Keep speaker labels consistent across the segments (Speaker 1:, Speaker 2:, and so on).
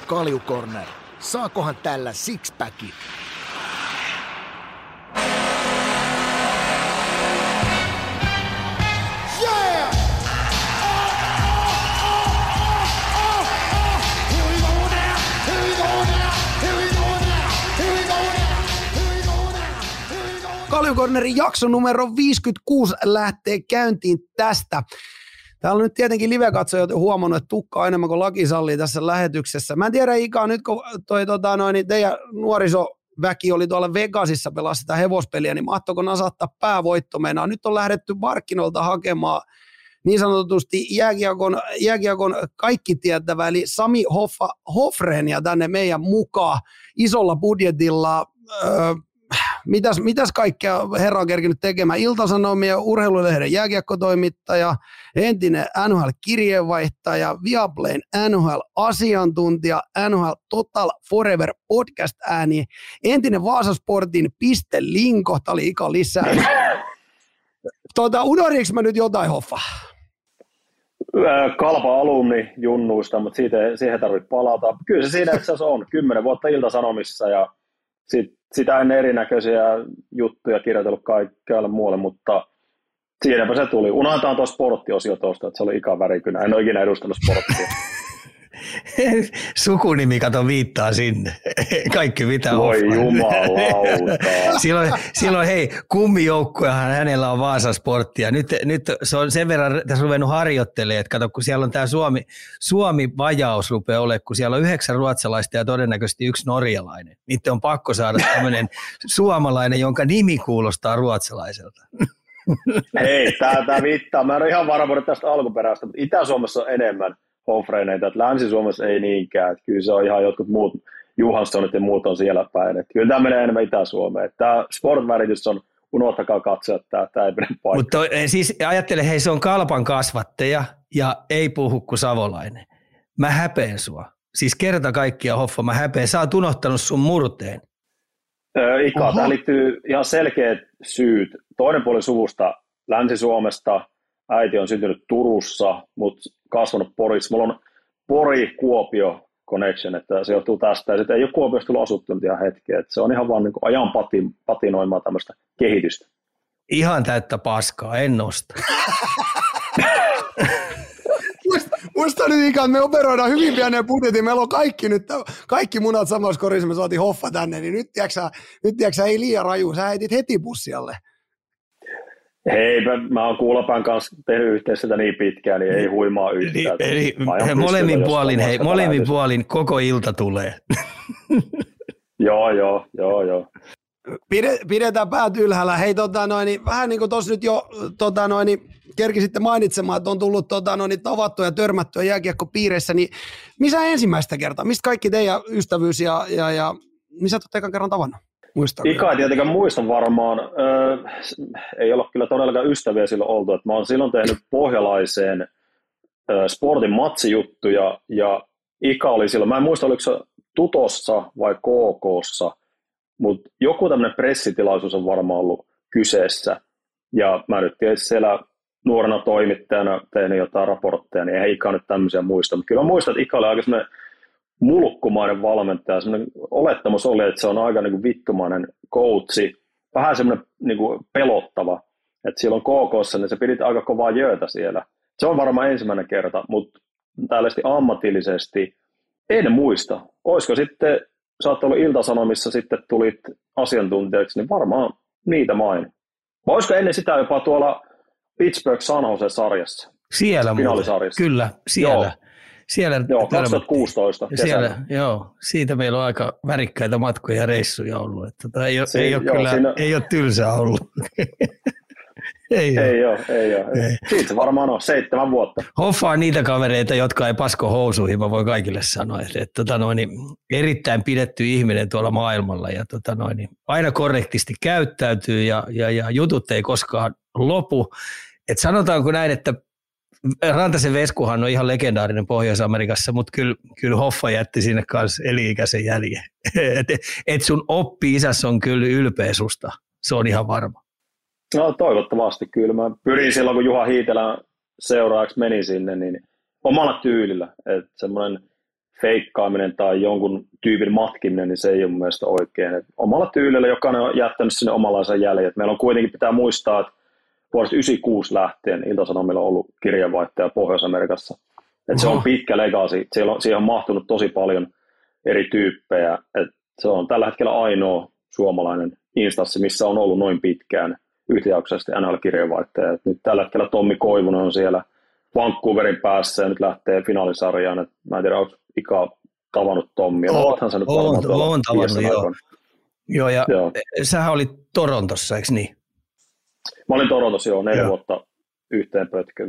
Speaker 1: Kalju Corner. Saakohan tällä sixpackin?
Speaker 2: Kalju Cornerin jakso numero 56 lähtee käyntiin tästä. Täällä on nyt tietenkin live-katsojat huomannut, että tukka on enemmän kuin laki sallii tässä lähetyksessä. Mä en tiedä, Ika, nyt kun teidän nuorisoväki oli tuolla Vegasissa pelaa sitä hevospeliä, niin mahtoiko nasattaa päävoitto meinaa? Nyt on lähdetty markkinoilta hakemaan niin sanotusti jääkiekon kaikki tietävä, eli Sami Hofrenia tänne meidän mukaan isolla budjetilla. Mitäs kaikkea herra on kerkinyt tekemään? Ilta-Sanomien urheilulehden jääkiekkotoimittaja, entinen NHL-kirjeenvaihtaja, Viaplayn NHL-asiantuntija, NHL Total Forever podcast-ääni, entinen Vaasasportin pistelinko, tämä oli Ika lisää. Unohdinko mä nyt jotain, Hoffa?
Speaker 3: Kalpa alumni junnuista, mutta siihen tarvitsee palata. Kyllä se siinä itse asiassa on. 10 vuotta Ilta-Sanomissa ja sitä ennen erinäköisiä juttuja kirjoitellut kaikkialle muualle, mutta siinäpä se tuli. Unohdetaan tuo sporttiosio tuosta, että se oli Ika Värikynä. En ole ikinä edustanut sporttia.
Speaker 4: Sukunimi kato viittaa sinne. Kaikki mitä
Speaker 3: voi jumalauta.
Speaker 4: Silloin hei, kummijoukkuehan hänellä on Vaasasporttia. Nyt se on sen verran tässä ruvennut harjoittelemaan, että kato, kun siellä on tämä Suomi-vajaus rupeaa olemaan, kun siellä on 9 ruotsalaista ja todennäköisesti 1 norjalainen. Niiden on pakko saada tämmöinen suomalainen, jonka nimi kuulostaa ruotsalaiselta.
Speaker 3: Hei, tämä viittaa. Mä en ole ihan varma tästä alkuperäistä, mutta Itä-Suomessa on enemmän Hofreineita, että Länsi-Suomessa ei niinkään. Että kyllä se on ihan jotkut muut, Johanssonit ja muut on siellä päin. Että kyllä tämä menee enemmän Itä-Suomeen. Tämä sportväritys on, unohtakaa katsoa, että tämä ei pidä paikkaa.
Speaker 4: Mutta siis ajattele, hei se on Kalpan kasvattaja ja ei puhu kuin savolainen. Mä häpeen sua. Siis kerta kaikkiaan Hoffa, mä häpeen. Sä oot unohtanut sun murteen.
Speaker 3: Ika, tähän liittyy ihan selkeät syyt. Toinen puoli suvusta Länsi-Suomesta. Äiti on syntynyt Turussa, mutta kasvanut Porissa. Mulla on Pori-Kuopio connection, että se johtuu tästä. Ja sitten ei ole Kuopiosta tullut asuttunut ihan hetkeä. Että se on ihan vaan niin kuin ajan patinoimaa tämmöistä kehitystä.
Speaker 4: Ihan täyttä paskaa, en nosta.
Speaker 2: Muista nyt Ika, me operoidaan hyvin pienen budjetin. Meillä on kaikki munat samassa korissa, me saatiin Hoffa tänne. Niin nyt tiedätkö, ei liian raju. Sä heitit heti bussialle.
Speaker 3: Hei, mä oon Kuulapään kanssa tehnyt yhteistyötä niin pitkään, niin ei huimaa yhtään.
Speaker 4: Eli molemmin puolin koko ilta tulee.
Speaker 3: Joo.
Speaker 2: Pidetään päät ylhäällä. Hei, vähän niin kuin tuossa nyt jo kerkisitte mainitsemaan, että on tullut tavattua ja törmättyä jääkiekkopiireissä, niin missä ensimmäistä kertaa? Mistä kaikki teidän ystävyys ja missä olette ekan kerran tavannut?
Speaker 3: Ika ei tietenkään muista varmaan. Ei ole kyllä todellakaan ystäviä silloin oltu. Että mä oon silloin tehnyt pohjalaiseen sportin matsijuttuja ja Ika oli silloin, mä en muista oliko se Tutossa vai KK:ssa, mutta joku tämmöinen pressitilaisuus on varmaan ollut kyseessä. Ja mä nyt tietysti siellä nuorena toimittajana tehnyt jotain raportteja, niin ei Ika nyt tämmöisiä muista. Mutta kyllä mä muistan, että Ika oli aika semmoinen mulkkumainen valmentaja. Semmoinen olettamus oli, että se on aika niin kuin vittumainen coachi. Vähän semmoinen niin kuin pelottava. Että silloin KK:ssa niin se pidit aika kovaa jöötä siellä. Se on varmaan ensimmäinen kerta, mutta tällaisesti ammatillisesti en muista. Olisiko sitten, sä oot ollut Ilta-Sanomissa, sitten tulit asiantuntijaksi, niin varmaan niitä main. Vai olisiko ennen sitä jopa tuolla Pittsburgh San Jose-sarjassa?
Speaker 4: Siellä kyllä, siellä.
Speaker 3: Joo.
Speaker 4: Siellä
Speaker 3: 2016
Speaker 4: siellä, joo, siitä meillä on aika värikkäitä matkoja ja reissuja ollut. Että ei ole tylsää ollut. Ei ole. Siitä se varmaan on 7 vuotta. Hoffa on niitä kavereita, jotka ei pasko housuihin, mä voin kaikille sanoa. Että erittäin pidetty ihminen tuolla maailmalla ja aina korrektisti käyttäytyy ja jutut ei koskaan lopu. Et sanotaanko näin, että Rantasen Veskuhan on ihan legendaarinen Pohjois-Amerikassa, mutta kyllä Hoffa jätti sinne kanssa eli-ikäisen jäljen. Et sun oppi-isässä on kyllä ylpeä susta, se on ihan varma.
Speaker 3: No toivottavasti kyllä. Mä pyrin silloin, kun Juha Hiitelän seuraajaksi meni sinne, niin omalla tyylillä. Että semmoinen feikkaaminen tai jonkun tyypin matkiminen, niin se ei ole mun mielestä oikein. Et omalla tyylillä jokainen on jättänyt sinne omanlaisen jäljen. Meillä on kuitenkin pitää muistaa, että vuodesta 1996 lähtien Ilta-Sanomilla on ollut kirjeenvaihtaja Pohjois-Amerikassa. Et se on pitkä legacy. Siihen on mahtunut tosi paljon eri tyyppejä. Et se on tällä hetkellä ainoa suomalainen instanssi, missä on ollut noin pitkään yhtäjaksoisesti NHL-kirjeenvaihtaja. Et nyt tällä hetkellä Tommi Koivunen on siellä Vancouverin päässä ja nyt lähtee finaalisarjaan. Et mä en tiedä, onko Ika tavannut Tommia. Olethan sä nyt varmaan tuolla.
Speaker 4: Olen tavannut, joo. Joo. Sähän olit Torontossa, eikö niin?
Speaker 3: Mä olin Torontossa 4 vuotta yhteen pötköön,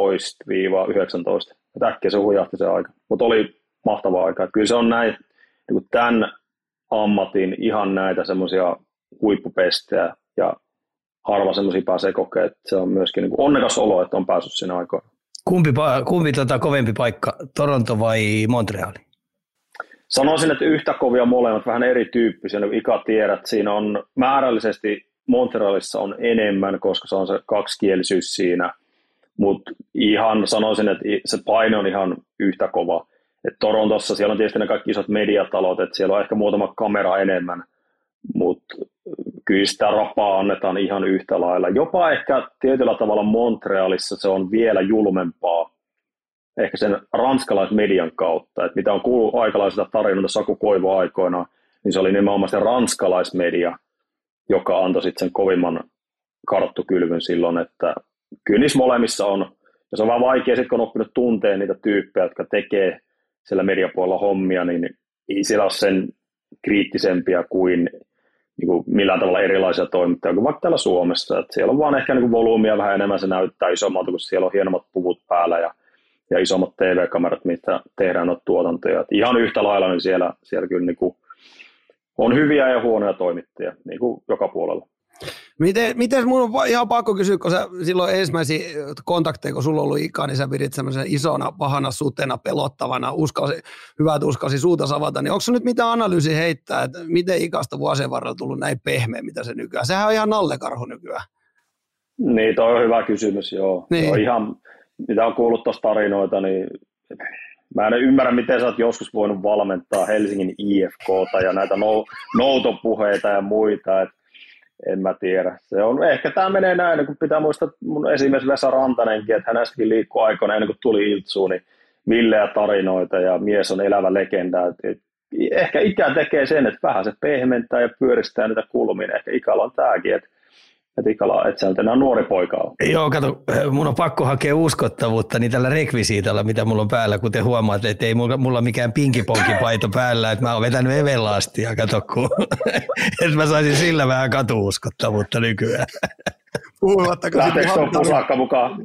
Speaker 3: 15-19. Äkkiä se hujahti se aika, mutta oli mahtava aika. Kyllä se on näin, niin tämän ammatin ihan näitä semmoisia huippupestejä ja harva semmoisia pääsee kokemaan. Se on myöskin niin onnekas olo, että on päässyt siinä aikaan.
Speaker 4: Kumpi kovempi paikka, Toronto vai Montreal?
Speaker 3: Sanoisin, että yhtä kovia molemmat, vähän erityyppisiä. Niin Ika tiedät, siinä on määrällisesti Montrealissa on enemmän, koska se on se kaksikielisyys siinä. Mutta ihan sanoisin, että se paine on ihan yhtä kova. Et Torontossa siellä on tietysti ne kaikki isot mediatalot, että siellä on ehkä muutama kamera enemmän, mutta kyllä sitä rapaa annetaan ihan yhtä lailla. Jopa ehkä tietyllä tavalla Montrealissa se on vielä julmempaa, ehkä sen ranskalaismedian kautta. Et mitä on kuullut aikalaisista tarinoita Saku Koivu aikoinaan, niin se oli nimenomaan se ranskalaismedia, joka antoi sitten sen kovimman karttukylvyn silloin, että kyllä niissä molemmissa on. Ja se on vaan vaikea, sit kun on oppinut tunteen niitä tyyppejä, jotka tekee siellä mediapuolella hommia, niin ei siellä ole sen kriittisempiä kuin millään tavalla erilaisia toimittajia kuin vaikka täällä Suomessa. Et siellä on vaan ehkä volyymia vähän enemmän, se näyttää isommalta, kun siellä on hienommat puvut päällä ja isommat TV-kamerat, mitä tehdään noita tuotantoja. Et ihan yhtä lailla niin siellä kyllä on hyviä ja huonoja toimittajia, niin kuin joka puolella.
Speaker 2: Miten mun on ihan pakko kysyä, kun sä silloin ensimmäisiä kontakteja, kun sulla on ollut Ika, niin sä pidit semmoisen isona, pahana sutena, pelottavana, hyvä, että uskalsi suuta savata, niin onko se nyt mitään analyysiä heittää, että miten Ikasta vuosien varrella tullut näin pehmeä, mitä se nykyään? Sehän on ihan nallekarhu nykyään.
Speaker 3: Niin, toi on hyvä kysymys, joo. Niin. Ihan, mitä on kuullut tuossa tarinoita, niin mä en ymmärrä, miten sä oot joskus voinut valmentaa Helsingin IFK:ta ja näitä noutopuheita ja muita, että en mä tiedä. Se on, ehkä tämä menee näin, kun pitää muistaa mun esimies Vesa Rantanenkin, että hänestäkin liikkuu aikoina ennen kuin tuli Iltsuun, niin villejä tarinoita ja mies on elävä legenda. Ehkä ikä tekee sen, että vähän se pehmentää ja pyöristää niitä kulmia. Ehkä Ikalla on tämäkin, että Ikalla, että sä nyt enää nuori poika on.
Speaker 4: Joo, kato, mun on pakko hakea uskottavuutta niin tällä rekvisiitalla, mitä mulla on päällä, kuten huomaat, että ei mulla mikään pinkiponkipaito päällä, että mä oon vetänyt Everlastia, kato, että mä saisin sillä vähän katuuskottavuutta nykyään.
Speaker 3: Lähteekö tuon pusakka mukaan?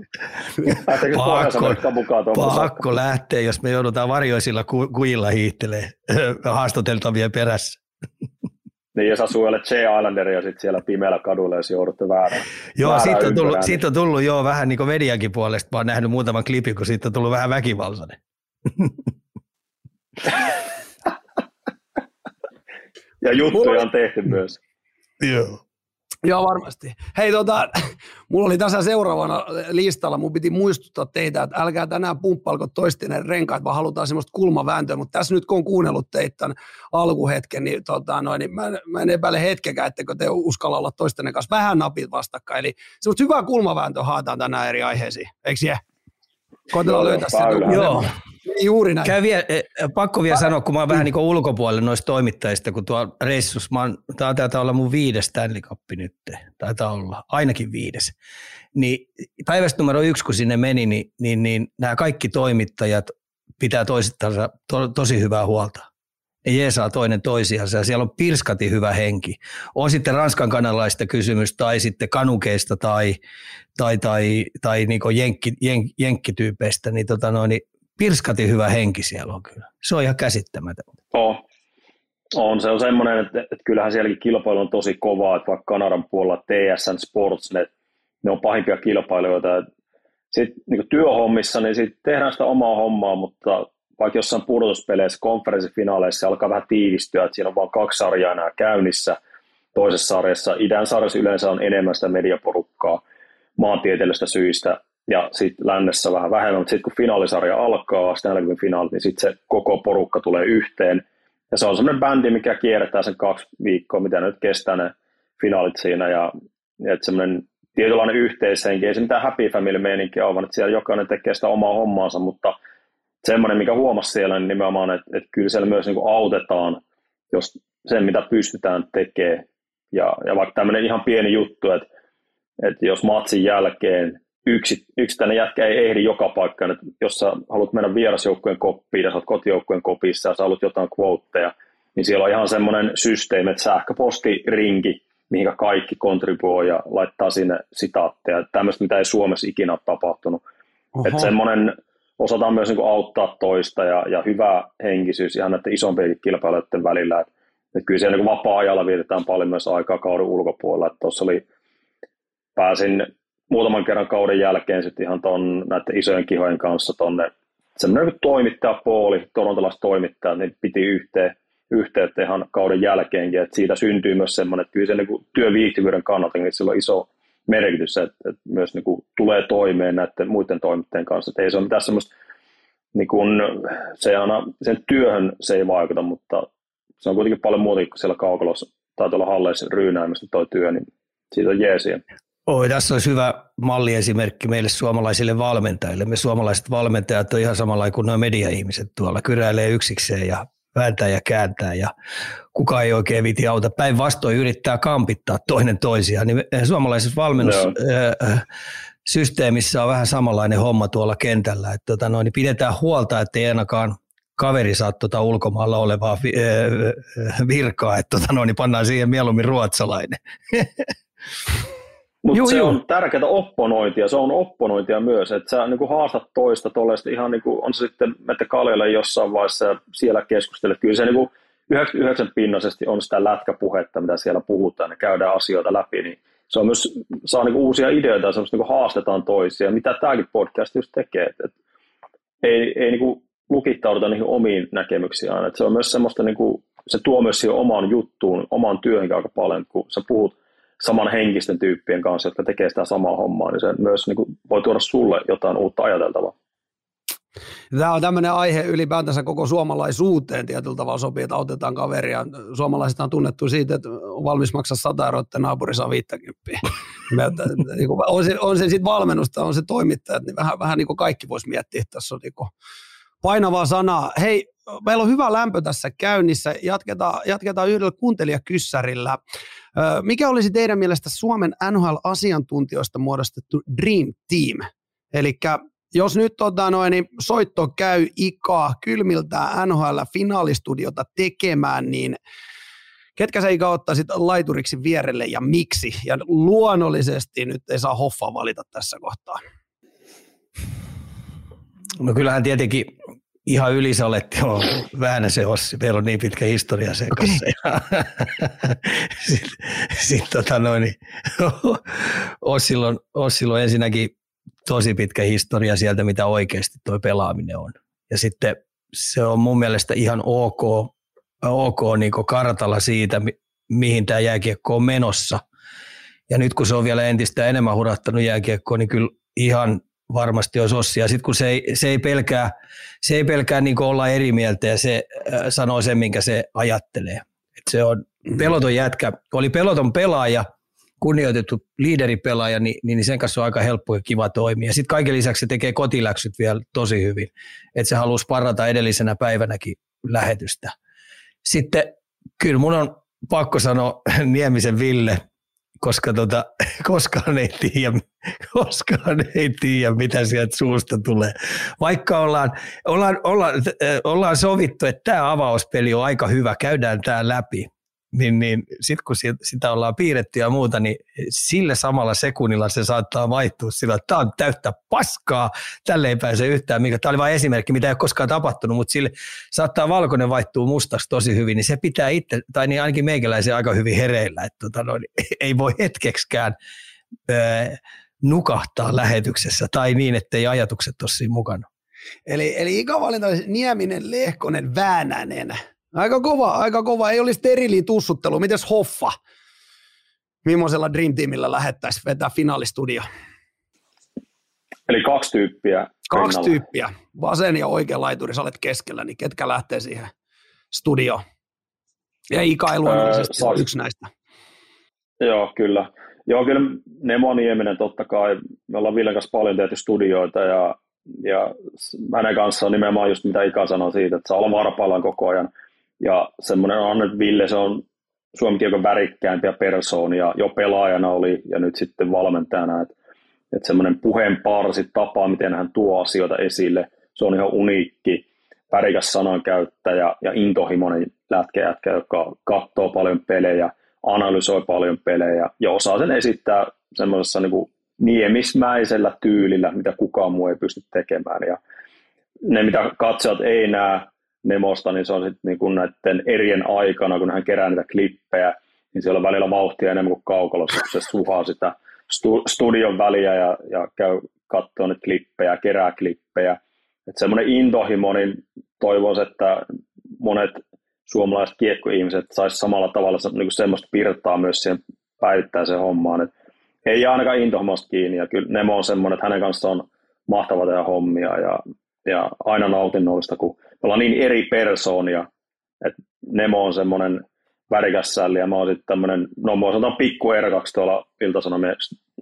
Speaker 4: Pakko lähteä, jos me joudutaan varjoisilla kujilla hiihtelee haastateltavien perässä.
Speaker 3: Niin, jos asuu jolle J-Islanderia sitten siellä pimeällä kadulla, jos joudutte väärään.
Speaker 4: Joo, siitä on tullut jo vähän niin kuin mediankin puolesta. Mä oon nähnyt muutaman klipin, kun siitä on tullut vähän väkivaltainen.
Speaker 3: Ja juttuja on tehty myös.
Speaker 4: Joo.
Speaker 2: Joo, varmasti. Hei, mulla oli tässä seuraavana listalla, mun piti muistuttaa teitä, että älkää tänään pumppailko toistinen renkaat, vaan halutaan semmoista kulmavääntöä, mutta tässä nyt kun on kuunnellut teitä tämän alkuhetken, niin, niin mä en epäile hetkenkään, ettekö te uskalla olla toistinen kanssa vähän napit vastakkain. Eli semmoista hyvää kulmavääntöä haetaan tänään eri aiheisiin, eikö jää? Koitetaan löytää se.
Speaker 4: Joo.
Speaker 2: Juuri näin.
Speaker 4: Pakko vielä sanoa, kun mä oon vähän niin kuin ulkopuolella noista toimittajista, kun tuolla reissussa, taitaa olla mun 5. Stanley Cup nyt, taitaa olla, ainakin 5. Niin päivästä numero 1, kun sinne meni, niin nämä kaikki toimittajat pitää toisittansa tosi hyvää huolta. Ne jeesaa toinen toisiansa ja siellä on pirskati hyvä henki. On sitten Ranskan kanalaista kysymys tai sitten kanukeista tai niin kuin jenkkityypeistä, niin pirskati hyvä henki siellä on kyllä. Se on ihan käsittämätöntä.
Speaker 3: Se on semmoinen, että kyllähän sielläkin kilpailu on tosi kovaa, että vaikka Kanadan puolella TSN Sportsnet, ne on pahimpia kilpailijoita. Sitten niin työhommissa, niin sit tehdään sitä omaa hommaa, mutta vaikka jossain pudotuspeleissä, konferenssifinaaleissa alkaa vähän tiivistyä, että siinä on vain 2 sarjaa enää käynnissä. Toisessa sarjassa, idän sarjassa yleensä on enemmän sitä mediaporukkaa maantieteellisistä syistä. ja sitten lännessä vähän vähemmän, mutta sitten kun finaalisarja alkaa, sitten finaalit, niin sitten se koko porukka tulee yhteen. Ja se on semmoinen bändi, mikä kierretään sen 2 viikkoa, mitä nyt kestää ne finaalit siinä, ja että semmoinen tietynlainen yhteishenki, ei se mitään happy family-meininkiä ole, vaan että siellä jokainen tekee sitä omaa hommaansa, mutta semmoinen, mikä huomasi siellä, niin nimenomaan, että kyllä siellä myös niin kuin autetaan, jos sen, mitä pystytään tekemään. Ja vaikka tämmöinen ihan pieni juttu, että jos matsin jälkeen yksittäinen jätkä ei ehdi joka paikkaan, että jos sä haluat mennä vierasjoukkueen koppiin ja sä oot kotijoukkueen kopissa ja sä haluat jotain quoteja, niin siellä on ihan semmoinen systeemi, että sähköpostirinki, mihinkä kaikki kontribuoi ja laittaa sinne sitaatteja. Tämmöistä, mitä ei Suomessa ikinä ole tapahtunut. Että semmoinen osataan myös niin kuin auttaa toista ja hyvä henkisyys ihan näiden isompien kilpailijoiden välillä. Että kyllä siellä niin kuin vapaa-ajalla vietetään paljon myös aikaa kauden ulkopuolella. Tuossa pääsin muutaman kerran kauden jälkeen sitten ihan näiden isojen kihojen kanssa tuonne semmoinen niin toimittajapooli, torontolaiset toimittajat, niin piti yhteyttä ihan kauden jälkeenkin, että siitä syntyy myös semmoinen, että kyllä se niin kuin työviihtyvyyden kannalta, niin sillä on iso merkitys, että myös niin kuin tulee toimeen näiden muiden toimittajien kanssa, että ei se ole mitään semmoista, niin kuin, se aina, sen työhön se ei vaikuta, mutta se on kuitenkin paljon muutakin kuin siellä kaukalossa tai tuolla halleissa ryynäämistä toi työ, niin siitä on jeesiä.
Speaker 4: Tässä olisi hyvä malliesimerkki meille suomalaisille valmentajille. Me suomalaiset valmentajat on ihan samalla kuin nuo media-ihmiset tuolla, kyräilee yksikseen ja vääntää ja kääntää ja kukaan ei oikein viti auta. Päinvastoin yrittää kampittaa toinen toisiaan. Niin suomalaisessa valmennussysteemissä on vähän samanlainen homma tuolla kentällä. Että niin pidetään huolta, ettei ainakaan kaveri saa ulkomailla olevaa virkaa, että niin pannaan siihen mieluummin ruotsalainen.
Speaker 3: Mutta se on tärkeää opponointia, se on opponointia myös, että sä niin kuin haastat toista tuollaista ihan niin kuin on se sitten, että kaljalle jossain vaiheessa ja siellä keskustelet. Kyllä se niin kuin 99% on sitä lätkäpuhetta, mitä siellä puhutaan ja käydään asioita läpi, niin se on myös, saa niin kuin uusia ideoita ja semmoista niin kuin haastetaan toisia, mitä tämäkin podcast just tekee, että ei niin kuin lukittauduta niihin omiin näkemyksiään, että se on myös semmoista, niin kuin, se tuo myös siihen omaan juttuun, omaan työhönkin aika paljon, kun sä puhut saman henkisten tyyppien kanssa, jotka tekee sitä samaa hommaa, niin se myös niin kuin, voi tuoda sulle jotain uutta ajateltavaa.
Speaker 2: Tämä on tämmöinen aihe ylipäätänsä koko suomalaisuuteen tietyllä tavalla sopii, että autetaan kaveria. Suomalaiset on tunnettu siitä, että on valmis maksaa 100 €, että naapuri saa 50. On se sitten valmennusta, on se toimittajat, niin vähän niin kuin kaikki voisi miettiä, että tässä on niin kuin painavaa sanaa. Hei, meillä on hyvä lämpö tässä käynnissä. Jatketaan yhdellä kuuntelijakyssärillä. Mikä olisi teidän mielestä Suomen NHL-asiantuntijoista muodostettu Dream Team? Eli jos nyt niin soitto käy Ika kylmiltään NHL-finaalistudiota tekemään, niin ketkä sä Ika ottaisit laituriksi vierelle ja miksi? Ja luonnollisesti nyt ei saa Hoffaa valita tässä kohtaa.
Speaker 4: No kyllähän tietenkin ihan Ylisalletti on Väänäsen Ossi. Meillä on niin pitkä historia sen kanssa. Sitten Ossilla on ensinnäkin tosi pitkä historia sieltä, mitä oikeasti toi pelaaminen on. Ja sitten se on mun mielestä ihan ok niin kartalla siitä, mihin tämä jääkiekko on menossa. Ja nyt kun se on vielä entistä enemmän hurahtanut jääkiekkoon, niin kyllä ihan varmasti olisi Ossi. Ja sitten kun se ei pelkää niin olla eri mieltä ja se sanoo sen, minkä se ajattelee. Et se on peloton jätkä. Oli peloton pelaaja, kunnioitettu liideripelaaja, niin sen kanssa on aika helppo ja kiva toimia. Sitten kaiken lisäksi se tekee kotiläksyt vielä tosi hyvin. Että se halusi parata edellisenä päivänäkin lähetystä. Sitten kyllä mun on pakko sanoa Niemisen Ville, koska koskaan ei tiedä, mitä sieltä suusta tulee. Vaikka ollaan sovittu, että tämä avauspeli on aika hyvä, käydään tämä läpi, niin sitten kun sitä ollaan piirretty ja muuta, niin sillä samalla sekunnilla se saattaa vaihtua sillä, että tämä on täyttä paskaa, tälle ei pääse yhtään. Tämä oli vain esimerkki, mitä ei ole koskaan tapahtunut, mutta sille saattaa valkoinen vaihtua mustaksi tosi hyvin, niin se pitää itse, tai niin ainakin meikäläisen aika hyvin hereillä, että ei voi hetkeksikään nukahtaa lähetyksessä tai niin, ettei ajatukset ole siinä mukana.
Speaker 2: Eli ikävalinta olisi Nieminen, Lehkonen, Väänänen. Aika kova. Ei olisi steriliin tussuttelu. Mites Hoffa? Millaisella Dream Teamillä lähettäisiin vetää finaalistudio?
Speaker 3: Eli 2 tyyppiä.
Speaker 2: 2 tyyppiä. Vasen ja oikea laituri, sä olet keskellä, niin ketkä lähtee siihen studioon? Ja Ika ei luonnollisesti yksi näistä.
Speaker 3: Joo, kyllä. Joo, kyllä Nemo Nieminen totta kai. Me ollaan Villen kanssa paljon tehty studioita ja hänen kanssaan nimenomaan just mitä Ika sanoi siitä, että saa olla varpaillaan koko ajan. Ja semmoinen Anne Ville, se on Suomen kiekon värikkäämpiä persoonia, jo pelaajana oli ja nyt sitten valmentajana. Että semmoinen puheenparsi tapa, miten hän tuo asioita esille, se on ihan uniikki, värikäs sanankäyttäjä ja intohimoinen lätkäjätkä, joka katsoo paljon pelejä, analysoi paljon pelejä ja osaa sen esittää semmoisessa niin kuin niemismäisellä tyylillä, mitä kukaan muu ei pysty tekemään. Ja ne, mitä katsojat ei näe Nemosta, niin se on sitten niin kuin näiden erien aikana, kun hän kerää niitä klippejä, niin siellä on välillä vauhtia enemmän kuin kaukalossa, kun se suhaa sitä studion väliä ja käy katsoa niitä klippejä, kerää klippejä. Että semmoinen intohimo, niin toivoisi, että monet suomalaiset kiekkoihmiset saisi samalla tavalla niin semmoista virtaa myös siihen päivittäiseen hommaan. Et ei jää ainakaan intohimosta kiinni ja kyllä Nemo on semmoinen, että hänen kanssaan on mahtava tehdä hommia ja aina nautinnollista, kun me ollaan niin eri persoonia, että Nemo on semmoinen värikäs sälli ja mä oon sitten tämmöinen, no mä sanotaan pikku erkaksi tuolla Ilta-Sanomien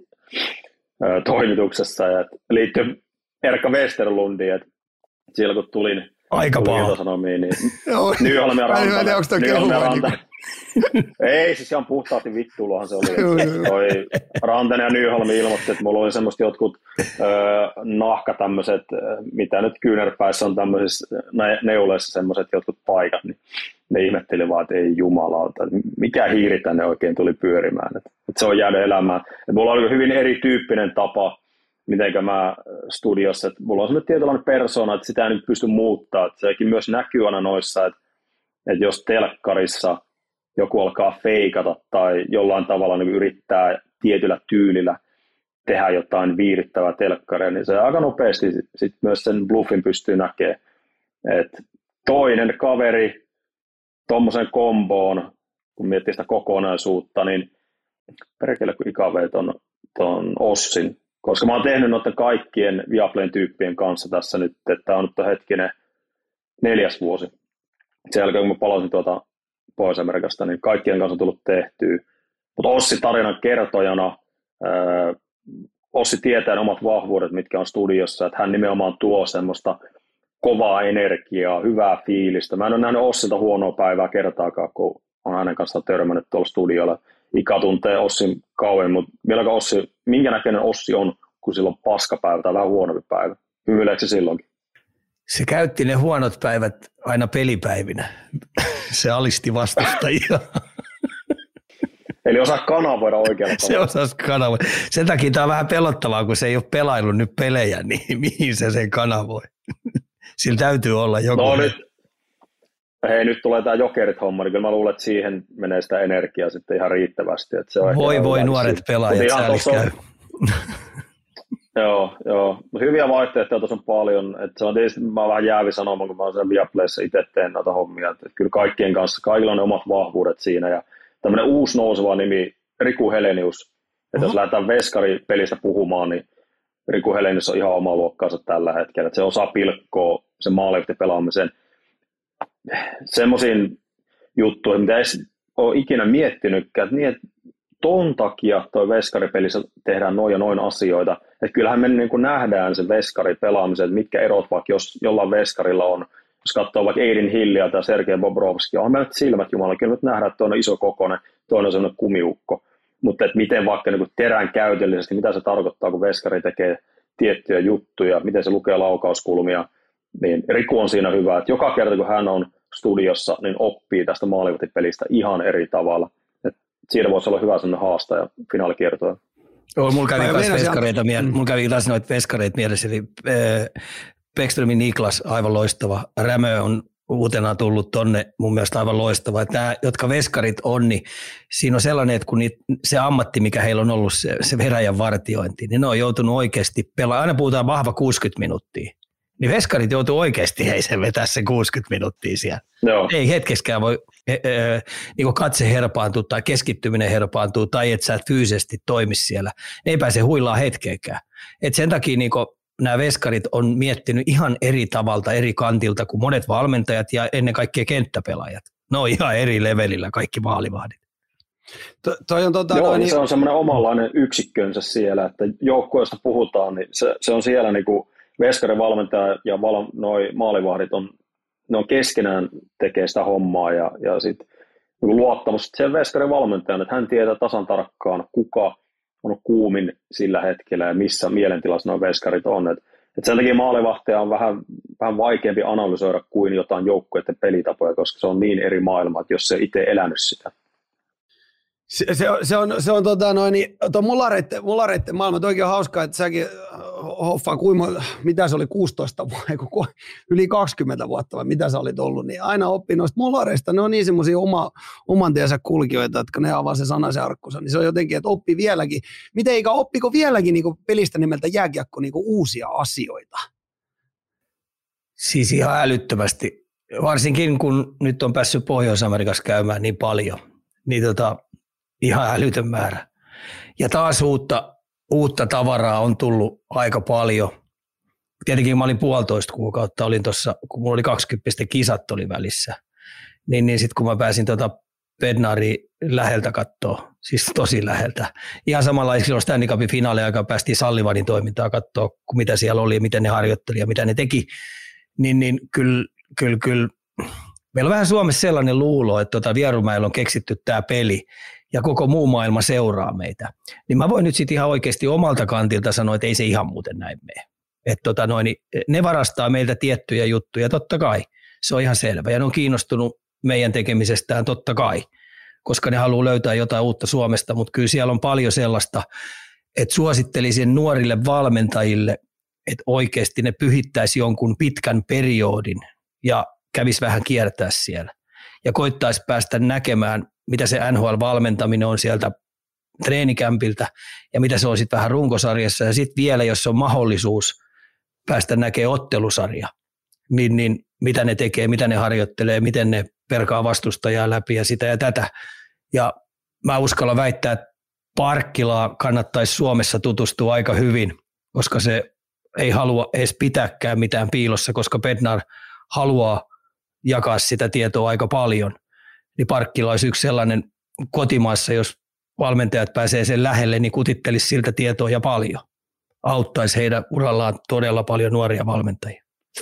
Speaker 3: toimituksessa ja liittyy Erkka Westerlundiin, että siellä kun tulin Ilta-Sanomiin, niin Nyholm ja Rantanen. Ei, siis ihan puhtaasti vittuiluhan se oli. Toi Rantanen ja Nyholm ilmoitti, että mulla oli semmoista jotkut nahka tämmöiset, mitä nyt kyynärpäissä on tämmöisissä neuleissa semmoiset jotkut paikat, niin ne ihmetteli vaan, että ei jumalauta, mikä hiiri tänne oikein tuli pyörimään. Että se on jäänyt elämään. Et mulla oli hyvin erityyppinen tapa, mitenkä mä studiossa, että mulla on semmoinen tietynlainen persona, että sitä ei nyt pysty muuttaa. Että sekin myös näkyy aina noissa, että jos telkkarissa joku alkaa feikata tai jollain tavalla niin yrittää tietyllä tyylillä tehdä jotain viihdyttävää telkkaria, niin se aika nopeasti sit myös sen bluffin pystyy näkemään. Et toinen kaveri tuommoisen komboon, kun miettii sitä kokonaisuutta, niin perkele kun ikävee ton Ossin, koska mä oon tehnyt noiden kaikkien Viaplayn tyyppien kanssa tässä nyt, että on nyt hetkinen 4. vuosi. Sen jälkeen kun mä palasin Pohjois-Amerikasta, niin kaikkien kanssa on tullut tehtyä. Mutta Ossi tarinan kertojana, Ossi tietää omat vahvuudet, mitkä on studiossa, että hän nimenomaan tuo semmoista kovaa energiaa, hyvää fiilistä. Mä en ole nähnyt Ossilta huonoa päivää kertaakaan, kun on hänen kanssaan törmännyt tuolla studiolla. Ika tuntee Ossin kauemmin, mutta vieläkö Ossi, minkä näköinen Ossi on, kun sillä on paskapäivä tai vähän huonompi päivä? Hymyileekö se silloinkin?
Speaker 4: Se käytti ne huonot päivät aina pelipäivinä. Se alisti vastustajia.
Speaker 3: Eli osaa kanavoida oikealla tavalla.
Speaker 4: Se osasi kanavoida. Sen takia tämä on vähän pelottavaa, kun se ei ole pelaillut nyt pelejä, niin mihin se sen kanavoi? Sillä täytyy olla joku.
Speaker 3: No nyt tulee tämä Jokerit-homma, niin kyllä mä luulen, että siihen menee sitä energiaa sitten ihan riittävästi. Että se on
Speaker 4: voi nuoret pelaajat, säälis käy.
Speaker 3: Joo. Hyviä vaihtoehtoja tuossa on paljon. Että se on tietysti, mä oon vähän jäävi sanomaan, kun mä oon sen Viaplayssa itse teen näitä hommia. Että kyllä kaikkien kanssa, kaikilla on ne omat vahvuudet siinä. Ja tämmöinen uusi nouseva nimi, Riku Helenius. Että jos lähdetään veskaripelistä puhumaan, niin Riku Helenius on ihan oma luokkaansa tällä hetkellä. Että se osaa pilkkoa sen maalivahtipelaamisen semmoisiin juttuihin, mitä ei ole ikinä miettinytkään. Niin, että ton takia toi veskaripelissä tehdään noin ja noin asioita. Että kyllähän me niin kuin nähdään se veskaripelaamisen, että mitkä erot vaikka jos jollain veskarilla on. Jos katsoo vaikka Aiden Hillia tai Sergei Bobrovskia, on meillä silmät jumala. Kyllä nyt nähdään, että toinen on iso kokoinen, toinen on semmoinen kumiukko. Mutta että miten vaikka niin kuin terän käytöllisesti, mitä se tarkoittaa, kun veskari tekee tiettyjä juttuja, miten se lukee laukauskulmia, niin Riku on siinä hyvä, että joka kerta kun hän on studiossa, niin oppii tästä maalivahtipelistä ihan eri tavalla. Et siinä voisi olla hyvä sellainen haastaja finaalikiertoja.
Speaker 4: Mulla kävi taas noita veskareita mielessä, eli Bäckströmin Niklas, aivan loistava. Rämö on uutena tullut tonne, mun mielestä aivan loistava. Että nämä, jotka veskarit on, niin siinä on sellainen, että kun se ammatti, mikä heillä on ollut, se veräjän vartiointi, niin ne on joutunut oikeasti pelaamaan. Aina puhutaan vahva 60 minuuttia. Niin veskarit joutuu oikeasti sen vetää sen 60 minuuttia siellä. Joo. Ei hetkeskään voi niin katse herpaantuu tai keskittyminen herpaantuu tai että sä et fyysisesti toimi siellä. Ne ei pääse huillaan hetkeäkään. Et sen takia niin nämä veskarit on miettinyt ihan eri tavalta, eri kantilta kuin monet valmentajat ja ennen kaikkea kenttäpelaajat. Ne on ihan eri levelillä kaikki maalivahdit.
Speaker 3: Se on semmoinen omanlainen yksikkönsä siellä, että joukkueesta puhutaan, niin se on siellä niin kuin veskarin valmentaja ja noi maalivahdit ne on keskenään tekee sitä hommaa ja sitten niin luottamus siihen veskarin valmentajan, että hän tietää tasan tarkkaan, kuka on kuumin sillä hetkellä ja missä mielentilassa nuo veskarit on. Et sen takia maalivahtia on vähän vaikeampi analysoida kuin jotain joukkueiden pelitapoja, koska se on niin eri maailma, että jos se itse elänyt sitä.
Speaker 2: Se on tuo mulareitten maailma, toikin on hauskaa, että säkin Hoffan, mitä se oli 16 vuotta, yli 20 vuotta vai mitä sä olit ollut, niin aina oppii noista mulareista, ne on niin semmoisia oman tiensä kulkijoita, että kun ne avaa se sanaisen arkkunsa, niin se on jotenkin, että oppi vieläkin, oppiko vieläkin niinku pelistä nimeltä jääkiekko niinku uusia asioita?
Speaker 4: Siis ihan älyttömästi, varsinkin kun nyt on päässyt Pohjois-Amerikassa käymään niin paljon, niin ihan älytön määrä. Ja taas uutta tavaraa on tullut aika paljon. Tietenkin mä olin 1,5 kuukautta, olin tuossa, kun mulla oli 20 kisat oli välissä, niin sitten kun mä pääsin Bednaria läheltä katsoa, siis tosi läheltä. Ihan samanlaisesti silloin Stanley Cupin finaaliaikaan päästiin Sullivanin toimintaa katsoa, mitä siellä oli ja miten ne harjoitteli ja mitä ne teki. Niin kyllä. Meillä on vähän Suomessa sellainen luulo, että Vierumäellä on keksitty tämä peli ja koko muu maailma seuraa meitä. Niin mä voin nyt sitten ihan oikeasti omalta kantilta sanoa, että ei se ihan muuten näin mene. Että ne varastaa meiltä tiettyjä juttuja, totta kai. Se on ihan selvä ja ne on kiinnostunut meidän tekemisestään totta kai, koska ne haluaa löytää jotain uutta Suomesta, mutta kyllä siellä on paljon sellaista, että suosittelisin nuorille valmentajille, että oikeasti ne pyhittäisi jonkun pitkän periodin ja kävisi vähän kiertää siellä ja koittaisi päästä näkemään, mitä se NHL-valmentaminen on sieltä treenikämpiltä ja mitä se on sitten vähän runkosarjassa ja sitten vielä, jos on mahdollisuus päästä näkemään ottelusarja, niin mitä ne tekee, mitä ne harjoittelee, miten ne perkaa vastustajaa läpi ja sitä ja tätä. Ja mä uskallan väittää, että Parkkilaa kannattaisi Suomessa tutustua aika hyvin, koska se ei halua edes pitääkään mitään piilossa, koska Bednar haluaa jakaa sitä tietoa aika paljon. Niin Parkkila olisi yksi sellainen kotimaassa, jos valmentajat pääsee sen lähelle, niin kutittelisi siltä tietoa ja paljon. Auttaisi heidän urallaan todella paljon nuoria valmentajia.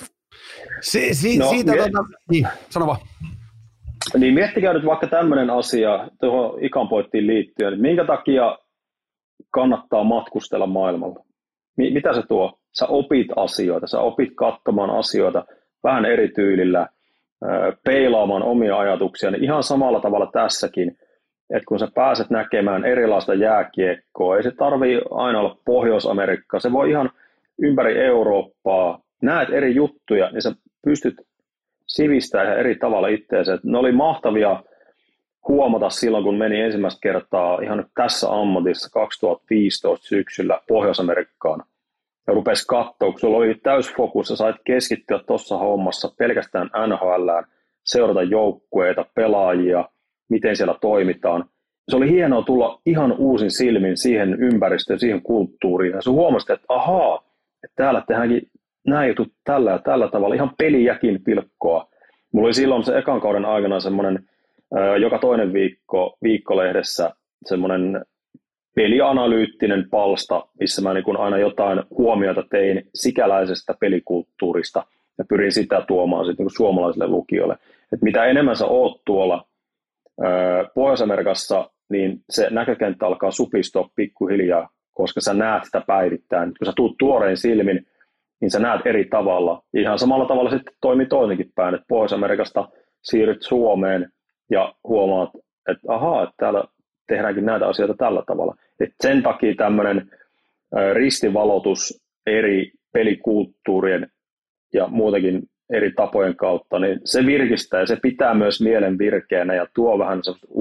Speaker 2: Sano vaan.
Speaker 3: Niin miettikää nyt vaikka tämmöinen asia tuohon ikanpoittiin liittyen. Minkä takia kannattaa matkustella maailmalla? Mitä se tuo? Sä opit asioita, sä opit katsomaan asioita vähän eri tyylillä, peilaamaan omia ajatuksia. Niin ihan samalla tavalla tässäkin, että kun sä pääset näkemään erilaista jääkiekkoa, ei se tarvii aina olla Pohjois-Amerikkaa, se voi ihan ympäri Eurooppaa, näet eri juttuja, niin sä pystyt sivistämään ihan eri tavalla itseäsi. Ne oli mahtavia huomata silloin, kun meni ensimmäistä kertaa ihan nyt tässä ammatissa 2015 syksyllä Pohjois-Amerikkaan. Ja rupesi katsoa, kun sulla oli täysfokus, sä sait keskittyä tuossa hommassa pelkästään NHL:ään, seurata joukkueita, pelaajia, miten siellä toimitaan. Se oli hienoa tulla ihan uusin silmin siihen ympäristöön, siihen kulttuuriin. Ja sä huomasit, että ahaa, että täällä tehdäänkin nämä jutut tällä ja tällä tavalla, ihan peliäkin pilkkoa. Mulla oli silloin se ekan kauden aikana semmoinen joka toinen viikkolehdessä semmoinen pelianalyyttinen palsta, missä mä niin aina jotain huomiota tein sikäläisestä pelikulttuurista ja pyrin sitä tuomaan sitten niin suomalaisille lukijoille. Että mitä enemmän sä oot tuolla Pohjois-Amerikassa, niin se näkökenttä alkaa supistua pikkuhiljaa, koska sä näet sitä päivittäin. Kun sä tuut tuorein silmin, niin sä näet eri tavalla. Ihan samalla tavalla sitten toimii toinenkin päin, että Pohjois-Amerikasta siirryt Suomeen ja huomaat, että ahaa, että täällä tehdäänkin näitä asioita tällä tavalla. Et sen takia tämmöinen ristivalotus eri pelikulttuurien ja muutenkin eri tapojen kautta, niin se virkistää ja se pitää myös mielen virkeänä ja tuo vähän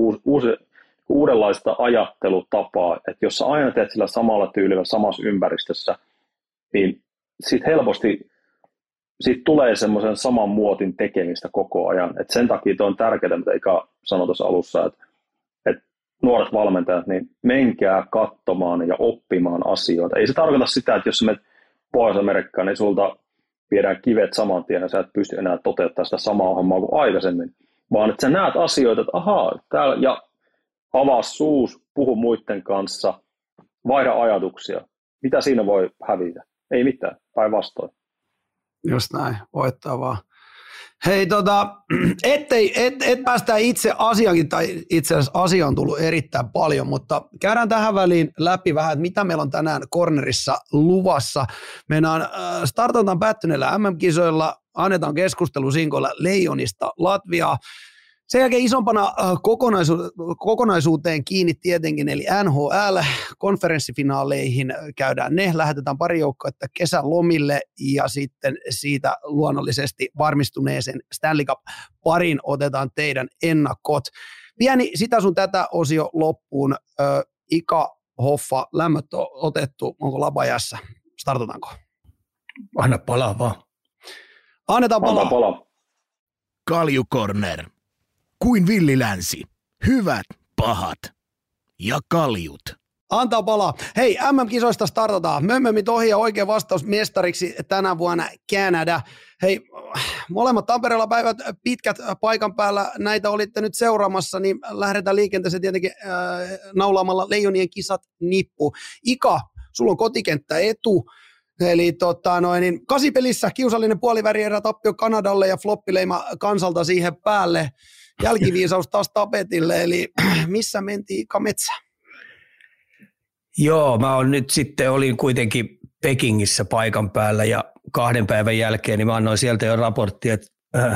Speaker 3: uudenlaista ajattelutapaa, että jos sä aina teet sillä samalla tyylillä samassa ympäristössä, niin sitten helposti siitä tulee semmoisen saman muotin tekemistä koko ajan. Et sen takia on tärkeää, mitä Ika sanoi tuossa alussa, että nuoret valmentajat, niin menkää katsomaan ja oppimaan asioita. Ei se tarkoita sitä, että jos sä menet Pohjois-Amerikkaan, niin sulta viedään kivet saman tien ja sä et pysty enää toteuttamaan sitä samaa hommaa kuin aikaisemmin. Vaan että sä näet asioita, että ahaa, täällä, ja avaa suus, puhu muiden kanssa, vaihda ajatuksia. Mitä siinä voi hävitä? Ei mitään, päinvastoin.
Speaker 2: Just näin, voittaa vaan. Hei, et päästä itse asiankin, tai itse asiassa asia on tullut erittäin paljon, mutta käydään tähän väliin läpi vähän, että mitä meillä on tänään Cornerissa luvassa. Meidän startataan päättyneillä MM-kisoilla, annetaan keskustelusinkoilla Leijonista Latviaa. Sen jälkeen isompana kokonaisuuteen kiinni tietenkin, eli NHL, konferenssifinaaleihin käydään ne, lähetetään pari joukkoa kesälomille ja sitten siitä luonnollisesti varmistuneeseen Stanley Cup-parin otetaan teidän ennakot. Pieni sitä sun tätä osio loppuun. Ika, Hoffa, lämmöt on otettu, onko labajässä? Startataanko?
Speaker 4: Anna palaa vaan.
Speaker 2: Annetaan palaa.
Speaker 1: Kaljukorner. Kuin villilänsi. Hyvät, pahat ja kaljut.
Speaker 2: Antaa palaa. Hei, MM-kisoista startataan. Mömmömit ohi ja oikea vastaus mestariksi tänä vuonna Kanada. Hei, molemmat Tampereella päivät pitkät paikan päällä. Näitä olitte nyt seuraamassa, niin lähdetään liikenteeseen tietenkin naulaamalla Leijonien kisat nippu. Ika, sulla on kotikenttä etu. Eli 8-pelissä kiusallinen puolivärierä tappio Kanadalle ja floppileima kansalta siihen päälle. Jälkiviisaus taas tapetille, eli missä mentiin Ika metsä?
Speaker 4: Joo, olin kuitenkin Pekingissä paikan päällä ja 2 päivän jälkeen niin mä annoin sieltä jo raporttia, että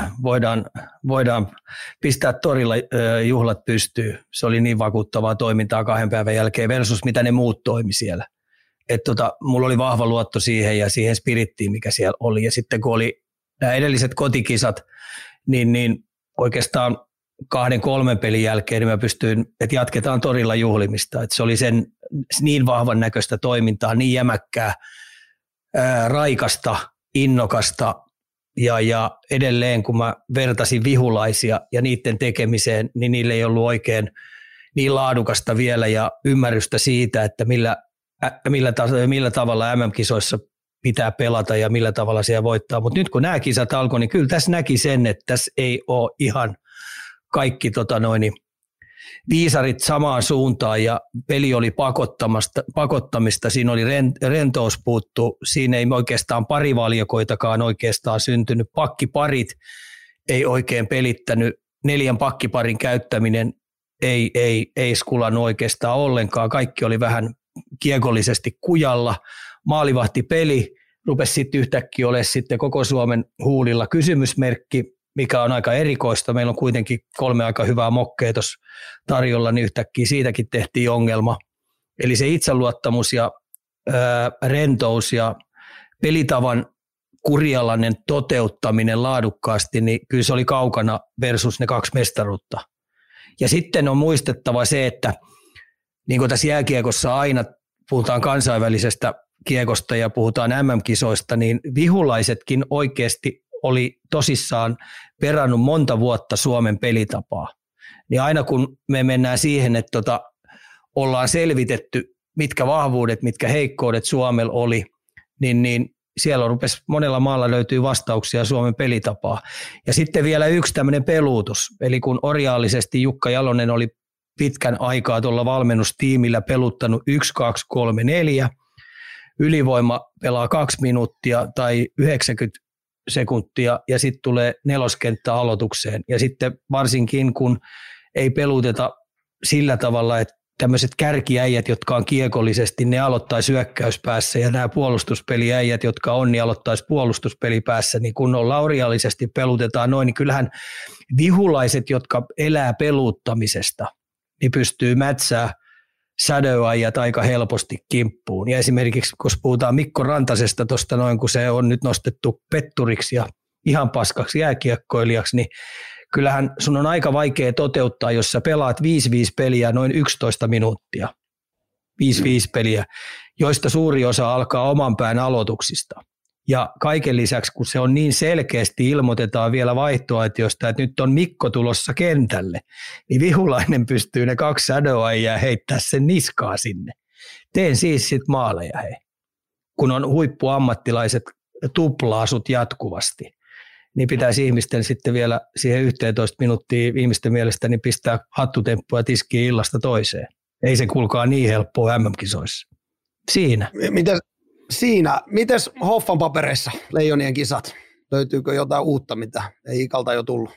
Speaker 4: voidaan pistää torilla juhlat pystyyn. Se oli niin vakuuttavaa toimintaa 2 päivän jälkeen versus mitä ne muut toimi siellä. Mulla oli vahva luotto siihen ja siihen spirittiin, mikä siellä oli. Ja sitten kun oli nämä edelliset kotikisat, niin oikeastaan 2-3 pelin jälkeen niin mä pystyin, että jatketaan torilla juhlimista. Että se oli sen niin vahvan näköistä toimintaa, niin jämäkkää, raikasta, innokasta ja edelleen kun mä vertasin vihulaisia ja niiden tekemiseen, niin niille ei ollut oikein niin laadukasta vielä ja ymmärrystä siitä, että millä tavalla MM-kisoissa pitää pelata ja millä tavalla siellä voittaa. Mutta nyt kun nämä kisat alkoi, niin kyllä tässä näki sen, että tässä ei ole ihan kaikki viisarit samaan suuntaan ja peli oli pakottamista, siinä oli rentous puuttu, siinä ei oikeastaan parivaljakoitakaan oikeastaan syntynyt, pakkiparit ei oikein pelittänyt, 4 pakkiparin käyttäminen ei skulannut oikeastaan ollenkaan, kaikki oli vähän kiekollisesti kujalla, maalivahtipeli rupesi sitten yhtäkkiä olemaan sitten koko Suomen huulilla kysymysmerkki, mikä on aika erikoista. Meillä on kuitenkin 3 aika hyvää mokkea tuossa tarjolla, niin yhtäkkiä siitäkin tehtiin ongelma. Eli se itseluottamus ja rentous ja pelitavan kurialainen toteuttaminen laadukkaasti, niin kyllä se oli kaukana versus ne 2 mestaruutta. Ja sitten on muistettava se, että niin kuin tässä jääkiekossa aina puhutaan kansainvälisestä kiekosta ja puhutaan MM-kisoista, niin vihulaisetkin oikeasti oli tosissaan perannut monta vuotta Suomen pelitapaa. Niin aina kun me mennään siihen, että ollaan selvitetty, mitkä vahvuudet, mitkä heikkoudet Suomella oli, niin siellä rupesi monella maalla löytyy vastauksia Suomen pelitapaa. Ja sitten vielä yksi tämmöinen peluutus, eli kun orjaalisesti Jukka Jalonen oli pitkän aikaa tuolla valmennustiimillä peluttanut 1, 2, 3, 4, ylivoima pelaa 2 minuuttia tai 90 sekuntia ja sitten tulee 4-kenttä aloitukseen. Ja sitten varsinkin kun ei peluteta sillä tavalla, että tämmöiset kärkiäijät, jotka on kiekollisesti, ne aloittaisi hyökkäyspäässä ja nämä puolustuspeliäijät, jotka on, niin aloittaisi puolustuspelipäässä, niin kun on lauriallisesti pelutetaan noin, niin kyllähän vihulaiset, jotka elää peluuttamisesta, niin pystyy mätsää shadowajat aika helposti kimppuun. Ja esimerkiksi kun puhutaan Mikko Rantasesta tuosta noin, kun se on nyt nostettu petturiksi ja ihan paskaksi jääkiekkoilijaksi, niin kyllähän sun on aika vaikea toteuttaa, jos sä pelaat 5-5 peliä noin 11 minuuttia. 5-5 peliä, joista suuri osa alkaa oman pään aloituksista. Ja kaiken lisäksi, kun se on niin selkeästi, ilmoitetaan vielä vaihtoehtoista, että nyt on Mikko tulossa kentälle, niin Vihulainen pystyy ne 2 shadowajia heittää sen niskaa sinne. Teen siis sit maaleja, hei. Kun on huippuammattilaiset tuplaa sut jatkuvasti, niin pitäisi ihmisten sitten vielä siihen 11 minuuttia ihmisten mielestä niin pistää hattutemppuja tiskiin illasta toiseen. Ei se kuulkaa niin helppoa MM-kisoissa. Siinä.
Speaker 2: Mites Hoffan papereissa Leijonien kisat? Löytyykö jotain uutta, mitä ei Ikalta jo tullut?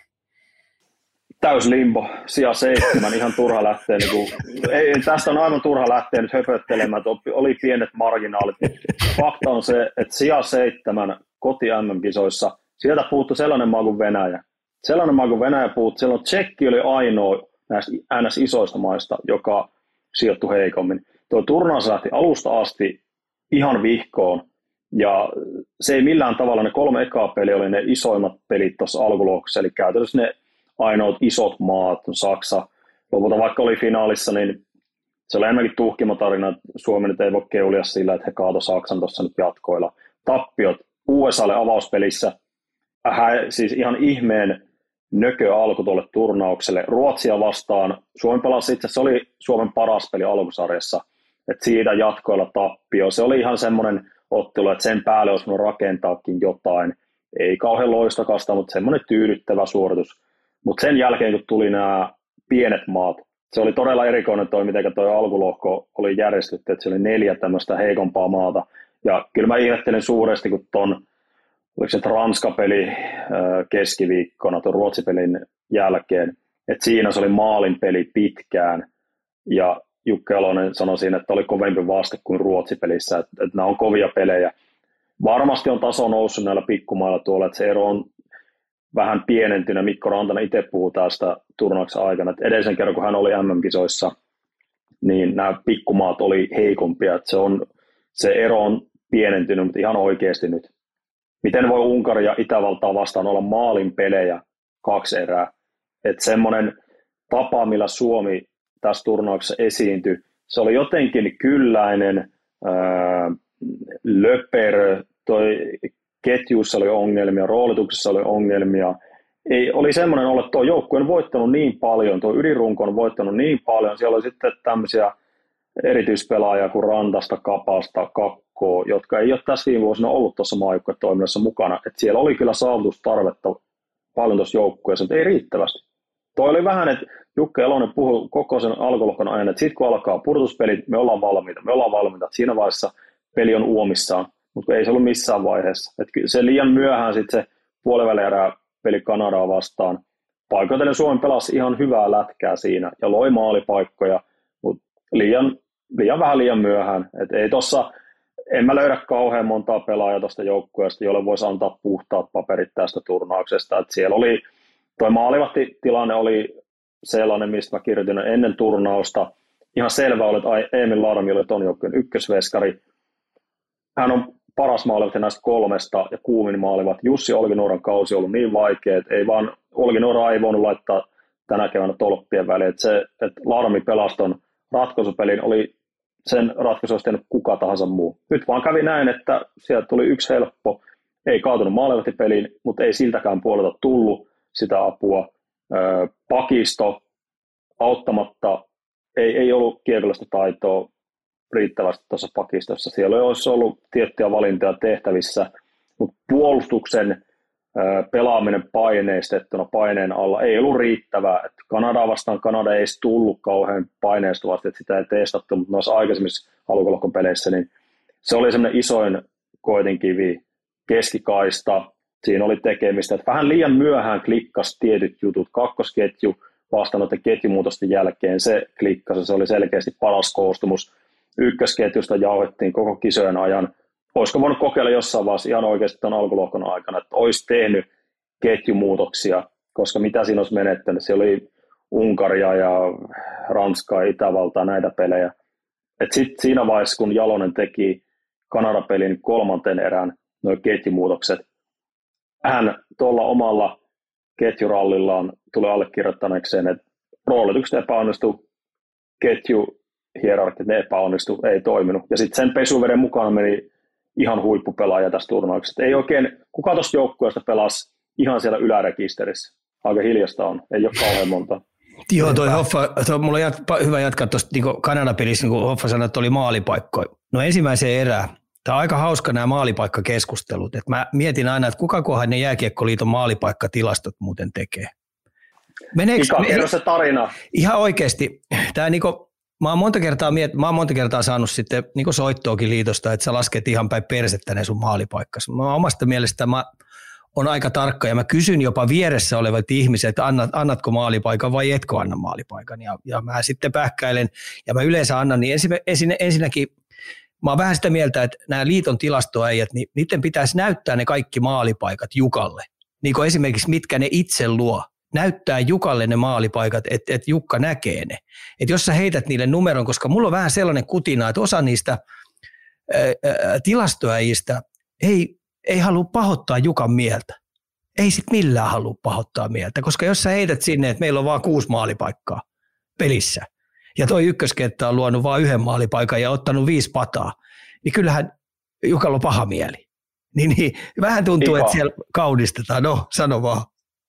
Speaker 3: Täys limbo, sija 7, ihan turha lähteä. Tästä on aivan turha lähteä nyt höpöttelemään, että oli pienet marginaalit. Fakta on se, että sija 7 koti MM-kisoissa, sieltä puuttui sellainen maa kuin Venäjä. Sellainen maa kuin Venäjä puuttui, silloin Tšekki oli ainoa näistä NS-isoista maista, joka sijoittui heikommin. Tuo turnaus lähti alusta asti ihan vihkoon, ja se ei millään tavalla, ne 3 ekaa peliä oli ne isoimmat pelit tuossa alkulohkossa, eli käytännössä ne ainoat isot maat, Saksa, lopulta vaikka oli finaalissa, niin se oli enemmänkin tuhkimotarina, että Suomi nyt ei voi keulia sillä, että he kaatoi Saksan tuossa nyt jatkoilla. Tappiot USAlle avauspelissä, siis ihan ihmeen nökö alku tuolle turnaukselle. Ruotsia vastaan, Suomi pelasi itse asiassa, se oli Suomen paras peli alkusarjassa, että siitä jatkoilla tappio. Se oli ihan semmoinen ottelu, että sen päälle olisi voinut rakentaakin jotain. Ei kauhean loistokasta, mutta semmoinen tyydyttävä suoritus. Mutta sen jälkeen, kun tuli nämä pienet maat, se oli todella erikoinen toi, miten toi alkulohko oli järjestetty, että se oli 4 tämmöistä heikompaa maata. Ja kyllä mä ihmettelin suuresti, kun oliko se Ranska-peli keskiviikkona tuon Ruotsi-pelin jälkeen, että siinä se oli maalinpeli pitkään. Ja Jukka Jalonen sanoi siinä, että oli kovempi vaste kuin Ruotsi-pelissä, että nämä on kovia pelejä. Varmasti on taso noussut näillä pikkumailla tuolla, että se ero on vähän pienentynyt. Mikko Rantanen itse puhuu tästä turnauksen aikana, että edellisen kerran, kun hän oli MM-kisoissa, niin nämä pikkumaat oli heikompia. Että se ero on pienentynyt, mutta ihan oikeasti nyt. Miten voi Unkari ja Itävaltaa vastaan olla maalin pelejä 2 erää? Että semmoinen tapa, millä Suomi tässä turnauksessa esiintyi, se oli jotenkin kylläinen, löperö, toi ketjussa oli ongelmia, roolituksessa oli ongelmia. Oli semmoinen ollut, että tuo joukkue on voittanut niin paljon, tuo ydinrunko on voittanut niin paljon, siellä oli sitten tämmöisiä erityispelaajia kuin Rantasta, Kapasta, Kakkoa, jotka ei ole tässä viime vuosina ollut tuossa maajoukkuetoiminnassa mukana. Että siellä oli kyllä saavutustarvetta paljon tuossa joukkueessa, mutta ei riittävästi. Toi oli vähän, että Jukka Jalonen puhui koko sen alkulohkon ajan, että sitten kun alkaa pudotuspelit, me ollaan valmiita. Siinä vaiheessa peli on uomissaan, mutta ei se ollut missään vaiheessa. Et se liian myöhään sitten se puolivälierää peli Kanadaa vastaan. Paikoitellen Suomi pelasi ihan hyvää lätkää siinä ja loi maalipaikkoja, mutta liian myöhään. Et ei tossa, en mä löydä kauhean montaa pelaajaa tuosta joukkueesta, jolle voisi antaa puhtaat paperit tästä turnauksesta. Et siellä oli, toi maalivahtitilanne oli sellainen, mistä mä kirjoitin ennen turnausta. Ihan selvä oli, että Emil Larmi oli ton joukkueen ykkösveskari. Hän on paras maalivahti näistä 3 ja kuumin maalivahti. Jussi Olkinuoran kausi on ollut niin vaikea, että Olkinuora ei voinut laittaa tänä keväänä tolppien väliin. Että Larmi pelasi ton ratkaisupelin, oli sen ratkaisu olisi tehnyt kuka tahansa muu. Nyt vaan kävi näin, että sieltä tuli yksi helppo, ei kaatunut maalivahtipeliin, mutta ei siltäkään puolelta tullut sitä apua. Pakisto auttamatta, ei ollut kiekollista taitoa riittävästi tuossa pakistossa. Siellä olisi ollut tiettyjä valintoja tehtävissä, mutta puolustuksen pelaaminen paineistettuna paineen alla ei ollut riittävää. Että Kanadaa vastaan Kanada ei edes tullut kauhean paineistuvasti, että sitä ei testattu, mutta noissa aikaisemmissa alkulohkon peleissä, niin se oli semmoinen isoin koetinkivi, keskikaista, siinä oli tekemistä, että vähän liian myöhään klikkasi tietyt jutut, kakkosketju vasta noiden ketjumuutosten jälkeen, se klikkasi, se oli selkeästi paras koostumus, ykkösketjusta jauhettiin koko kisojen ajan. Olisiko voinut kokeilla jossain vaiheessa ihan oikeasti tuon alkulohkon aikana, että olisi tehnyt ketjumuutoksia, koska mitä siinä olisi menettänyt, siellä oli Unkaria ja Ranskaa ja Itävaltaa näitä pelejä. Sitten siinä vaiheessa, kun Jalonen teki Kanada-pelin 3. erään nuo ketjumuutokset, hän tuolla omalla ketjurallillaan tuli allekirjoittaneekseen, että roolitukset epäonnistui, ketjuhierarkiat ne epäonnistui, ei toiminut. Ja sitten sen pesuveden mukana meni ihan huippupelaajia tässä turnauksessa. Ei oikein, kuka tuosta joukkueesta pelasi ihan siellä ylärekisterissä? Aika hiljasta on, ei ole kauhean monta.
Speaker 4: Joo, mulla on hyvä jatkaa tuosta niin Kanada-pelissä, niin kuin Hoffa sanoi, että oli maalipaikkoja. No ensimmäiseen erään. Tämä on aika hauska nämä maalipaikkakeskustelut. Et mä mietin aina, että kukakohan ne Jääkiekkoliiton maalipaikkatilastot muuten tekee.
Speaker 3: Kerro se tarina.
Speaker 4: Ihan oikeasti. Tämä niinku, mä oon monta kertaa saanut sitten niinku soittoakin liitosta, että sä lasket ihan päin persettä ne sun maalipaikkasi. Mä omasta mielestä on aika tarkka ja mä kysyn jopa vieressä olevat ihmiset, että annatko maalipaikan vai etkö anna maalipaikan. Ja mä sitten pähkäilen ja mä yleensä annan, niin ensinnäkin mä oon vähän sitä mieltä, että nämä liiton tilastoäijät, niin niiden pitäisi näyttää ne kaikki maalipaikat Jukalle. Niin kuin esimerkiksi mitkä ne itse luo. Näyttää Jukalle ne maalipaikat, että Jukka näkee ne. Että jos sä heität niille numeron, koska mulla on vähän sellainen kutina, että osa niistä tilastoäijistä ei halua pahoittaa Jukan mieltä. Ei sit millään halua pahoittaa mieltä, koska jos sä heität sinne, että meillä on vaan 6 maalipaikkaa pelissä, ja toi ykköskenttä on luonut vaan 1 maalipaikan ja ottanut 5 pataa, niin kyllähän Jukalla on paha mieli. Niin, vähän tuntuu, että siellä kaudistetaan. No, sano vaan.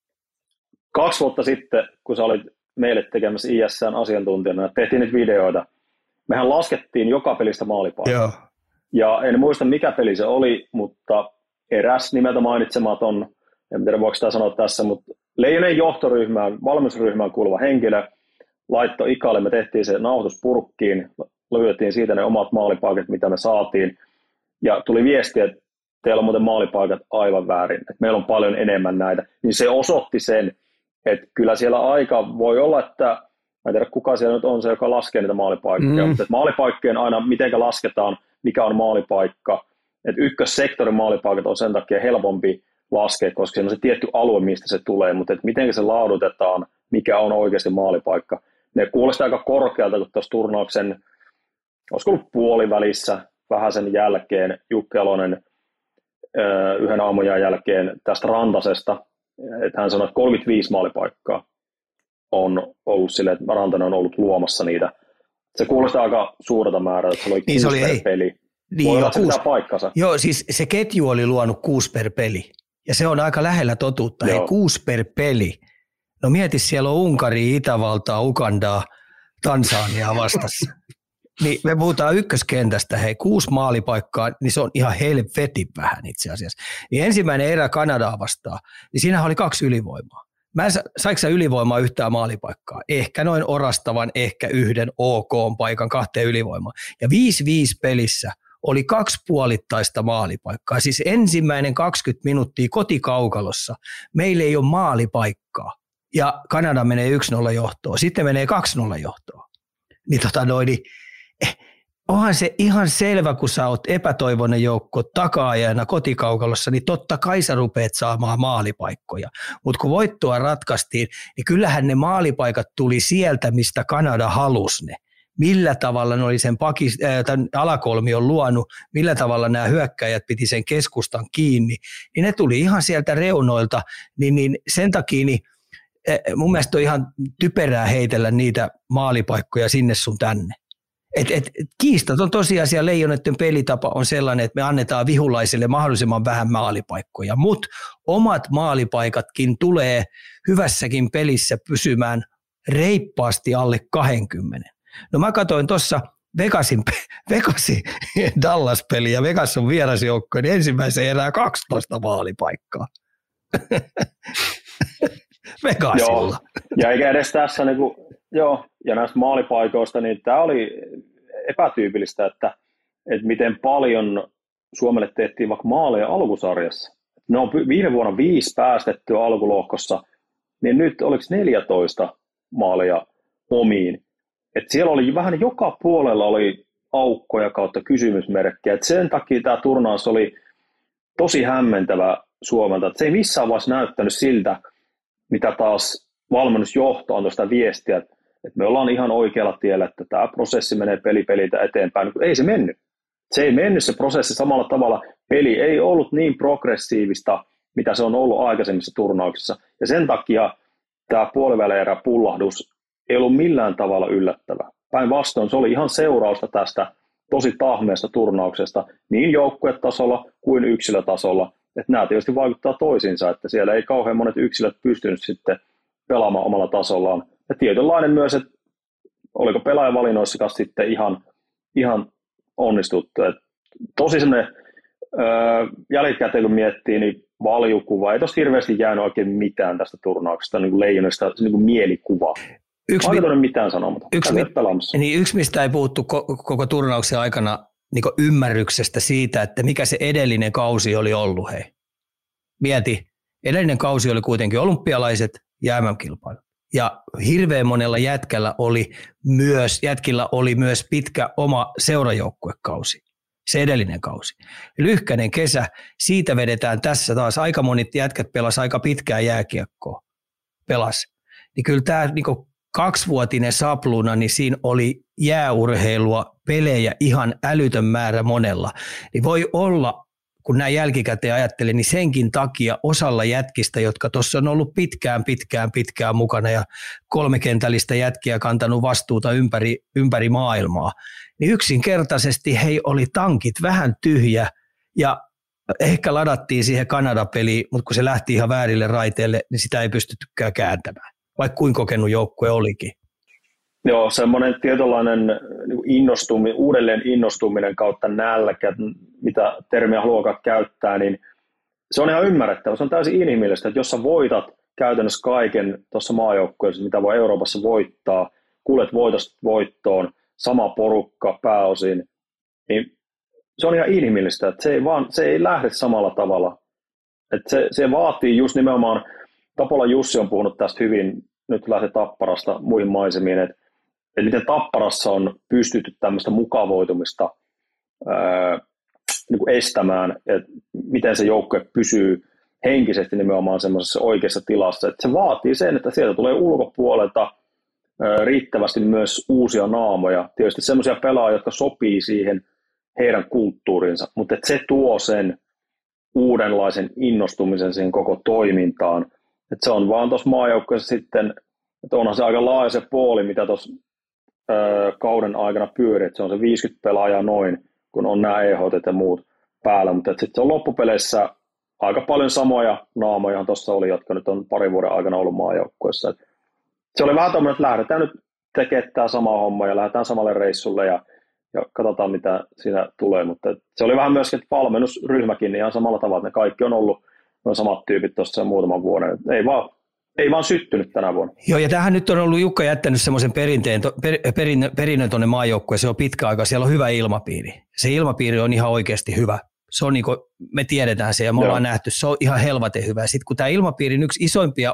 Speaker 3: 2 vuotta sitten, kun sä olit meille tekemässä ISN asiantuntijana, tehtiin niitä videoita. Mehän laskettiin joka pelistä maalipaikkaa.
Speaker 4: Joo.
Speaker 3: Ja en muista mikä peli se oli, mutta eräs nimeltä mainitsematon, en tiedä voiko sitä sanoa tässä, mutta Leijonen johtoryhmään, valmennusryhmään kuuluva henkilö laittoi Ikalle, me tehtiin se nauhoitus purkkiin, löydettiin siitä ne omat maalipaikat, mitä me saatiin, ja tuli viesti, että teillä on muuten maalipaikat aivan väärin, että meillä on paljon enemmän näitä, niin se osoitti sen, että kyllä siellä aika voi olla, että mä en tiedä kuka siellä nyt on se, joka laskee niitä maalipaikkoja, mutta maalipaikkojen aina mitenkä lasketaan, mikä on maalipaikka, että ykkössektorin maalipaikat on sen takia helpompi laskea, koska siinä on se tietty alue, mistä se tulee, mutta että miten se laadutetaan, mikä on oikeasti maalipaikka. Ne kuulostaa aika korkealta, kun tuossa turnauksen, olisiko ollut puolivälissä, vähän sen jälkeen, Jukka Jalonen yhden aamujan jälkeen tästä Rantasesta, että hän sanoi, että 35 maalipaikkaa on ollut silleen, että Rantanen on ollut luomassa niitä. Se kuulostaa aika suurelta määrältä, että se oli 6 per peli. Voi olla, että se pitää paikkansa.
Speaker 4: Joo, siis se ketju oli luonut 6 per peli. Ja se on aika lähellä totuutta. Hei, 6 per peli. No mieti, siellä on Unkari, Itävaltaa, Ugandaa, Tansaniaa vastassa. Niin me puhutaan ykköskentästä, hei 6 maalipaikkaa, niin se on ihan helvetin vähän itse asiassa. Niin ensimmäinen erä Kanadaa vastaan, niin siinähän oli 2 ylivoimaa. Saiko sä ylivoimaa yhtään maalipaikkaa? Ehkä noin orastavan, ehkä 1 OK-paikan 2 ylivoimaa. Ja 5-5 pelissä oli 2 puolittaista maalipaikkaa. Siis ensimmäinen 20 minuuttia kotikaukalossa. Meillä ei ole maalipaikkaa. Ja Kanada menee 1-0 johtoon. Sitten menee 2-0 johtoon. Niin onhan se ihan selvä, kun sä oot epätoivoinen joukko taka-ajana kotikaukalossa, niin totta kai sä rupeat saamaan maalipaikkoja. Mutta kun voittoa ratkaistiin, niin kyllähän ne maalipaikat tuli sieltä, mistä Kanada halusi ne. Millä tavalla ne oli sen alakolmion luonut, millä tavalla nämä hyökkäjät piti sen keskustan kiinni, niin ne tuli ihan sieltä reunoilta, niin sen takia niin mun mielestä on ihan typerää heitellä niitä maalipaikkoja sinne sun tänne. Kiistaton tosiasia Leijoneiden pelitapa on sellainen, että me annetaan vihulaisille mahdollisimman vähän maalipaikkoja, mutta omat maalipaikatkin tulee hyvässäkin pelissä pysymään reippaasti alle 20. No mä katsoin tuossa Vegasin Dallas-peli ja Vegas on vierasjoukko, niin ensimmäisen erää 12 maalipaikkaa. Vegasilla.
Speaker 3: Joo, ja eikä edes tässä ja näistä maalipaikoista, niin tämä oli epätyypillistä, että miten paljon Suomelle tehtiin vaikka maaleja alkusarjassa. Ne on viime vuonna 5 päästettyä alkulohkossa, niin nyt oliko 14 maalia omiin. Et siellä oli vähän joka puolella oli aukkoja kautta kysymysmerkkejä. Et sen takia tämä turnaus oli tosi hämmentävä Suomelta. Et se ei missään vaiheessa näyttänyt siltä, mitä taas valmennusjohto on tuosta viestiä, että me ollaan ihan oikealla tiellä, että tämä prosessi menee peliltä eteenpäin. Ei se mennyt. Se ei mennyt se prosessi samalla tavalla. Peli ei ollut niin progressiivista, mitä se on ollut aikaisemmissa turnauksissa. Ja sen takia tämä puolivälierä pullahdus ei ollut millään tavalla yllättävä. Päinvastoin se oli ihan seurausta tästä tosi tahmeesta turnauksesta niin joukkuetasolla kuin yksilötasolla. Että nämä tietysti vaikuttaa toisiinsa, että siellä ei kauhean monet yksilöt pystynyt sitten pelaamaan omalla tasollaan. Ja tietynlainen myös, että oliko pelaajavalinnoissakaan sitten ihan onnistuttu. Et tosi semmoinen jälkikäteen kun miettii, niin valjukuva. Ei tosta hirveästi jäänyt oikein mitään tästä turnauksesta, niin kuin Leijonista, niin kuin mielikuva. Aika mitään sanomatta.
Speaker 4: Yksi, mistä ei puhuttu koko turnauksen aikana niin kuin ymmärryksestä siitä, että mikä se edellinen kausi oli ollut. Hei. Mieti, edellinen kausi oli kuitenkin olympialaiset ja MM-kilpailu. Ja hirveän monella jätkillä oli myös pitkä oma seurajoukkuekausi, se edellinen kausi. Lyhkäinen kesä, siitä vedetään tässä taas. Aika monet jätkät pelasi aika pitkää jääkiekkoa. Niin kyllä tämä niin 2-vuotinen sapluna, niin siinä oli jääurheilua, pelejä ihan älytön määrä monella. Niin voi olla, kun näin jälkikäteen ajattelin, niin senkin takia osalla jätkistä, jotka tuossa on ollut pitkään mukana ja kolmekentällistä jätkiä kantanut vastuuta ympäri maailmaa, niin yksinkertaisesti hei oli tankit vähän tyhjä ja ehkä ladattiin siihen Kanada-peliin, mutta kun se lähti ihan väärille raiteille, niin sitä ei pystyttykään kääntämään, vaikka kuinka kokenut joukkue olikin.
Speaker 3: Joo, semmoinen tietynlainen uudelleen innostuminen kautta nälkä, mitä termiä haluakaan käyttää, niin se on ihan ymmärrettävä. Se on täysin inhimillistä, että jos sä voitat käytännössä kaiken tuossa maajoukkueessa, mitä voi Euroopassa voittaa, kuljet voittoon, sama porukka pääosin, niin se on ihan inhimillistä, että se ei lähde samalla tavalla. Että se vaatii just nimenomaan, Tapola Jussi on puhunut tästä hyvin, nyt lähtee Tapparasta muihin maisemiin, että miten Tapparassa on pystytty tämmöistä mukavoitumista niin kuin estämään, että miten se joukkue pysyy henkisesti nimenomaan semmoisessa oikeassa tilassa. Että se vaatii sen, että sieltä tulee ulkopuolelta riittävästi myös uusia naamoja. Tietysti semmoisia pelaajia, jotka sopii siihen heidän kulttuurinsa, mutta että se tuo sen uudenlaisen innostumisen siihen koko toimintaan. Että se on vaan tuossa maajoukkueessa sitten, että onhan se aika laaja se puoli, mitä tuossa kauden aikana pyörii, että se on se 50 pelaajaa noin, kun on nämä EHT ja muut päällä, mutta sitten se on loppupeleissä aika paljon samoja naamoja tuossa oli, jotka nyt on parin vuoden aikana ollut maajoukkueessa. Se oli vähän tämmöinen, että lähdetään nyt tekemään tämä sama homma ja lähdetään samalle reissulle ja katsotaan mitä siinä tulee, mutta se oli vähän myöskin valmennusryhmäkin ihan samalla tavalla, että ne kaikki on ollut noin samat tyypit tuossa muutaman vuoden, ei vaan syttynyt tänä vuonna.
Speaker 4: Joo, ja tähän nyt on ollut Jukka jättänyt semmoisen perinnön tuonne maajoukkueen, se on pitkä aika, siellä on hyvä ilmapiiri. Se ilmapiiri on ihan oikeasti hyvä. Se on niin kuin, me tiedetään se ja me ollaan nähty, se on ihan helvaten hyvä. Sitten kun tämä ilmapiirin yksi isoimpia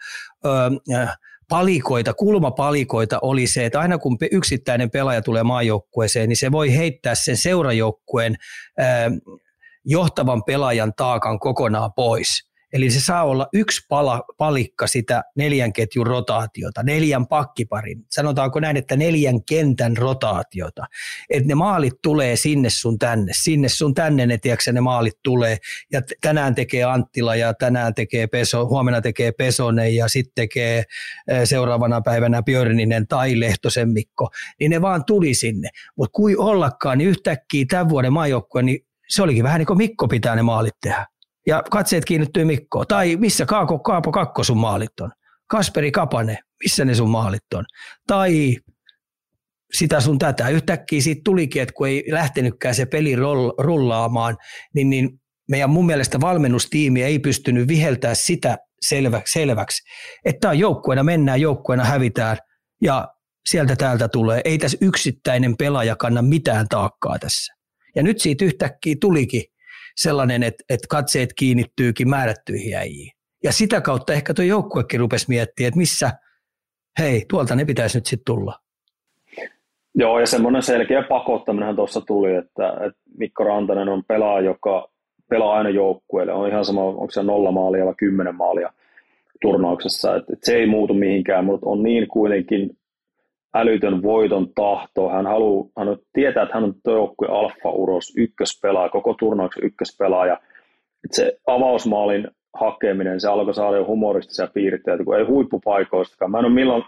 Speaker 4: kulmapalikoita oli se, että aina kun yksittäinen pelaaja tulee maajoukkueeseen, niin se voi heittää sen seurajoukkueen johtavan pelaajan taakan kokonaan pois. Eli se saa olla yksi palikka sitä 4 ketjun rotaatiota, 4 pakkiparin, sanotaanko näin, että 4 kentän rotaatiota. Että ne maalit tulee sinne sun tänne ne maalit tulee. Ja tänään tekee Anttila ja tänään tekee huomenna tekee Pesonen ja sitten tekee seuraavana päivänä Björninen tai Lehtosen Mikko. Niin ne vaan tuli sinne. Mutta kui ollakaan, niin yhtäkkiä tämän vuoden maajoukkue, niin se olikin vähän niin kuin Mikko pitää ne maalit tehdä. Ja katseet kiinnittyy Mikkoon. Tai missä Kaapo Kakko sun maalit on? Kasperi Kapanen, missä ne sun maalit on? Tai sitä sun tätä. Yhtäkkiä siitä tulikin, että kun ei lähtenytkään se peli rullaamaan, niin meidän mun mielestä valmennustiimi ei pystynyt viheltää sitä selväksi. Että joukkueena mennään, joukkueena hävitään ja sieltä täältä tulee. Ei tässä yksittäinen pelaaja kanna mitään taakkaa tässä. Ja nyt siitä yhtäkkiä tulikin sellainen, että katseet kiinnittyykin määrättyihin äijiin. Ja sitä kautta ehkä tuo joukkuekin rupesi miettimään, että missä, hei, tuolta ne pitäisi nyt sitten tulla.
Speaker 3: Joo, ja semmoinen selkeä pakottaminenhan tuossa tuli, että Mikko Rantanen on pelaaja, joka pelaa aina joukkueelle. On ihan sama, onko se 0 maalia vai 10 maalia turnauksessa. Että se ei muutu mihinkään, mutta on niin kuitenkin älytön voiton tahto. Hän tietää, että hän on joukkueen alfa-uros, ykköspelaaja, koko turnauksen ykköspelaaja. Että se avausmaalin hakeminen, se alkoi saada jo humoristisia piirteitä, kun ei huippupaikoistakaan. Mä en ole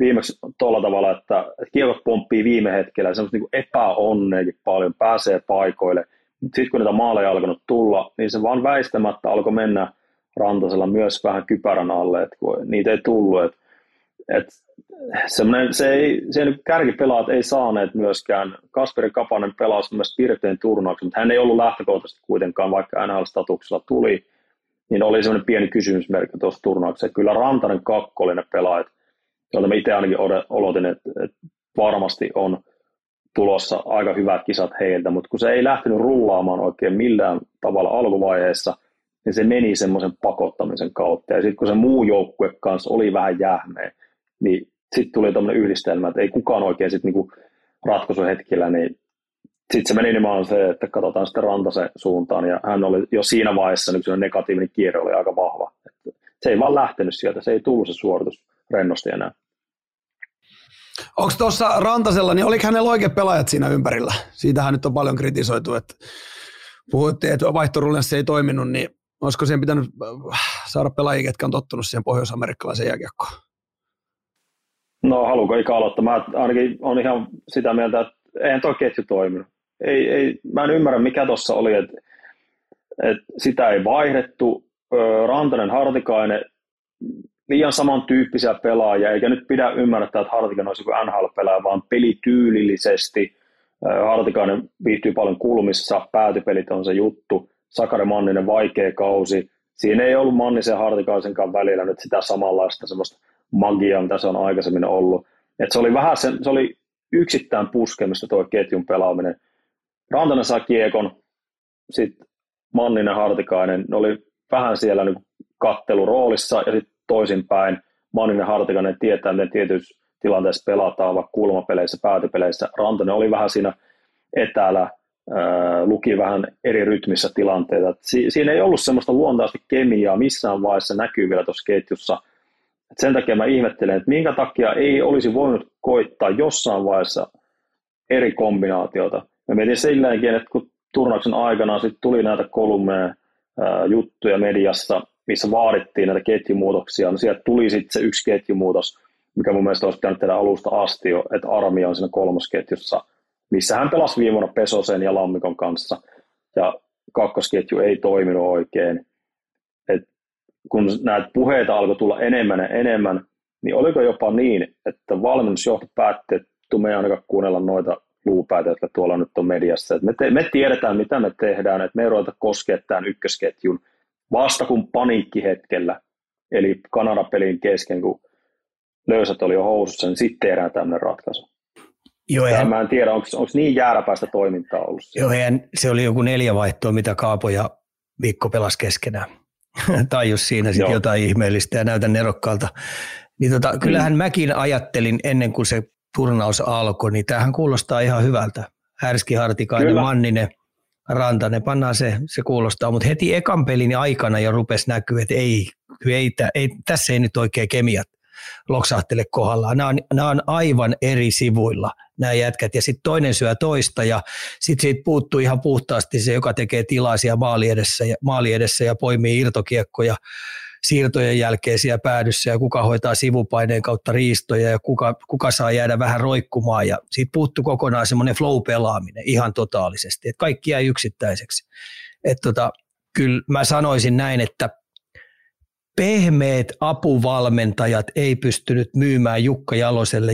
Speaker 3: viimeksi tuolla tavalla, että kiekot pomppii viime hetkellä ja semmoista niin epäonneakin paljon, pääsee paikoille. Sitten kun niitä maaleja alkanut tulla, niin se vaan väistämättä alkoi mennä Rantasella myös vähän kypärän alle, että kun niitä ei tullut. Se ei kärkipelaat ei saaneet myöskään. Kasperi Kapanen pelasi myös Pirteen turnauksen, mutta hän ei ollut lähtökohtaisesti kuitenkaan, vaikka NHL-statuksella tuli, niin oli semmoinen pieni kysymysmerkki tuossa turnauksessa. Kyllä Rantanen kakko oli ne pelaajat, joilta mä itse ainakin odotin, että varmasti on tulossa aika hyvät kisat heiltä, mutta kun se ei lähtenyt rullaamaan oikein millään tavalla alkuvaiheessa, niin se meni semmoisen pakottamisen kautta. Ja sitten kun se muu joukkue kanssa oli vähän jähmeä, niin sitten tuli tämmöinen yhdistelmä, että ei kukaan oikein sitten niinku ratkaisuhetkillä, niin sitten se meni nimenomaan se, että katsotaan sitten Rantasen suuntaan, ja hän oli jo siinä vaiheessa, niin se negatiivinen kierre oli aika vahva. Että se ei vaan lähtenyt sieltä, se ei tullut se suoritus rennosti enää.
Speaker 2: Onko tuossa Rantasella, niin oliko hänellä oikeat pelaajat siinä ympärillä? Siitähän nyt on paljon kritisoitu, että puhuttiin, että vaihtorulenssi ei toiminut, niin olisiko siihen pitänyt saada pelaajia, ketkä on tottunut siihen pohjois-amerikkalaisen jääkiekkoon?
Speaker 3: No haluanko Ika aloittaa? Mä ainakin olen ihan sitä mieltä, että eihän tuo ketju toiminut. Mä en ymmärrä, mikä tuossa oli, että sitä ei vaihdettu. Rantanen, Hartikainen, liian samantyyppisiä pelaajia, eikä nyt pidä ymmärtää, että Hartikainen olisi joku NHL-pelaaja, vaan pelityylillisesti. Hartikainen viihtyy paljon kulmissa, päätypelit on se juttu. Sakari Manninen vaikea kausi. Siinä ei ollut Mannisen ja Hartikaisenkaan välillä nyt sitä samanlaista semmoista magiaa, mitä se on aikaisemmin ollut. Et se oli vähän se oli yksittäin puskemista tuo ketjun pelaaminen. Rantanen saa kiekon, sitten Manninen, Hartikainen, ne oli vähän siellä niin katteluroolissa ja sitten toisinpäin. Manninen, Hartikainen tietää, miten tietyissä tilanteissa pelataan, vaikka kulmapeleissä, päätypeleissä. Rantanen oli vähän siinä etäällä, luki vähän eri rytmissä tilanteita. Siinä ei ollut semmoista luontaista kemiaa missään vaiheessa näkyvillä tuossa ketjussa. Et sen takia mä ihmettelen, että minkä takia ei olisi voinut koittaa jossain vaiheessa eri kombinaatiota. Mä mietin silleenkin, että kun turnauksen aikana sit tuli näitä kolumneja juttuja mediassa, missä vaadittiin näitä ketjumuutoksia, niin sieltä tuli sitten se yksi ketjumuutos, mikä mun mielestä olisi pitänyt tehdä alusta asti jo, että Armia on siinä kolmosketjussa, missä hän pelasi viime vuonna Pesosen ja Lammikon kanssa, ja kakkosketju ei toiminut oikein. Et kun näitä puheita alkoi tulla enemmän ja enemmän, niin oliko jopa niin, että valmennusjohto päätti, että me ei ainakaan kuunnella noita luupäitä, jotka tuolla nyt on mediassa. Me tiedetään, mitä me tehdään, että me ei ruveta koskemaan tämän ykkösketjun vasta kun paniikkihetkellä, eli Kanada-pelin kesken, kun löysät oli jo housussa, niin sitten tehdään tämmöinen ratkaisu. Joo, mä en tiedä, onko niin jääräpäistä toimintaa ollut.
Speaker 4: Joo, se oli joku 4 vaihtoa, mitä Kaapo ja Mikko pelasi keskenään. Tajus siinä sitten jotain ihmeellistä ja näytän nerokkaalta. Niin kyllähän mäkin ajattelin ennen kuin se turnaus alkoi, niin tämähän kuulostaa ihan hyvältä. Härski, Hartikainen, kyllä. Manninen, Rantanen, pannaan se kuulostaa, mutta heti ekan pelin aikana jo rupesi näkyä, että tässä ei nyt oikein kemiat loksahtele kohdallaan. Nämä on aivan eri sivuilla nämä jätkät ja sitten toinen syö toista ja sitten siitä puuttuu ihan puhtaasti se, joka tekee tilaa siellä maali edessä ja poimii irtokiekkoja siirtojen jälkeen siellä päädyssä ja kuka hoitaa sivupaineen kautta riistoja ja kuka saa jäädä vähän roikkumaan ja siitä puuttuu kokonaan semmoinen flow-pelaaminen ihan totaalisesti, että kaikki jäi yksittäiseksi. Kyllä mä sanoisin näin, että pehmeät apuvalmentajat ei pystynyt myymään Jukka Jaloselle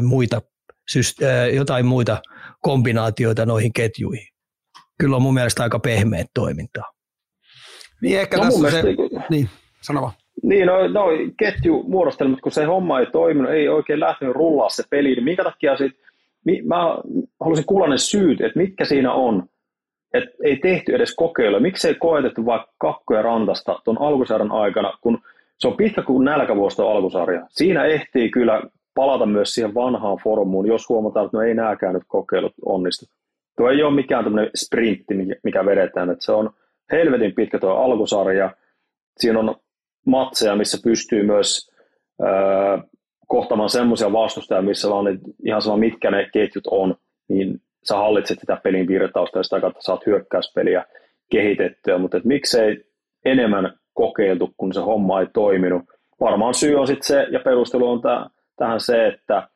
Speaker 4: jotain muita kombinaatioita noihin ketjuihin. Kyllä on mun mielestä aika pehmeät toimintaa.
Speaker 2: Niin ehkä tässä se... Niin. Sano vaan.
Speaker 3: Niin, no ketjumuodostelmat, kun se homma ei toiminut, ei oikein lähtenyt rullaa se peli, niin minkä takia mä haluaisin kuulla ne syyt, että mitkä siinä on, että ei tehty edes kokeilua, miksei koetettu vaikka Kakko ja Rantasta tuon alkusarjan aikana, kun se on pitkä kuin nälkävuosto alkusarja. Siinä ehtii kyllä palata myös siihen vanhaan formuun, jos huomataan, että no ei nääkään nyt kokeilut onnistu. Tuo ei ole mikään tämmöinen sprintti, mikä vedetään, että se on helvetin pitkä tuo alkusarja. Siinä on matseja, missä pystyy myös kohtamaan semmoisia vastustajia, missä on ihan sama mitkä ne ketjut on, niin sä hallitset sitä pelin virtausta ja sitä kautta saat hyökkäyspeliä kehitettyä, mutta miksei enemmän kokeiltu, kun se homma ei toiminut. Varmaan syy on sitten se, ja perustelu on tämä tähän se, että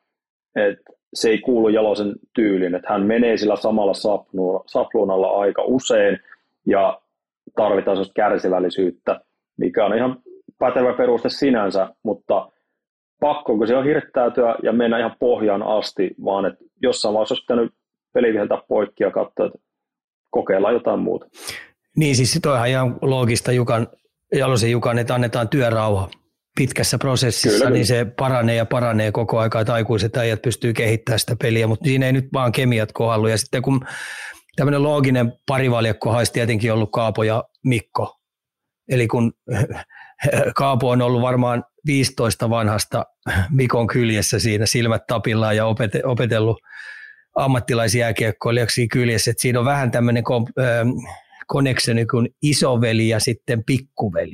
Speaker 3: se ei kuulu Jalosen tyyliin, että hän menee sillä samalla sapluunalla aika usein ja tarvitaan sellaista kärsivällisyyttä, mikä on ihan pätevä peruste sinänsä, mutta pakko, kun se on hirttäytyä ja mennä ihan pohjaan asti, vaan että jossain vaiheessa olisi pitänyt peli viheltää poikki ja katsoa, että kokeillaan jotain muuta.
Speaker 4: Niin siis toihan ihan loogista Jalosen Jukan, että annetaan työrauha pitkässä prosessissa, kyllä. Niin se paranee ja paranee koko aikaa, että aikuiset äijät pystyy kehittämään sitä peliä, mutta siinä ei nyt vaan kemiat kohdallu. Ja sitten kun tämmöinen looginen parivaljakko olisi tietenkin ollut Kaapo ja Mikko, eli kun Kaapo on ollut varmaan 15 vanhasta Mikon kyljessä siinä silmät tapillaan ja opetellut ammattilaisjääkiekkoilijaksi kyljessä, että siinä on vähän tämmöinen connectioni kuin isoveli ja sitten pikkuveli.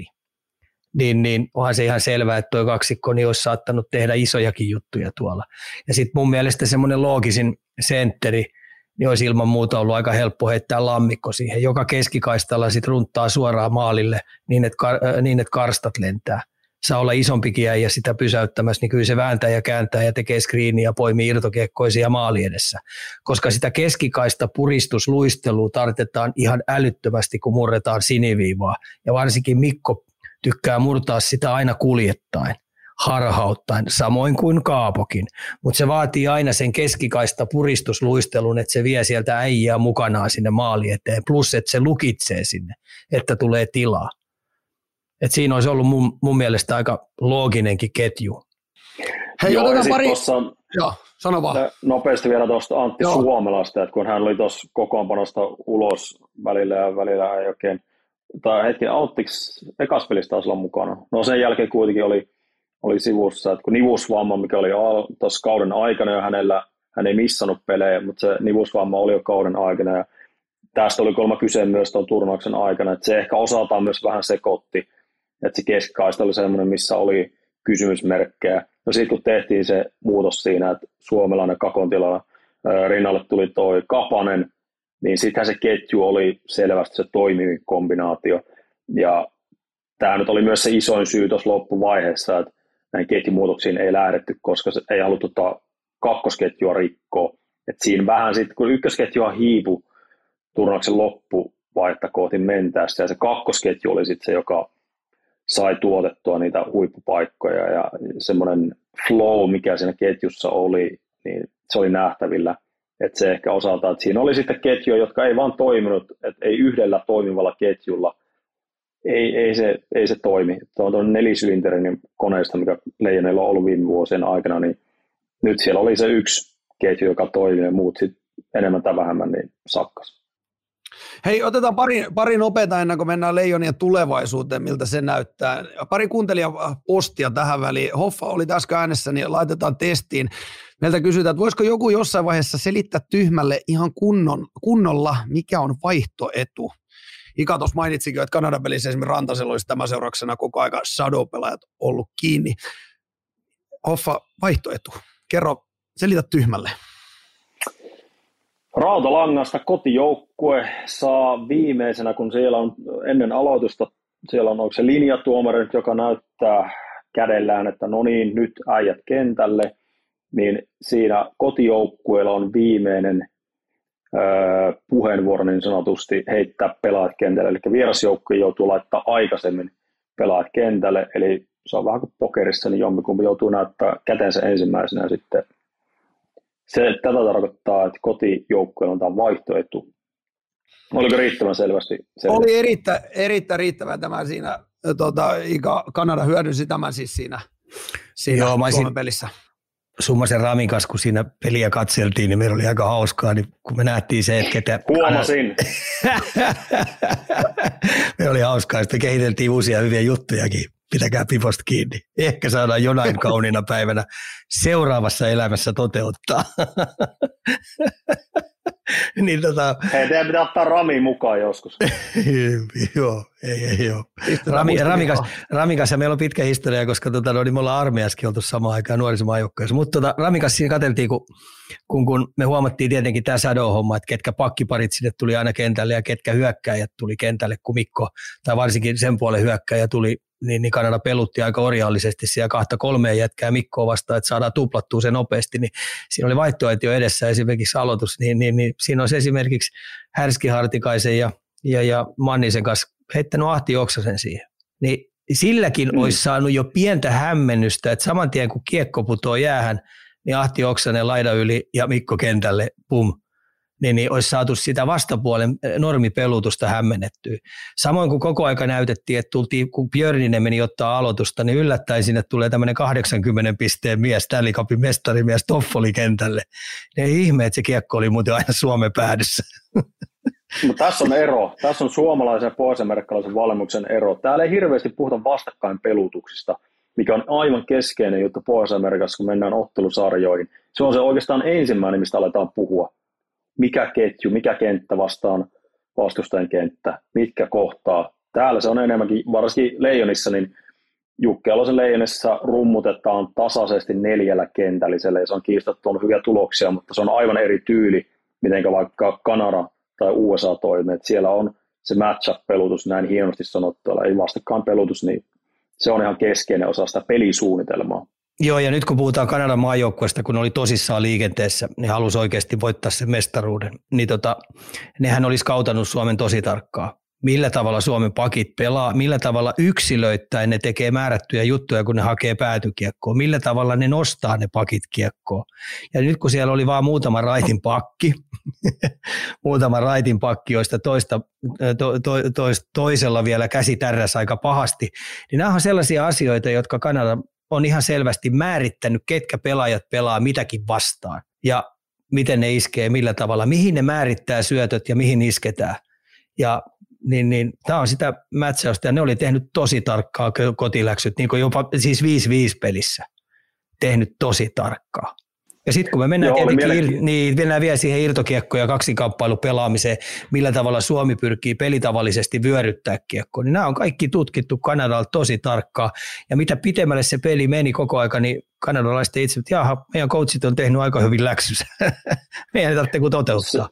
Speaker 4: Niin onhan se ihan selvää, että tuo kaksikko niin olisi saattanut tehdä isojakin juttuja tuolla. Ja sitten mun mielestä semmoinen loogisin sentteri, niin olisi ilman muuta ollut aika helppo heittää lammikko siihen, joka keskikaistalla sitten runttaa suoraan maalille niin, että karstat lentää. Saa olla isompikin äijä sitä pysäyttämässä, niin kyllä se vääntää ja kääntää ja tekee screeniä ja poimii irtokiekkoisia maali edessä. Koska sitä keskikaista puristusluistelua tarvitaan ihan älyttömästi, kun murretaan siniviivaa. Ja varsinkin Mikko tykkää murtaa sitä aina kuljettaen, harhauttaen, samoin kuin Kaapokin. Mutta se vaatii aina sen keskikaista puristusluistelun, että se vie sieltä äijää mukanaan sinne maali eteen, plus että se lukitsee sinne, että tulee tilaa. Et siinä olisi ollut mun mielestä aika looginenkin ketju.
Speaker 2: Hei, joo, otetaan pari... Joo, sano vaan.
Speaker 3: Nopeasti vielä tuosta Antti Suomelasta, että kun hän oli tuossa kokoonpanosta ulos välillä ei oikein, tai hetken Alttiksi ekas pelissä taas olla mukana. No sen jälkeen kuitenkin oli sivussa, että kun nivusvamma, mikä oli tuossa kauden aikana jo hän ei missannut pelejä, mutta se nivusvamma oli jo kauden aikana ja tästä oli kolma kyse myös tuon turnauksen aikana, että se ehkä osaltaan myös vähän sekoitti, että se keskikaista oli semmoinen, missä oli kysymysmerkkejä. No sitten kun tehtiin se muutos siinä, että suomalainen Kakon tilalla rinnalle tuli toi Kapanen, niin sittenhän se ketju oli selvästi se toimivin kombinaatio. Ja tämä nyt oli myös se isoin syy tuossa loppuvaiheessa, että näihin ketjumuutoksiin ei lähdetty, koska se ei haluttu kakkosketjua rikkoa. Et siinä vähän sitten, kun ykkösketjua hiipui turnauksen loppuvaihetta kohti mentäessä, ja se kakkosketju oli sitten se, joka sai tuotettua niitä huippupaikkoja, ja semmoinen flow, mikä siinä ketjussa oli, niin se oli nähtävillä. Että se ehkä osaltaan, että siinä oli sitten ketjuja, jotka ei vaan toiminut, että ei yhdellä toimivalla ketjulla, ei se toimi. Tuo on tuollainen nelisylinterinen koneista, mikä Leijonilla on ollut viime vuosien aikana, niin nyt siellä oli se yksi ketju, joka toimi, ja muut sitten enemmän tai vähemmän niin sakkas.
Speaker 2: Hei, otetaan pari nopeata ennen kuin mennään Leijonien tulevaisuuteen, miltä se näyttää. Pari kuuntelijapostia tähän väliin. Hoffa oli tässä äänessä, niin laitetaan testiin. Meiltä kysytään, että voisiko joku jossain vaiheessa selittää tyhmälle ihan kunnolla, mikä on vaihtoetu. Ika tuossa mainitsikin, että Kanadan pelissä esimerkiksi Rantasella olisi tämän seurauksena koko aika shadow-pelaajat ollut kiinni. Hoffa, vaihtoetu. Kerro, selitä tyhmälle.
Speaker 3: Rautalangasta kotijoukkue saa viimeisenä, kun siellä on ennen aloitusta, siellä on onko se linjatuomari, joka näyttää kädellään, että no niin, nyt äijät kentälle, niin siinä kotijoukkueella on viimeinen puheenvuoro niin sanotusti heittää pelaajat kentälle, eli vierasjoukkue joutuu laittaa aikaisemmin pelaajat kentälle, eli se on vähän kuin pokerissa, niin jompikumpi joutuu näyttää kätensä ensimmäisenä ja sitten tätä tarkoittaa, että kotijoukkueella on tämä vaihtoetu. Oliko riittävän selvästi?
Speaker 2: Oli erittäin riittävä tämä siinä. Kanada hyödynsi tämän siis siinä Suomen pelissä.
Speaker 4: Summasen Ramin kanssa, kun siinä peliä katseltiin, niin meillä oli aika hauskaa, niin kun me nähtiin se, että ketä...
Speaker 3: Huomasin.
Speaker 4: Me oli hauskaa, että me kehiteltiin uusia hyviä juttujakin. Pitäkää piposta kiinni. Ehkä saadaan jonain kauniina päivänä seuraavassa elämässä toteuttaa. Niin
Speaker 3: Hei, teidän pitää ottaa Rami mukaan joskus.
Speaker 4: Joo. Ramin kanssa meillä on pitkä historia, koska niin me ollaan armeijassakin oltu samaan aikaan nuorisomaajoukkoissa. Mutta Ramin kanssa siinä katseltiin, kun me huomattiin tietenkin tämä shadow-homma, että ketkä pakkiparit sinne tuli aina kentälle ja ketkä hyökkäjät tuli kentälle, kun Mikko, tai varsinkin sen puolen hyökkäjä tuli niin Kanada pelutti aika orjallisesti siellä 2-3 jätkää Mikkoa vastaan, että saadaan tuplattua se nopeasti, niin siinä oli vaihtoehto edessä esimerkiksi aloitus, niin siinä olisi esimerkiksi Härski Hartikaisen ja Mannisen kanssa heittänyt Ahti Oksasen siihen. Niin silläkin olisi saanut jo pientä hämmennystä, että saman tien kun kiekko putoo jäähän, niin Ahti Oksanen laida yli ja Mikko kentälle, pum, niin olisi saatu sitä vastapuolen normipelutusta hämmennettyä. Samoin kuin koko aika näytettiin, että kun Björninen meni ottaa aloitusta, niin yllättäen sinne tulee tämmöinen 80 pisteen mies, Stanley Cupin mestarimies Toffoli kentälle. Ei ihme, että se kiekko oli muuten aina Suomen päädyssä.
Speaker 3: Mutta tässä on ero. Tässä on suomalaisen ja pohjois-amerikkalaisen valmennuksen ero. Täällä ei hirveästi puhuta vastakkain pelutuksista, mikä on aivan keskeinen juttu Pohjois-Amerikassa, kun mennään ottelusarjoihin. Se on se oikeastaan ensimmäinen, mistä aletaan puhua. Mikä ketju, mikä kenttä vastaan vastustajan kenttä, mitkä kohtaa. Täällä se on enemmänkin, varsinkin Leijonissa, niin Jukki Alosen Leijonissa rummutetaan tasaisesti 4 kentällisellä, ja se on kiistattu on hyviä tuloksia, mutta se on aivan eri tyyli, miten vaikka Kanada tai USA toimii. Että siellä on se match-up-pelutus näin hienosti sanottua, ei vastakkaan pelutus, niin se on ihan keskeinen osa sitä pelisuunnitelmaa.
Speaker 4: Joo, ja nyt kun puhutaan Kanadan maajoukkueesta, kun oli tosissaan liikenteessä, niin halusi oikeasti voittaa sen mestaruuden, niin nehän olisi skautannut Suomen tosi tarkkaan. Millä tavalla Suomen pakit pelaa, millä tavalla yksilöittäin ne tekee määrättyjä juttuja, kun ne hakee päätykiekkoa, millä tavalla ne nostaa ne pakit kiekkoon. Ja nyt kun siellä oli vaan muutama raitin pakki, joista toisella vielä käsi tärräsi aika pahasti, niin nämä on sellaisia asioita, jotka Kanada on ihan selvästi määrittänyt, ketkä pelaajat pelaa mitäkin vastaan ja miten ne iskee, millä tavalla, mihin ne määrittää syötöt ja mihin isketään. Ja niin tämä on sitä mätsäystä ja ne oli tehnyt tosi tarkkaa kotiläksyt, niin kuin jopa siis 5-5 pelissä tehnyt tosi tarkkaa. Ja sitten kun me mennään mennään vielä siihen irtokiekkoon ja kaksikamppailu pelaamiseen, millä tavalla Suomi pyrkii pelitavallisesti vyöryttää kiekkoon, niin nämä on kaikki tutkittu Kanadalta tosi tarkkaa. Ja mitä pitemmälle se peli meni koko aika, niin kanadalaiset itse, että jaha, meidän coachit on tehnyt aika hyvin läksynsä. Meidän ei tarvitse kuin toteuttaa.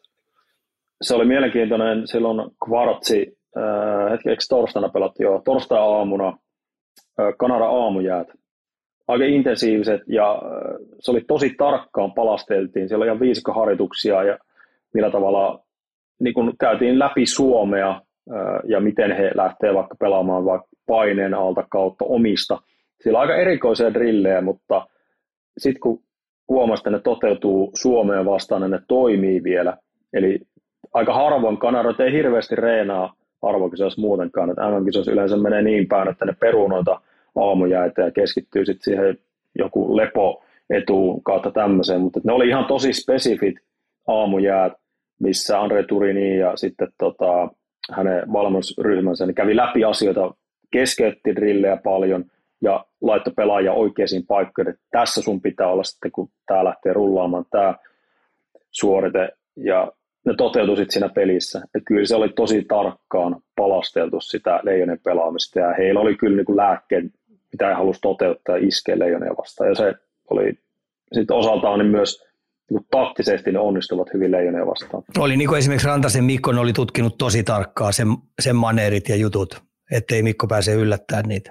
Speaker 3: Se oli mielenkiintoinen silloin Kvartsi, eikö torstaina pelattiin jo, torstai-aamuna Kanadan aamujäät. Aika intensiiviset ja se oli tosi tarkkaan palasteltiin. Siellä oli ihan viisikkoharjoituksia ja millä tavalla niin kun käytiin läpi Suomea ja miten he lähtee vaikka pelaamaan vaikka paineen alta kautta omista. Siellä on aika erikoisia drillejä, mutta sitten kun huomasi, että ne toteutuu Suomeen vastaan, niin ne toimii vielä. Eli aika harvoin Kanada ei hirveästi reenaa arvokisoissa muutenkaan. MM-kisoissa yleensä menee niin päin, että ne peruu noita aamujäitä ja keskittyy sitten siihen joku lepoetuun kautta tämmöiseen, mutta ne oli ihan tosi spesifit aamujäät, missä Andre Turini ja sitten hänen valmennusryhmänsä niin kävi läpi asioita, keskeytti drillejä paljon ja laittoi pelaajia oikeisiin paikkoihin, että tässä sun pitää olla sitten, kun tämä lähtee rullaamaan tämä suorite ja ne toteutui sitten siinä pelissä. Että kyllä se oli tosi tarkkaan palasteltu sitä Leijonen pelaamista ja heillä oli kyllä niin kuin lääkkeet, mitä he halusi toteuttaa ja iskeä Leijonia vastaan. Ja se oli sitten osaltaan niin myös niin taktisesti ne onnistuvat hyvin Leijonia vastaan.
Speaker 4: Oli niin kuin esimerkiksi Rantasen Mikko oli tutkinut tosi tarkkaan sen maneerit ja jutut, ettei Mikko pääse yllättämään niitä.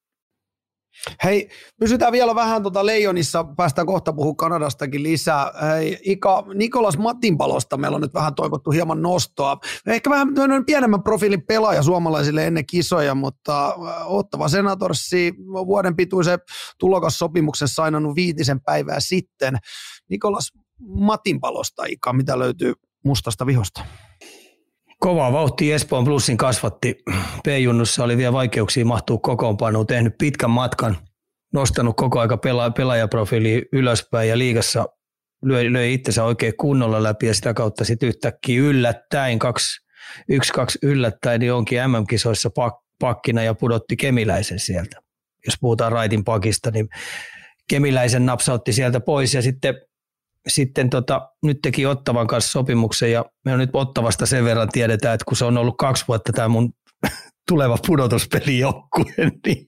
Speaker 2: Hei, pysytään vielä vähän Leijonissa, päästään kohta puhumaan Kanadastakin lisää. Hei, Nikolas Matinpalosta meillä on nyt vähän toivottu hieman nostoa. Ehkä vähän pienemmän profiilin pelaaja suomalaisille ennen kisoja, mutta Ottawa Senatorsi vuoden pituisen tulokassopimuksen sainannut 5 päivää sitten. Nikolas Matinpalosta, Ika, mitä löytyy mustasta vihosta?
Speaker 4: Kovaa vauhtia Espoon Plussin kasvatti. P-junnussa oli vielä vaikeuksia mahtua kokoonpanoon, tehnyt pitkän matkan, nostanut koko aika pelaajaprofiiliin ylöspäin ja liigassa löi itsensä oikein kunnolla läpi ja sitä kautta sitten yhtäkkiä yllättäen, 1-2 yllättäen, niin onkin MM-kisoissa pakkina ja pudotti Kemiläisen sieltä. Jos puhutaan raitin pakista, niin Kemiläisen napsautti sieltä pois ja sitten nyt teki Ottavan kanssa sopimuksen ja me on nyt Ottavasta sen verran tiedetään, että kun se on ollut 2 vuotta tämä mun tuleva pudotuspelijoukkue, niin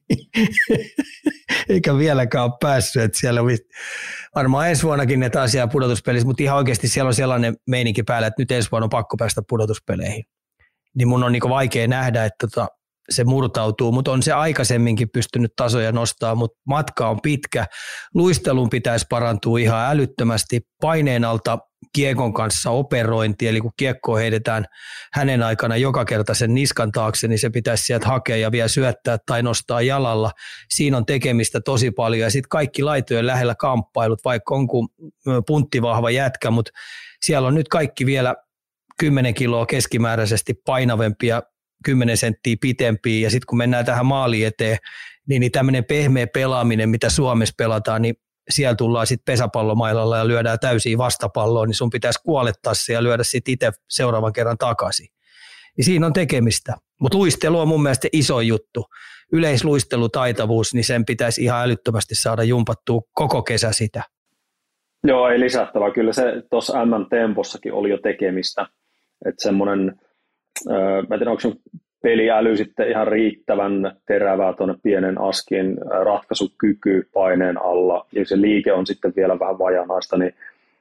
Speaker 4: eikä vieläkään ole päässyt, että siellä on varmaan ensi vuonnakin ne taas siellä pudotuspelissä, mutta ihan oikeasti siellä on sellainen meininki päällä, että nyt ensi vuonna on pakko päästä pudotuspeleihin. Niin mun on niinku vaikea nähdä, että se murtautuu, mutta on se aikaisemminkin pystynyt tasoja nostamaan, mutta matka on pitkä. Luistelun pitäisi parantua ihan älyttömästi. Paineen alta kiekon kanssa operointi, eli kun kiekkoa heitetään hänen aikana joka kerta sen niskan taakse, niin se pitäisi sieltä hakea ja vielä syöttää tai nostaa jalalla. Siinä on tekemistä tosi paljon ja sitten kaikki laitojen lähellä kamppailut, vaikka on kuin punttivahva jätkä, mutta siellä on nyt kaikki vielä 10 kiloa keskimääräisesti painavempia, 10 senttiä pitempiä ja sitten kun mennään tähän maaliin eteen, niin tämmöinen pehmeä pelaaminen, mitä Suomessa pelataan, niin siellä tullaan sitten pesäpallomailalla ja lyödään täysiä vastapalloa, niin sun pitäisi kuolettaa se ja lyödä sitten itse seuraavan kerran takaisin. Niin siinä on tekemistä. Mutta luistelu on mun mielestä iso juttu. Yleisluistelutaitavuus, niin sen pitäisi ihan älyttömästi saada jumpattua koko kesä sitä.
Speaker 3: Joo, ei lisättävää. Kyllä se tuossa MM-tempossakin oli jo tekemistä. Että semmoinen, mä en tiedä, onko sun peliäly sitten ihan riittävän terävää tuonne pienen askin ratkaisukyky paineen alla, ja se liike on sitten vielä vähän vajanaista, niin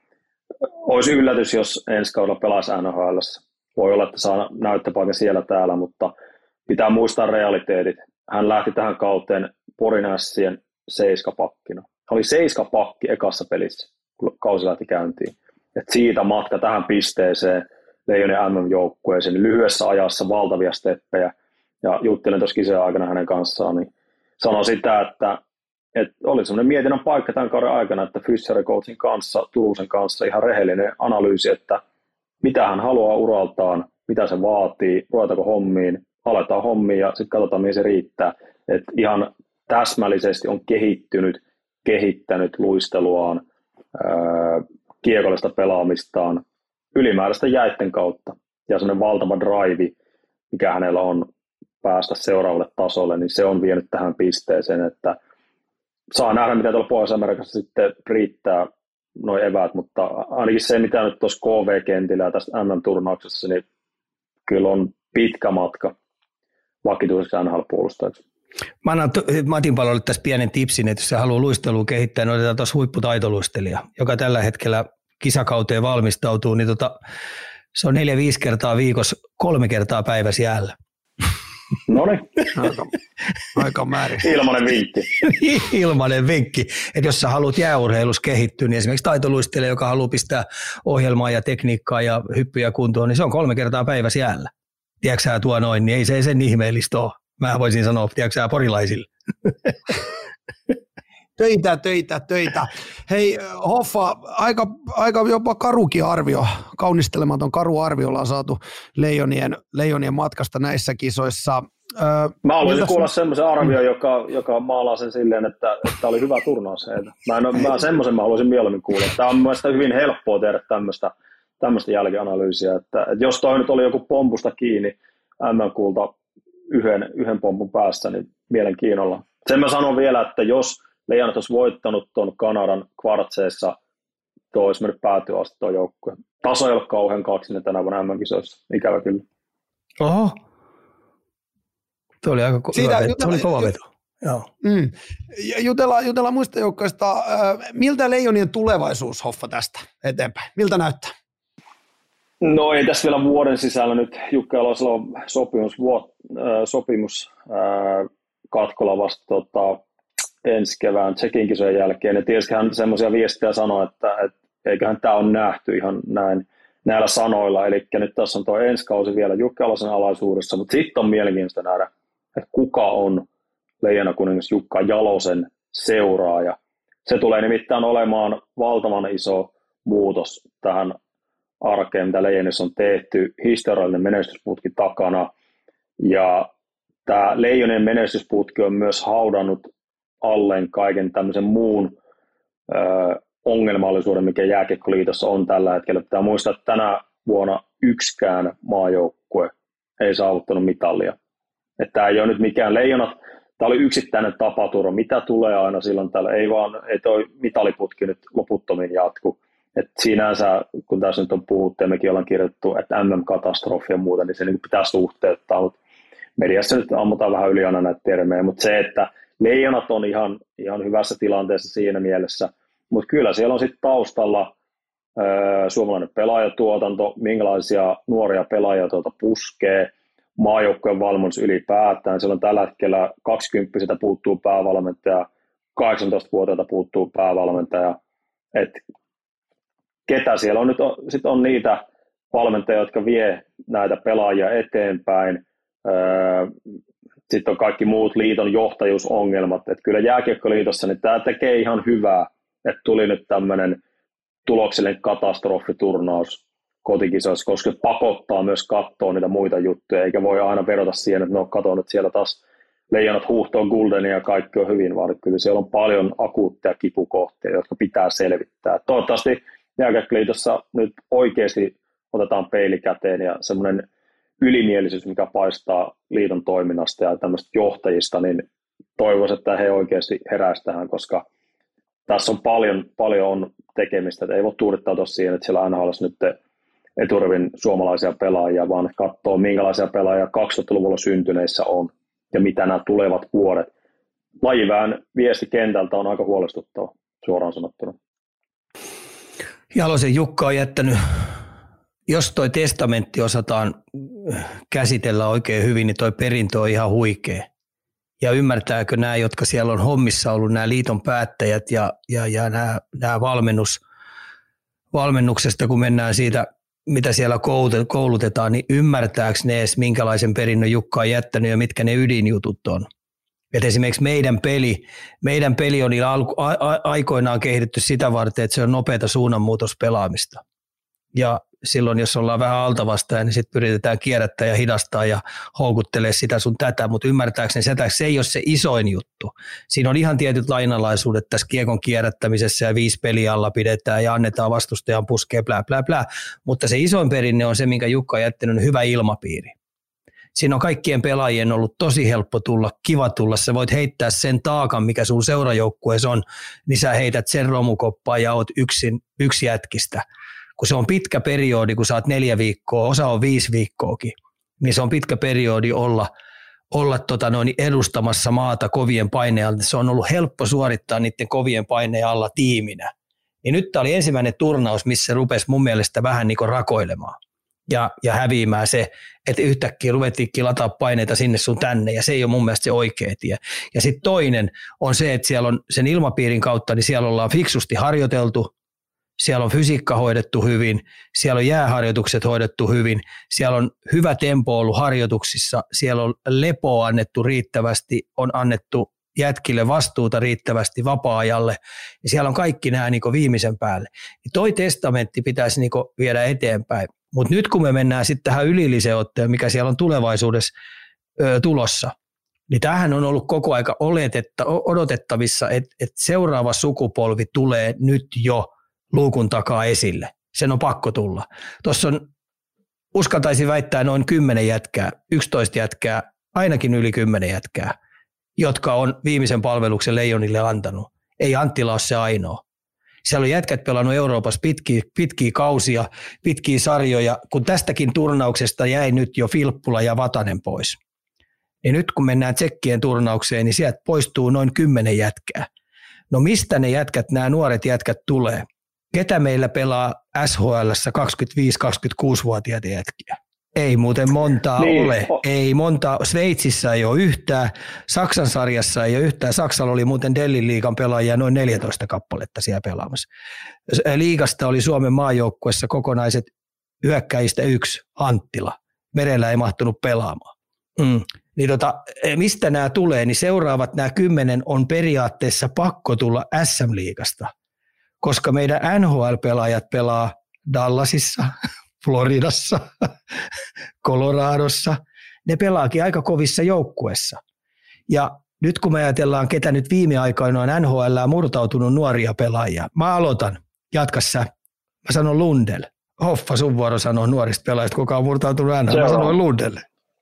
Speaker 3: olisi yllätys, jos ensi kaudella pelaisi NHL:ssä. Voi olla, että saa näyttöpaikan siellä täällä, mutta pitää muistaa realiteetit. Hän lähti tähän kauteen Porin Ässien 7-pakkina. Oli 7-pakki ekassa pelissä, kun kausi lähti käyntiin. Et siitä matka tähän pisteeseen Leijonien MM-joukkueeseen, niin lyhyessä ajassa valtavia steppejä, ja juttelin tuossa kisojen aikana hänen kanssaan, niin sanoi sitä, että oli semmoinen mietinnän paikka tämän kauden aikana, että Fischer coachin kanssa, Turusen kanssa ihan rehellinen analyysi, että mitä hän haluaa uraltaan, mitä se vaatii, ruvetaanko hommiin, aletaan hommiin ja sitten katsotaan, mihin se riittää. Että ihan täsmällisesti on kehittänyt luisteluaan, kiekollista pelaamistaan, ylimääräistä jäitten kautta ja semmoinen valtava drive, mikä hänellä on päästä seuraavalle tasolle, niin se on vienyt tähän pisteeseen, että saa nähdä, mitä tuolla Pohjois-Amerikassa sitten riittää nuo eväät, mutta ainakin se, mitä nyt tuossa KV-kentillä ja tässä MM-turnauksessa, niin kyllä on pitkä matka vakituiseksi NHL-puolustajaksi.
Speaker 4: Mä annan Matin Palolle tässä pienen tipsin, että jos se haluaa luistelua kehittää, niin otetaan tuossa huipputaitoluistelija, joka tällä hetkellä kisakauteen valmistautuu, niin se on 4-5 kertaa viikossa 3 kertaa päivässä jäällä.
Speaker 3: Noniin.
Speaker 2: Aika määrin.
Speaker 3: Ilmainen vinkki.
Speaker 4: Ilmainen vinkki. Että jos sä haluat jääurheilussa kehittyä, niin esimerkiksi taitoluistelija, joka haluaa pistää ohjelmaa ja tekniikkaa ja hyppyjä kuntoon, niin se on 3 kertaa päivässä jäällä. Tiedätkö sä tuo noin, niin ei se sen ihmeellistä ole. Mä voisin sanoa, tiedätkö sä porilaisille.
Speaker 2: Töitä. Hei Hoffa, aika jopa karukin arvio, kaunistelematon karu arvio ollaan saatu Leijonien matkasta näissä kisoissa.
Speaker 3: Mä haluaisin kuulla semmoisen arvion, joka maalaa sen silleen, että oli hyvä turnaus heiltä. Mä semmoisen mä haluaisin mieluummin kuulla. Tämä on mielestäni hyvin helppoa tehdä tämmöistä jälkianalyysiä, että jos toi nyt oli joku pompusta kiinni MM-kulta yhden pompun päässä, niin mielenkiinnolla. Sen mä sanon vielä, että jos Leijonat olisi voittanut tuon Kanadan kvartseissa, tuo olisi mennyt päätyä asti tuo joukkue. Taso ei ole kauhean kaksinen tänä vuonna MM-kisoissa, ikävä kyllä.
Speaker 4: Oho. Tuo oli aika kova veto. Joo.
Speaker 2: Jutellaan muista joukkoista. Miltä Leijonien tulevaisuus, Hoffa, tästä eteenpäin? Miltä näyttää?
Speaker 3: No ei tässä vielä vuoden sisällä nyt Jukka Jalosella on sopimus katkolla vasta ensi kevään Tsekin kisojen jälkeen. Ja tietysti hän semmoisia viestejä sanoi, että eiköhän tämä on nähty ihan näillä sanoilla. Eli nyt tässä on tuo ensi kausi vielä Jukka Jalosen alaisuudessa, mutta sitten on mielenkiintoista nähdä, että kuka on Leijona-kuningas Jukka Jalosen seuraaja. Se tulee nimittäin olemaan valtavan iso muutos tähän arkeen, mitä Leijonissa on tehty, historiallinen menestysputki takana, ja tämä Leijonien menestysputki on myös haudannut alleen kaiken tämmöisen muun ongelmallisuuden, mikä Jääkiekkoliitossa on tällä hetkellä. Pitää muistaa, että tänä vuonna yksikään maajoukkue ei saavuttanut mitalia. Että tämä ei ole nyt mikään Leijonat, tämä oli yksittäinen tapaturma, mitä tulee aina silloin täällä, ei toi mitaliputki nyt loputtomiin jatku. Että sinänsä, kun tässä nyt on puhuttu ja mekin ollaan kirjoitettu, että MM-katastrofi ja muuta, niin se niin pitää suhteuttaa, mutta mediassa nyt ammutaan vähän yli aina näitä termejä, mutta se, että Leijonat on ihan hyvässä tilanteessa siinä mielessä, mutta kyllä siellä on sitten taustalla suomalainen pelaajatuotanto, minkälaisia nuoria pelaajia puskee, maajoukkojen valmennus ylipäätään. Siellä on tällä hetkellä 20 puuttuu päävalmentaja, 18-vuotiailta puuttuu päävalmentaja. Et ketä siellä on nyt sit on niitä valmentajia, jotka vie näitä pelaajia eteenpäin. Sitten on kaikki muut liiton johtajuusongelmat. Et kyllä Jääkiekkoliitossa niin tämä tekee ihan hyvää, että tuli nyt tämmöinen tuloksellinen katastrofiturnaus kotikisoissa, koska pakottaa myös katsoa niitä muita juttuja, eikä voi aina vedota siihen, että no kato nyt siellä taas Leijonat huuhtoo Guldenia ja kaikki on hyvin, vaan kyllä siellä on paljon akuutteja kipukohtia, jotka pitää selvittää. Toivottavasti Jääkiekkoliitossa nyt oikeasti otetaan peili käteen ja semmoinen ylimielisyys, mikä paistaa liiton toiminnasta ja tämmöistä johtajista, niin toivoisin, että he oikeasti heräisivät tähän, koska tässä on paljon on tekemistä, että ei voi tuudittautua siihen, että siellä aina olisi nyt eturivin suomalaisia pelaajia, vaan katsoo, minkälaisia pelaajia 2000-luvulla syntyneissä on ja mitä nämä tulevat vuodet. Lajivään viesti kentältä on aika huolestuttava, suoraan sanottuna.
Speaker 4: Jalosen Jukka on jättänyt, jos toi testamentti osataan käsitellä oikein hyvin, niin toi perintö on ihan huikea. Ja ymmärtääkö nämä, jotka siellä on hommissa ollut, nämä liiton päättäjät ja nämä valmennuksesta, kun mennään siitä, mitä siellä koulutetaan, niin ymmärtääkö ne edes, minkälaisen perinnön Jukka on jättänyt ja mitkä ne ydinjutut on. Et esimerkiksi meidän peli on aikoinaan kehitetty sitä varten, että se on nopeata suunnanmuutospelaamista. Ja silloin, jos ollaan vähän altavasta, niin sitten yritetään kierrättää ja hidastaa ja houkuttelee sitä sun tätä, mutta ymmärtääkseni se ei ole se isoin juttu. Siinä on ihan tietyt lainalaisuudet tässä kiekon kierrättämisessä ja 5 peliä alla pidetään ja annetaan vastustajan puskea plää plää plää, mutta se isoin perinne on se, minkä Jukka on jättänyt, hyvä ilmapiiri. Siinä on kaikkien pelaajien ollut tosi helppo tulla, kiva tulla. Sä voit heittää sen taakan, mikä sun seurajoukkueessa on, niin sä heität sen romukoppaan ja oot yksi jätkistä. Kun se on pitkä periodi, kun sä oot 4 viikkoa, osa on 5 viikkoakin, niin se on pitkä periodi olla edustamassa maata kovien paineen alla. Se on ollut helppo suorittaa niiden kovien paineen alla tiiminä. Niin nyt tämä oli ensimmäinen turnaus, missä se rupesi mun mielestä vähän niin kuin rakoilemaan ja häviämään se, että yhtäkkiä ruvettiinkin lataa paineita sinne sun tänne, ja se ei ole mun mielestä se oikea tie. Ja sitten toinen on se, että siellä on sen ilmapiirin kautta, niin siellä ollaan fiksusti harjoiteltu, siellä on fysiikka hoidettu hyvin, siellä on jääharjoitukset hoidettu hyvin, siellä on hyvä tempo ollut harjoituksissa, siellä on lepoa annettu riittävästi, on annettu jätkille vastuuta riittävästi vapaa-ajalle, ja siellä on kaikki nämä niin viimeisen päälle. Ja toi testamentti pitäisi niin viedä eteenpäin. Mutta nyt kun me mennään sitten tähän ylilliseotteen, mikä siellä on tulevaisuudessa tulossa, niin tämähän on ollut koko aika odotettavissa, että seuraava sukupolvi tulee nyt jo luukun takaa esille. Sen on pakko tulla. Tuossa on, uskaltaisin väittää, noin 10 jätkää, 11 jätkää, ainakin yli 10 jätkää, jotka on viimeisen palveluksen Leijonille antanut. Ei Anttila ole se ainoa. Siellä on jätkät pelannut Euroopassa pitkiä kausia, pitkiä sarjoja, kun tästäkin turnauksesta jäi nyt jo Filppula ja Vatanen pois. Ja nyt kun mennään tsekkien turnaukseen, niin sieltä poistuu noin 10 jätkää. No mistä ne jätkät, nämä nuoret jätkät tulee? Ketä meillä pelaa SHL:ssä 25-26-vuotiaita jätkiä? Ei muuten montaa ole. Ei montaa. Sveitsissä ei ole yhtään. Saksan sarjassa ei ole yhtään. Saksalla oli muuten Dellin liigan pelaajia noin 14 kappaletta siellä pelaamassa. Liigasta oli Suomen maajoukkuessa kokonaiset hyökkäjistä 1, Anttila. Merellä ei mahtunut pelaamaan. Niin mistä nämä tulee, niin seuraavat nämä 10 on periaatteessa pakko tulla SM-liigasta, koska meidän NHL-pelaajat pelaa Dallasissa, Floridassa, Coloradossa. Ne pelaakin aika kovissa joukkueissa. Ja nyt kun me ajatellaan, ketä nyt viime aikoina on NHL:ään murtautunut nuoria pelaajia. Mä aloitan. Jatka sä. Mä sanon Lundell. Hoffa, sun vuoro sanoo nuorista pelaajista, kuka on murtautunut NHL. Mä sanoin Lundell.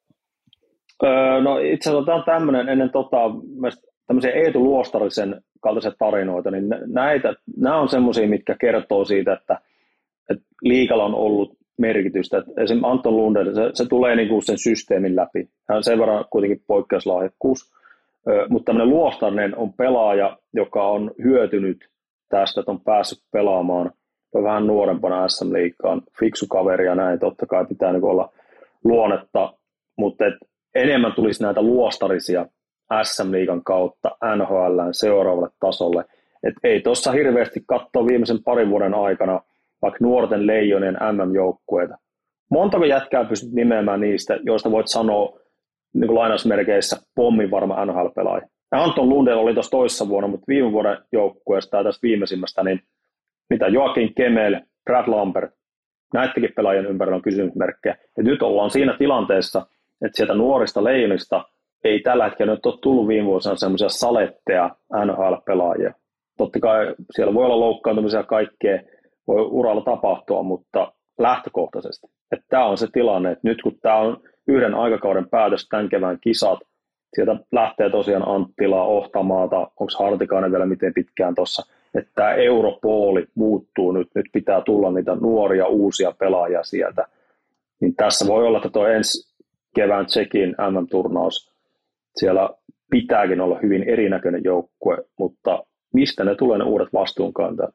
Speaker 3: No itse asiassa on tämmöinen ennen tämmöisiä Eetu Luostarisen kaltaisia tarinoita, niin nämä on semmoisia, mitkä kertoo siitä, että liigalla on ollut merkitystä. Esimerkiksi Anton Lundell, se tulee niinku sen systeemin läpi. Hän on sen verran kuitenkin poikkeuslahjakkuus, mutta tämmöinen Luostarinen on pelaaja, joka on hyötynyt tästä, että on päässyt pelaamaan vähän nuorempana SM-liigaan, fiksu kaveri ja näin. Totta kai pitää niinku olla luonnetta mutta enemmän tulisi näitä luostarisia SM-liigan kautta NHL:ään seuraavalle tasolle. Et ei tuossa hirveästi katsoa viimeisen parin vuoden aikana vaikka nuorten leijonien MM-joukkueita. Montako jätkää pystyt nimeämään niistä, joista voit sanoa niin kuin lainausmerkeissä pommin varma NHL-pelaaja. Ja Anton Lundell oli tuossa toissa vuonna, mutta viime vuoden joukkueesta ja tästä viimeisimmästä, niin mitä Joakim Kemel, Brad Lambert, näidenkin pelaajien ympärillä on kysymysmerkkejä. Ja nyt ollaan siinä tilanteessa, että sieltä nuorista leijonista ei tällä hetkellä nyt ole tullut viime vuosina semmoisia saletteja NHL-pelaajia. Totta kai siellä voi olla loukkaantumisia ja kaikkea, voi uralla tapahtua, mutta lähtökohtaisesti. Että tämä on se tilanne, että nyt kun tämä on yhden aikakauden päätös tämän kevään kisat, sieltä lähtee tosiaan Anttilaa, Ohtamaata, onko Hartikainen vielä miten pitkään tuossa, että tämä europooli muuttuu nyt pitää tulla niitä nuoria uusia pelaajia sieltä. Niin tässä voi olla, että tuo ensi kevään Tšekin MM-turnaus, siellä pitääkin olla hyvin erinäköinen joukkue, mutta mistä ne tulee ne uudet vastuunkantajat?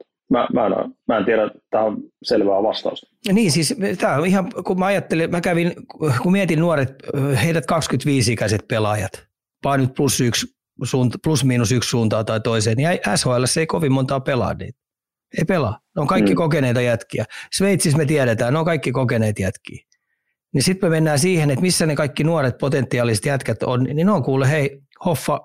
Speaker 3: Mä en tiedä, tämä on selvää vastausta.
Speaker 4: Niin siis tämä on ihan, kun mä ajattelin, kun mietin nuoret, heidät 25-ikäiset pelaajat, vaan nyt plus miinus yksi suuntaan tai toiseen, niin SHL:ssä ei kovin montaa pelaa niitä. Ei pelaa. Ne on kaikki kokeneita jätkiä. Sveitsissä me tiedetään, ne on kaikki kokeneet jätkiä. Niin sitten me mennään siihen, että missä ne kaikki nuoret potentiaaliset jätkät on, niin ne on kuule hei Hoffa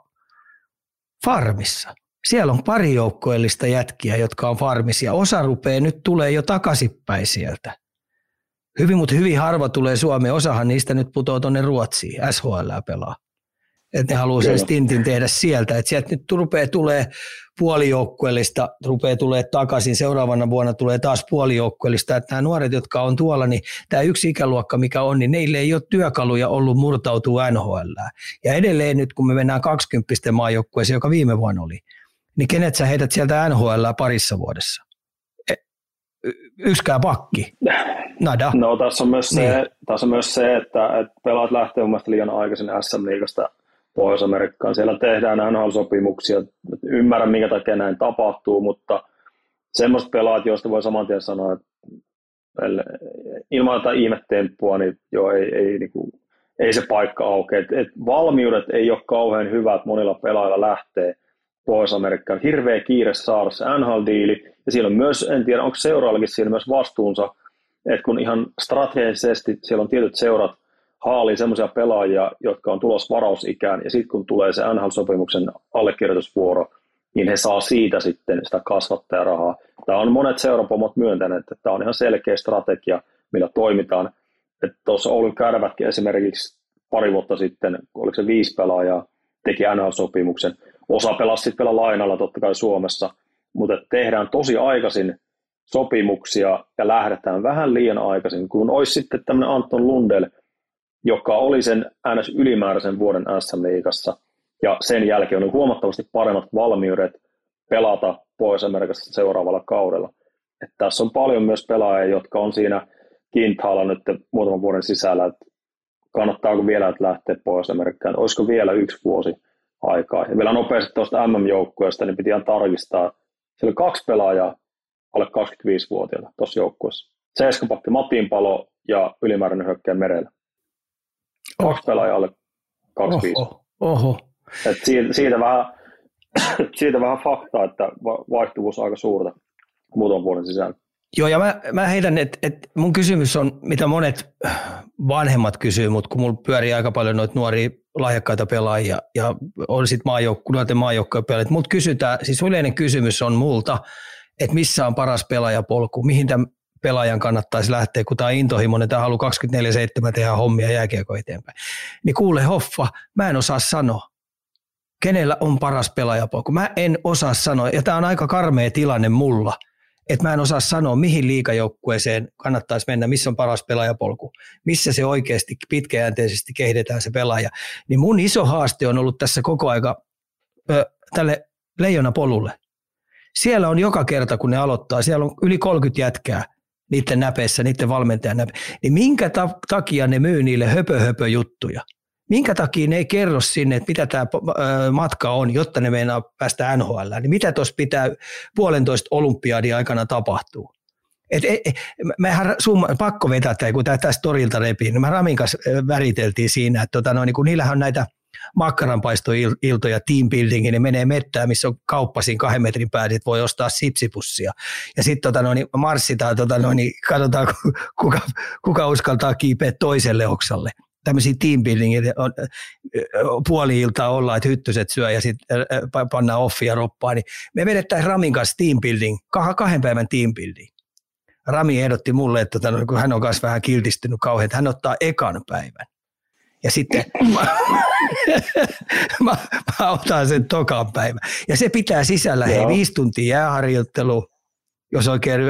Speaker 4: farmissa. Siellä on pari joukkoillista jätkiä, jotka on farmisia. Osa rupeaa nyt tulee jo takaisinpäin sieltä. Mutta hyvin harva tulee Suomeen. Osahan niistä nyt putoaa tuonne Ruotsiin. SHL pelaa. Että ne haluaa sen stintin tehdä sieltä. Että sieltä nyt rupeaa tulee puolijoukkueellista, rupeaa tulee takaisin. Seuraavana vuonna tulee taas puolijoukkueellista. Että nämä nuoret, jotka on tuolla, niin tämä yksi ikäluokka, mikä on, niin neille ei ole työkaluja ollut murtautua NHL:ään. Ja edelleen nyt, kun me mennään 20 maajoukkueeseen, joka viime vuonna oli, niin kenet sä heität sieltä NHL:ää parissa vuodessa? Yksikään pakki. Nada.
Speaker 3: No tässä on myös se että pelaat lähtee mun mielestä liian aikaisin SM-liigasta Pohjois-Amerikkaan. Siellä tehdään NHL-sopimuksia. Ymmärrän, minkä takia näin tapahtuu, mutta semmoiset pelaat, joista voi saman tien sanoa, että ilman jotain ihmettemppua, niin joo, ei se paikka aukea. Et valmiudet ei ole kauhean hyvät, monilla pelaajilla lähtee Pohjois-Amerikkaan. Hirveä kiire saada se NHL-diili, ja siellä on myös, en tiedä, onko seuraallakin siinä myös vastuunsa, että kun ihan strategisesti siellä on tietyt seurat haalii semmoisia pelaajia, jotka on tulossa varausikään, ja sitten kun tulee se NHL-sopimuksen allekirjoitusvuoro, niin he saa siitä sitten sitä kasvattajarahaa. Tämä on monet seurapomot myöntäneet, että tämä on ihan selkeä strategia, millä toimitaan. Tuossa Oulun Kärvätkin esimerkiksi pari vuotta sitten, oliko se 5 pelaajaa, teki NHL-sopimuksen. Osa pelasi sitten vielä lainalla totta kai Suomessa, mutta tehdään tosi aikaisin sopimuksia ja lähdetään vähän liian aikaisin, kun olisi sitten tämmöinen Anton Lundell, joka oli sen äänes ylimääräisen vuoden SM-liigassa ja sen jälkeen oli huomattavasti paremmat valmiudet pelata Pohjois-Amerikassa seuraavalla kaudella. Että tässä on paljon myös pelaajia, jotka on siinä kintaalla nyt muutaman vuoden sisällä, että kannattaako vielä että lähteä Pohjois-Amerikkaan, olisiko vielä 1 vuosi aikaa. Ja vielä nopeasti tuosta MM-joukkueesta, niin piti ihan tarkistaa. Siellä oli 2 pelaajaa alle 25-vuotiaita tuossa joukkueessa. Seiskapakki Matinpalo ja ylimääräinen hyökkäjä Merellä. 2 pelaajaa alle 25.
Speaker 4: Oho.
Speaker 3: Et siitä vähän faktaa, että vaihtuvuus on aika suurta muutaman vuoden sisällä.
Speaker 4: Joo, ja mä heitän, että mun kysymys on, mitä monet vanhemmat kysyy, mutta kun mulla pyörii aika paljon noita nuoria lahjakkaita pelaajia ja on sitten nuorten maajoukkojen pelaajia, mutta kysytään, siis yleinen kysymys on multa, että missä on paras pelaajapolku, mihin tämän pelaajan kannattaisi lähteä, kun tämä on intohimoinen, tämä haluaa 24/7 tehdä hommia jääkiekko eteenpäin. Niin kuule Hoffa, mä en osaa sanoa, kenellä on paras pelaajapolku. Mä en osaa sanoa, ja tämä on aika karmea tilanne mulla, että mä en osaa sanoa, mihin liigajoukkueeseen kannattaisi mennä, missä on paras pelaajapolku, missä se oikeasti pitkäjänteisesti kehitetään se pelaaja. Niin mun iso haaste on ollut tässä koko aika tälle leijonapolulle. Siellä on joka kerta, kun ne aloittaa, siellä on yli 30 jätkää niiden näpeissä, niiden valmentajan näpeissä. Niin minkä takia ne myy niille höpö-juttuja? Minkä takia ne ei kerro sinne, että mitä tämä matka on, jotta ne meinaa päästä NHL:ään? Niin mitä tuossa pitää 1,5 olympiadin aikana tapahtuu? Mehän pakko vetää, kun tästä torilta repii, niin me Ramin kanssa väriteltiin siinä, että kun niillähän on näitä makkaranpaistoiltoja, team buildingin, niin menee mettään, missä on kauppa siinä 2 metrin päällä, että voi ostaa sipsipussia. Ja sitten marssitaan, katsotaan kuka uskaltaa kiipeä toiselle oksalle. Tämmöisiä team buildingin puoli-iltaa ollaan, että hyttyset syö ja sitten pannaan offia roppaa. Niin me vedettäisiin Ramin kanssa team building, 2 päivän team building. Rami ehdotti mulle, että kun hän on kanssa vähän kiltistynyt kauhean, että hän ottaa ekan päivän. Ja sitten mä otan sen tokan päivän. Ja se pitää sisällä 5 tuntia jääharjoittelua, jos oikein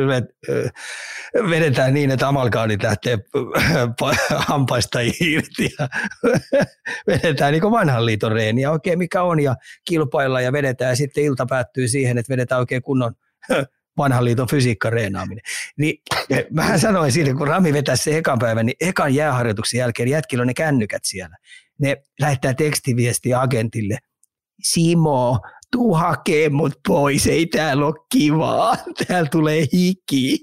Speaker 4: vedetään niin, että amalgaanit lähtee hampaista irti ja vedetään niin kuin vanhan liiton reeniä oikein mikä on ja kilpaillaan ja vedetään ja sitten ilta päättyy siihen, että vedetään oikein kunnon vanhan liiton fysiikkareenaaminen. Niin mähän sanoin siitä, kun Rami vetäisi se ekan päivän, niin ekan jääharjoituksen jälkeen jätkillä on ne kännykät siellä. Ne lähettää tekstiviestiä agentille. Simo, tuu hakee mut pois, ei täällä ole kivaa, täällä tulee hiki.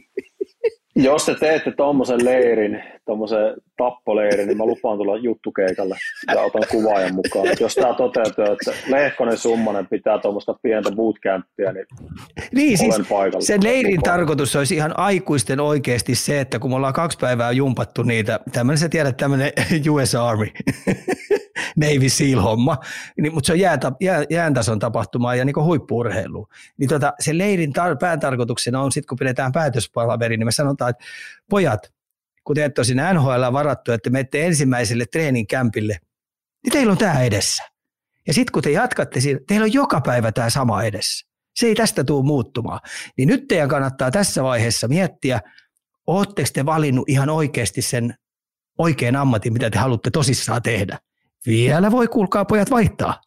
Speaker 3: Jos te teette tuommoisen leirin, tuommoisen tappoleirin, niin mä lupaan tulla juttukeikalle ja otan kuvaajan mukaan. Jos tämä toteutuu, että Lehkonen Summanen pitää tuommoista pientä bootcampia, niin olen siis paikalla.
Speaker 4: Sen leirin tarkoitus olisi ihan aikuisten oikeasti se, että kun me ollaan 2 päivää jumpattu niitä, sä tiedät tämmöinen US Army, Navy SEAL-homma, niin, mutta se on jääntason tapahtumaa ja niin huippu-urheilua. Niin se leirin päätarkoituksena on sitten, kun pidetään päätöspalaveri, niin me sanotaan, että pojat, kun te ette ole sinne NHL varattu, että menette ensimmäiselle treeninkämpille, niin teillä on tämä edessä. Ja sitten kun te jatkatte siinä, teillä on joka päivä tämä sama edessä. Se ei tästä tule muuttumaan. Niin nyt teidän kannattaa tässä vaiheessa miettiä, ootteko te valinnut ihan oikeasti sen oikean ammatin, mitä te haluatte tosissaan tehdä. Vielä voi kuulkaa pojat vaihtaa.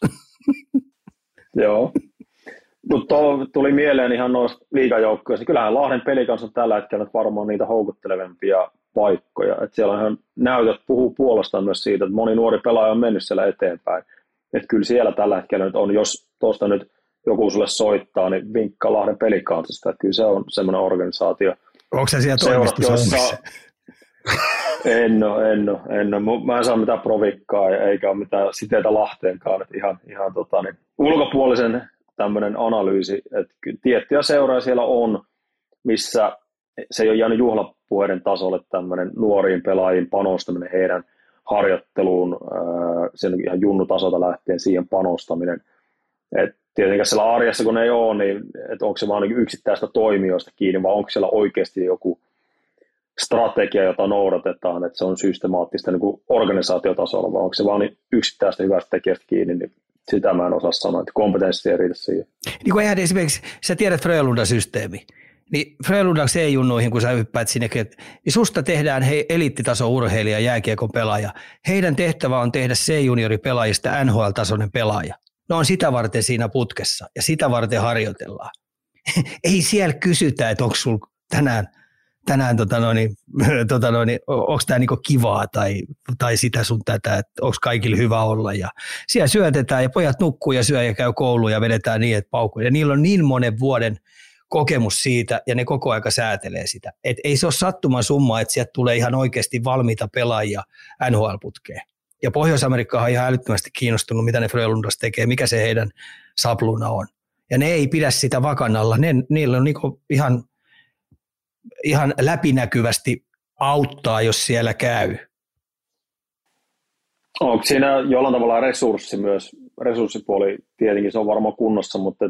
Speaker 3: Joo. Mutta tuli mieleen ihan noista liigajoukkoista. Kyllähän Lahden Pelikans on tällä hetkellä varmaan niitä houkuttelevampia paikkoja. Et siellä on ihan näytöt puhuu puolestaan myös siitä, että moni nuori pelaaja on mennyt siellä eteenpäin. Et kyllä siellä tällä hetkellä nyt on, jos tuosta nyt joku sulle soittaa, niin vinkkaa Lahden Pelikansista. Et kyllä se on semmoinen organisaatio.
Speaker 4: Onko se siellä toimistossa?
Speaker 3: En ole. Mä en saa mitään provikkaa eikä ole mitään siteitä Lahteenkaan. Et ihan ulkopuolisen tämmöinen analyysi, että tiettyjä seuraa siellä on, missä se ei ole jäänyt juhlapuheiden tasolle tämmöinen nuoriin pelaajiin panostaminen, heidän harjoitteluun, sen ihan junnutasolta lähtien siihen panostaminen. Et tietenkään siellä arjessa kun ei ole, niin että onko se vaan yksittäistä toimijoista kiinni, vai onko siellä oikeasti joku strategia, jota noudatetaan, että se on systemaattista niin kuin organisaatiotasolla, vai onko se vaan yksittäistä hyvästä tekijästä kiinni, niin sitä mä en osaa sanoa, että kompetenssi ei riitä siihen.
Speaker 4: Niin kuin esimerkiksi, sä tiedät Frölunda-systeemi, niin Frölundan C-junnuihin, kun sä hyppäät sinne, niin susta tehdään eliittitason urheilija, jääkiekon pelaaja. Heidän tehtävä on tehdä C-junioripelaajista NHL-tasoinen pelaaja. Ne on sitä varten siinä putkessa ja sitä varten harjoitellaan. Ei siellä kysytä, että onko sulla tänään onko tämä niinku kivaa tai sitä sun tätä, että onko kaikille hyvä olla. Ja siellä syötetään ja pojat nukkuu ja syö ja käy kouluun ja vedetään niin, että paukkuu. Ja niillä on niin monen vuoden kokemus siitä ja ne koko aika säätelee sitä. Et ei se ole sattuman summa, että sieltä tulee ihan oikeasti valmiita pelaajia NHL-putkeen. Ja Pohjois-Amerikka on ihan älyttömästi kiinnostunut, mitä ne Frölundas tekee, mikä se heidän sapluna on. Ja ne ei pidä sitä vakanalla. Niillä on niinku ihan läpinäkyvästi auttaa, jos siellä käy.
Speaker 3: Onko siinä jollain tavalla resurssi myös? Resurssipuoli tietenkin se on varmaan kunnossa, mutta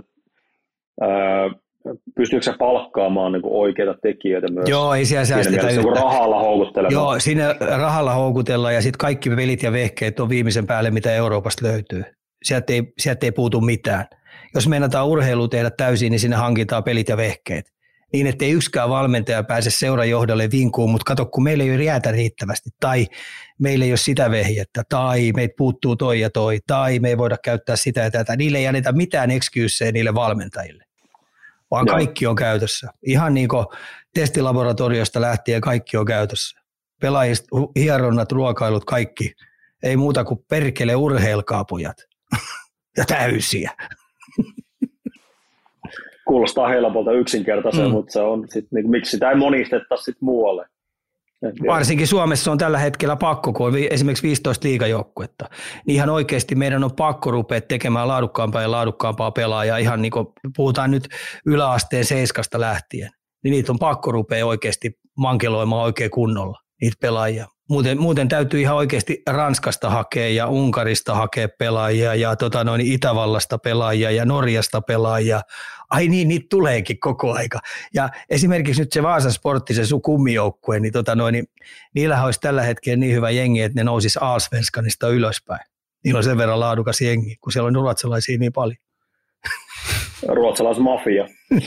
Speaker 3: pystyykö se palkkaamaan niin kuin oikeita tekijöitä myös?
Speaker 4: Joo, ei siellä säästetä
Speaker 3: yhtään. Rahalla houkuttelemaan.
Speaker 4: Joo, siinä rahalla houkutellaan ja sitten kaikki pelit ja vehkeet on viimeisen päälle, mitä Euroopasta löytyy. Sieltä ei puutu mitään. Jos meinataan urheilua tehdä täysin, niin sinne hankitaan pelit ja vehkeet. Niin, ettei yksikään valmentaja pääse seuran johdolle vinkuun, mutta kato, kun meillä ei ole riätä riittävästi, tai meillä ei ole sitä vehjettä, tai meitä puuttuu toi ja toi, tai me ei voida käyttää sitä ja tätä. Niille ei anneta mitään excuseja niille valmentajille, vaan kaikki on käytössä. Ihan niin kuin testilaboratoriosta lähtien kaikki on käytössä. Pelaajista, hieronnat, ruokailut, kaikki. Ei muuta kuin perkele urheilkaa, pojat. Ja täysiä.
Speaker 3: Kuulostaa helpolta yksinkertaisen, mutta se on sit, niin, miksi sitä ei monistettaisi sit muualle.
Speaker 4: Varsinkin Suomessa on tällä hetkellä pakko, kun on esimerkiksi 15 liigajoukkuetta. Niin ihan oikeasti meidän on pakko rupea tekemään laadukkaampaa pelaajaa, ihan niin kuin puhutaan nyt yläasteen 7 lähtien. Niin niitä on pakko rupea oikeasti mankeloimaan oikein kunnolla, niitä pelaajia. Muuten täytyy ihan oikeasti Ranskasta hakea ja Unkarista hakea pelaajia ja Itävallasta pelaajia ja Norjasta pelaajia. Ai niin, niitä tuleekin koko aika. Ja esimerkiksi nyt se Vaasan Sportti, se sun kummijoukkue, niin, niillähän olisi tällä hetkellä niin hyvä jengi, että ne nousisi Allsvenskanista ylöspäin. Niillä on sen verran laadukas jengi, kun siellä on ruotsalaisia niin paljon.
Speaker 3: Ruotsalaismafia.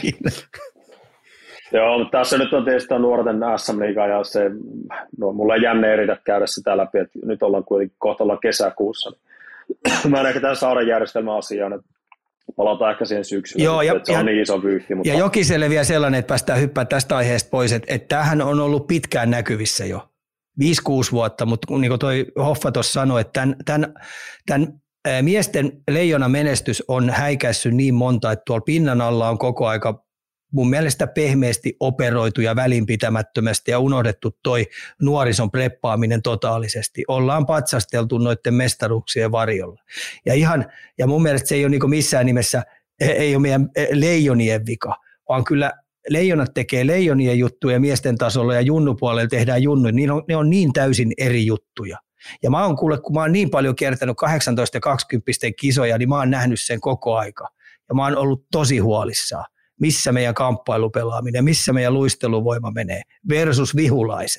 Speaker 3: Joo, mutta tässä nyt on tietysti nuorten SM-liiga ja se, mulla ei jänne eritä käydä sitä läpi, että nyt ollaan kuitenkin kohta kesäkuussa. Mä en ehkä tämän saada järjestelmän asiaan, että palataan ehkä siihen syksyyn,
Speaker 4: joo,
Speaker 3: että se on niin iso vyyhti. Mutta...
Speaker 4: Ja Jokiselle vielä sellainen, että päästään hyppäämään tästä aiheesta pois, että tämähän on ollut pitkään näkyvissä jo, 5-6 vuotta, mutta niin kuin toi Hoffa tuossa sanoi, että tämän miesten leijona menestys on häikäissyt niin monta, että tuolla pinnan alla on koko aika mun mielestä pehmeästi operoitu ja välinpitämättömästi ja unohdettu toi nuorison preppaaminen totaalisesti. Ollaan patsasteltu noiden mestaruuksien varjolla. Ja mun mielestä se ei ole niin missään nimessä, ei ole meidän leijonien vika, vaan kyllä leijonat tekee leijonien juttuja miesten tasolla ja junnupuolella tehdään junnuja. Ne on niin täysin eri juttuja. Ja mä oon kuule, kun mä oon niin paljon kiertänyt 18 ja 20 kisoja, niin mä oon nähnyt sen koko aika. Ja mä oon ollut tosi huolissaan. Missä meidän kamppailupelaaminen, missä meidän luisteluvoima menee versus vihulaiset.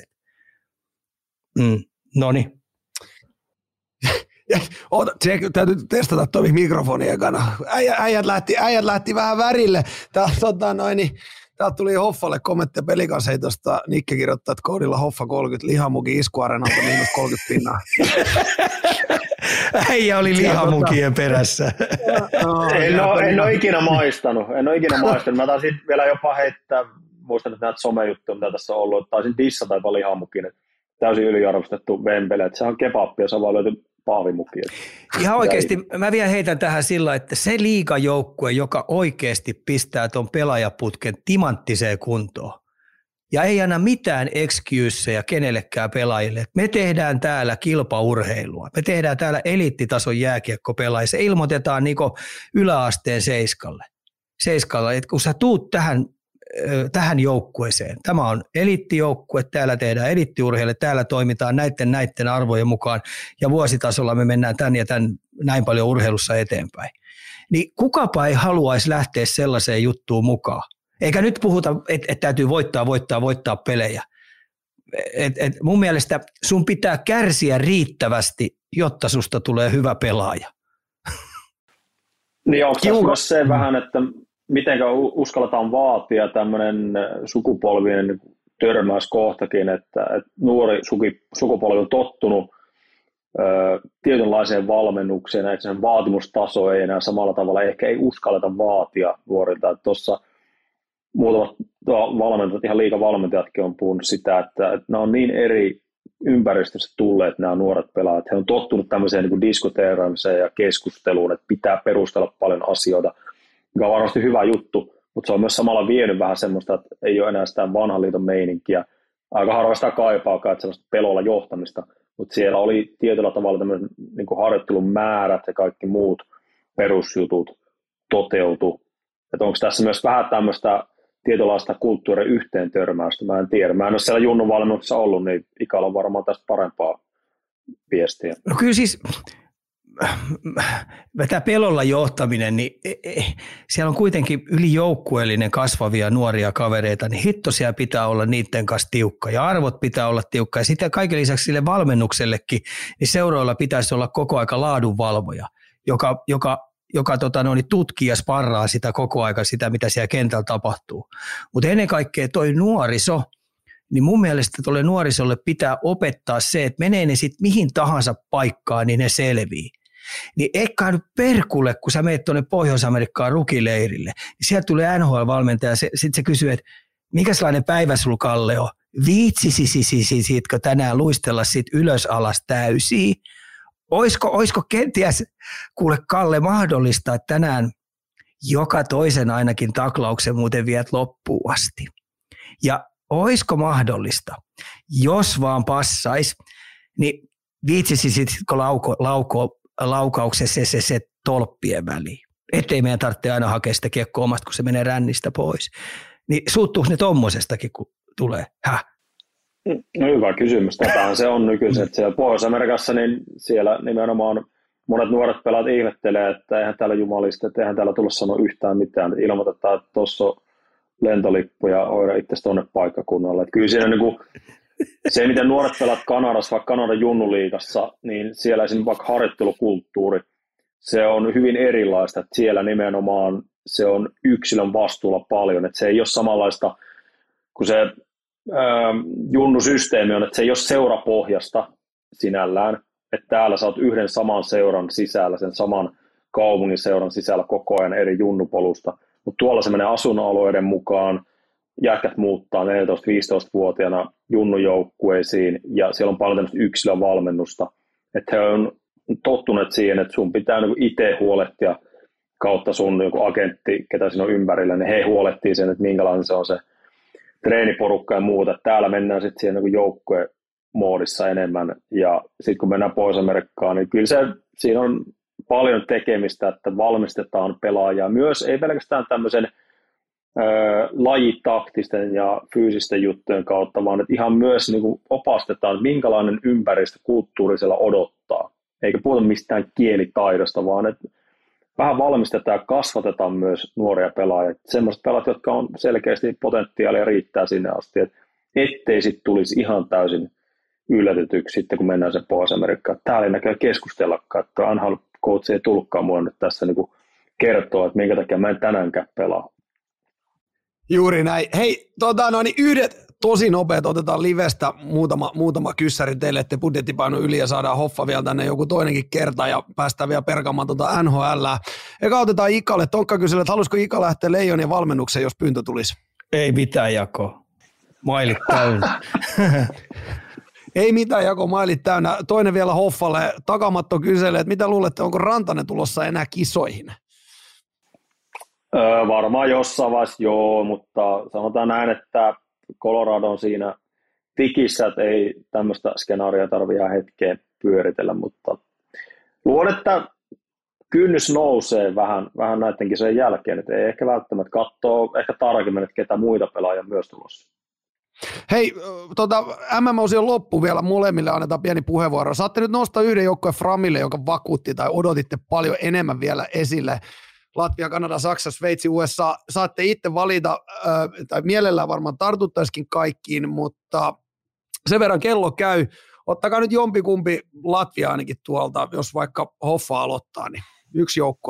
Speaker 4: Noniin.
Speaker 2: Täytyy testata tovi mikrofonin ekana. Äijät lähti vähän värille. Täältä tuli Hoffalle kommentteja pelikansheitosta. Nikke kirjoittaa, että koodilla Hoffa 30 lihamuki iskuareenalta -30
Speaker 4: Äijä oli lihamukien perässä.
Speaker 3: En ole ikinä maistanut. Mä taisin vielä jopa heittää, muistan, että näitä somejuttuja, mitä tässä on ollut, että taisin dissata jopa lihamukin. Täysin yliarvostettu vempele, että se on kebappi ja se on vaan löyty paavimuki.
Speaker 4: Ihan oikeasti, mä vielä heitän tähän sillä, että se liigajoukkue, joka oikeasti pistää ton pelaajaputken timanttiseen kuntoon, ja ei anna mitään excuseja kenellekään pelaajille. Me tehdään täällä kilpaurheilua. Me tehdään täällä eliittitason jääkiekkopelaajia. Se ilmoitetaan niinku yläasteen seiskalle, että kun sä tuut tähän joukkueeseen, tämä on eliittijoukkue, täällä tehdään eliittiurheille, täällä toimitaan näiden arvojen mukaan ja vuositasolla me mennään tän ja tän näin paljon urheilussa eteenpäin. Niin kukapa ei haluaisi lähteä sellaiseen juttuun mukaan. Eikä nyt puhuta, että täytyy voittaa pelejä. Mun mielestä sun pitää kärsiä riittävästi, jotta susta tulee hyvä pelaaja.
Speaker 3: Niin onko tässä myös se vähän, että miten uskalletaan vaatia tämmöinen sukupolvien törmäyskohtakin, että nuori sukupolvi on tottunut tietynlaiseen valmennukseen, että sen vaatimustaso ei enää samalla tavalla, ehkä ei uskalleta vaatia nuorilta. Tuossa muutamat valmentajat, ihan liigavalmentajatkin on puhunut sitä, että nämä on niin eri ympäristössä tulleet nämä nuoret pelaajat. He on tottunut tämmöiseen niin kuin diskuteeraamiseen ja keskusteluun, että pitää perustella paljon asioita, mikä on varmasti hyvä juttu, mutta se on myös samalla vienyt vähän semmoista, että ei ole enää sitä vanhan liiton meininkiä. Aika harvoin sitä kaipaakaan, että semmoista pelolla johtamista, mutta siellä oli tietyllä tavalla tämmöinen niin kuin harjoittelun määrät ja kaikki muut perusjutut toteutu. Että onko tässä myös vähän tämmöistä tietynlaista kulttuurin yhteen törmäystä, mä en tiedä. Mä en ole siellä Junnun valmennuksessa ollut, niin Ikalla on varmaan tästä parempaa viestiä.
Speaker 4: No kyllä siis tämä pelolla johtaminen, niin siellä on kuitenkin ylijoukkueellinen kasvavia nuoria kavereita, niin hitto siellä pitää olla niiden kanssa tiukka ja arvot pitää olla tiukka. Ja sitten kaiken lisäksi sille valmennuksellekin, niin seuroilla pitäisi olla koko aika laadunvalvoja, joka tutkii ja sparraa sitä koko aika, sitä mitä siellä kentällä tapahtuu. Mutta ennen kaikkea toi nuoriso, niin mun mielestä tuolle nuorisolle pitää opettaa se, että menee ne sitten mihin tahansa paikkaan, niin ne selvii. Niin eikä nyt perkulle, kun sä menet tuonne Pohjois-Amerikkaan rukileirille, niin sieltä tulee NHL-valmentaja, sitten se kysyy, että mikä sellainen päivä sulla, Kalle, on? Viitsisitkö tänään luistella sit ylös alas täysiä? Oisko kenties, kuule Kalle, mahdollista, että tänään joka toisen ainakin taklauksen muuten viet loppuun asti. Ja olisiko mahdollista, jos vaan passais, niin viitsisitko laukauksessa se tolppien väliin, ettei meidän tarvitse aina hakea sitä kiekkoa omasta, kun se menee rännistä pois. Niin suuttuuko ne tommosestakin, kun tulee?
Speaker 3: No hyvä kysymys. Tätähän se on nykyisin. Että siellä Pohjois-Amerikassa niin siellä nimenomaan monet nuoret pelaat ihmettelee, että eihän täällä jumalista, että eihän täällä tulla sanoa yhtään mitään. Ilmoitetaan, että tuossa on lentolippu ja hoida itse tuonne paikkakunnalle. Että kyllä siinä niin kuin, se, miten nuoret pelaat Kanadassa, vaikka Kanadan junnuliigassa, niin siellä esimerkiksi vaikka harjoittelukulttuuri, se on hyvin erilaista. Että siellä nimenomaan se on yksilön vastuulla paljon. Että se ei ole samanlaista kuin se junnusysteemi on, että se ei ole seurapohjasta sinällään, että täällä sä oot yhden saman seuran sisällä, sen saman kaupungin seuran sisällä koko ajan eri junnupolusta, mutta tuolla se menee asuinalueiden mukaan, jätkät muuttaa 14-15-vuotiaana junnujoukkueisiin ja siellä on paljon tämmöistä yksilövalmennusta, että he on tottuneet siihen, että sun pitää niin itse huolehtia kautta sun joku agentti, ketä siinä on ympärillä, niin he huolehtii sen, että minkälainen se on se treeniporukka ja muuta. Täällä mennään sitten siihen niin joukkuemoodissa enemmän ja sitten kun mennään Pohjois-Amerikkaan, niin kyllä siinä on paljon tekemistä, että valmistetaan pelaajia myös, ei pelkästään tämmöisen lajitaktisten ja fyysisten juttujen kautta, vaan että ihan myös niin kuin opastetaan, että minkälainen ympäristö kulttuuri siellä odottaa. Eikä puhuta mistään kielitaidosta, vaan että vähän valmistetaan ja kasvatetaan myös nuoria pelaajia. Sellaiset pelaajat, jotka on selkeästi potentiaalia riittää sinne asti, että ettei sitten tulisi ihan täysin yllätetyksi sitten, kun mennään sen Pohjois-Amerikkaan. Täällä ei näköjään keskustellakaan, että NHL-coach ei tullutkaan mua nyt tässä niin kuin kertoa, että minkä takia mä en tänäänkään pelaa.
Speaker 2: Juuri näin. Hei, niin yhdet tosi nopeat, otetaan livestä muutama kyssäri teille, että budjettipaino yli ja saadaan Hoffa vielä tänne joku toinenkin kerta ja päästään vielä perkaamaan NHL:ää. Eka otetaan Ikalle. Tonkka kysyy, että haluaisiko Ika lähteä Leijonien valmennukseen, jos pyyntö tulisi?
Speaker 4: Ei mitään jakoa. Mailit täynnä.
Speaker 2: Ei mitään jako, mailit täynnä. Toinen vielä Hoffalle. Takamatto kyselee, että mitä luulette, onko Rantanen tulossa enää kisoihin?
Speaker 3: Varmaan jossain vaiheessa joo, mutta sanotaan näin, että Colorado on siinä tikissä, että ei tämmöistä skenaaria tarvitse ihan hetkeen pyöritellä, mutta luulen, että kynnys nousee vähän näiden kisojen jälkeen, että ei ehkä välttämättä katsoa ehkä tarkemmin, että ketä muita pelaajia myös tulossa.
Speaker 2: Hei, MM-osion loppu vielä, molemmille annetaan pieni puheenvuoro. Saatte nyt nostaa yhden joukkueen Framille, joka vakuutti tai odotitte paljon enemmän vielä esille. Latvia, Kanada, Saksa, Sveitsi, USA. Saatte itse valita, tai mielellään varmaan tartuttaisikin kaikkiin, mutta sen verran kello käy. Ottakaa nyt jompikumpi Latvia ainakin tuolta, jos vaikka Hoffa aloittaa, niin yksi joukkue.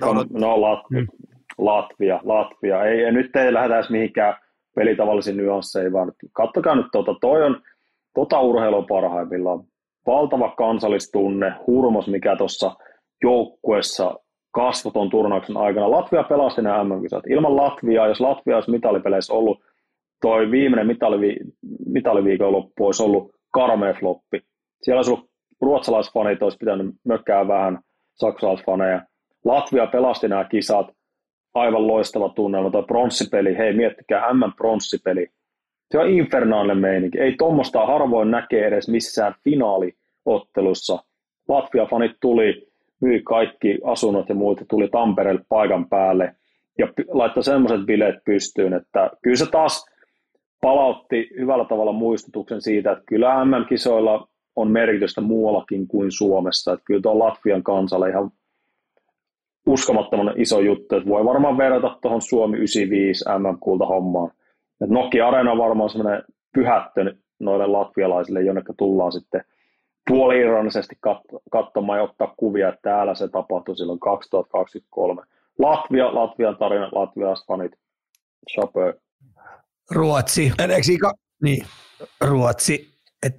Speaker 3: Latvia. Ei, nyt ei lähdetä edes mihinkään pelitavallisiin nyansseihin, vaan katsokaa nyt urheilua parhaimmillaan. Valtava kansallistunne, hurmos, mikä tuossa joukkueessa kasvoi tuon turnauksen aikana. Latvia pelasti nämä MM-kisat. Ilman Latviaa, jos Latvia olisi mitalipeleissä ollut, toi viimeinen mitaliviikonloppu olisi ollut karmea floppi. Siellä olisi ollut ruotsalaisfanit, olisi pitänyt mökkää vähän saksalaisfaneja. Latvia pelasti nämä kisat. Aivan loistava tunnelma. Tuo pronssipeli, hei miettikää, M-pronssipeli. Se on infernaalinen meininki. Ei tuommoista harvoin näkee edes missään finaaliottelussa. Latvia-fanit tuli, myi kaikki asunnot ja muut, tuli Tampereelle paikan päälle ja laittoi semmoiset bileet pystyyn, että kyllä se taas palautti hyvällä tavalla muistutuksen siitä, että kyllä MM-kisoilla on merkitystä muuallakin kuin Suomessa. Että kyllä tuo Latvian kansalle ihan uskomattoman iso juttu, että voi varmaan verrata tuohon Suomi 95 MM-kultahommaan. Että Nokia-areena on varmaan semmoinen pyhättö noille latvialaisille, jonne tullaan sitten puoli-ironisesti katsomaan ja ottaa kuvia, että täällä se tapahtui silloin 2023. Latvian tarina, latvialaiset fanit, chapeau.
Speaker 4: Ruotsi.
Speaker 2: Niin.
Speaker 4: Ruotsi. Et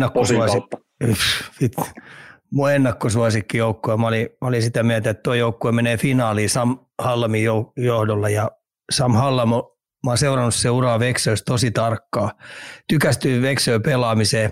Speaker 4: mun ennakkosuosikkijoukkue, mä olin sitä mieltä, että tuo joukkue menee finaaliin Sam Hallamin johdolla ja Sam Hallam, mä oon seurannut se uraa Växjössä tosi tarkkaan. Tykästyin Växjön pelaamiseen.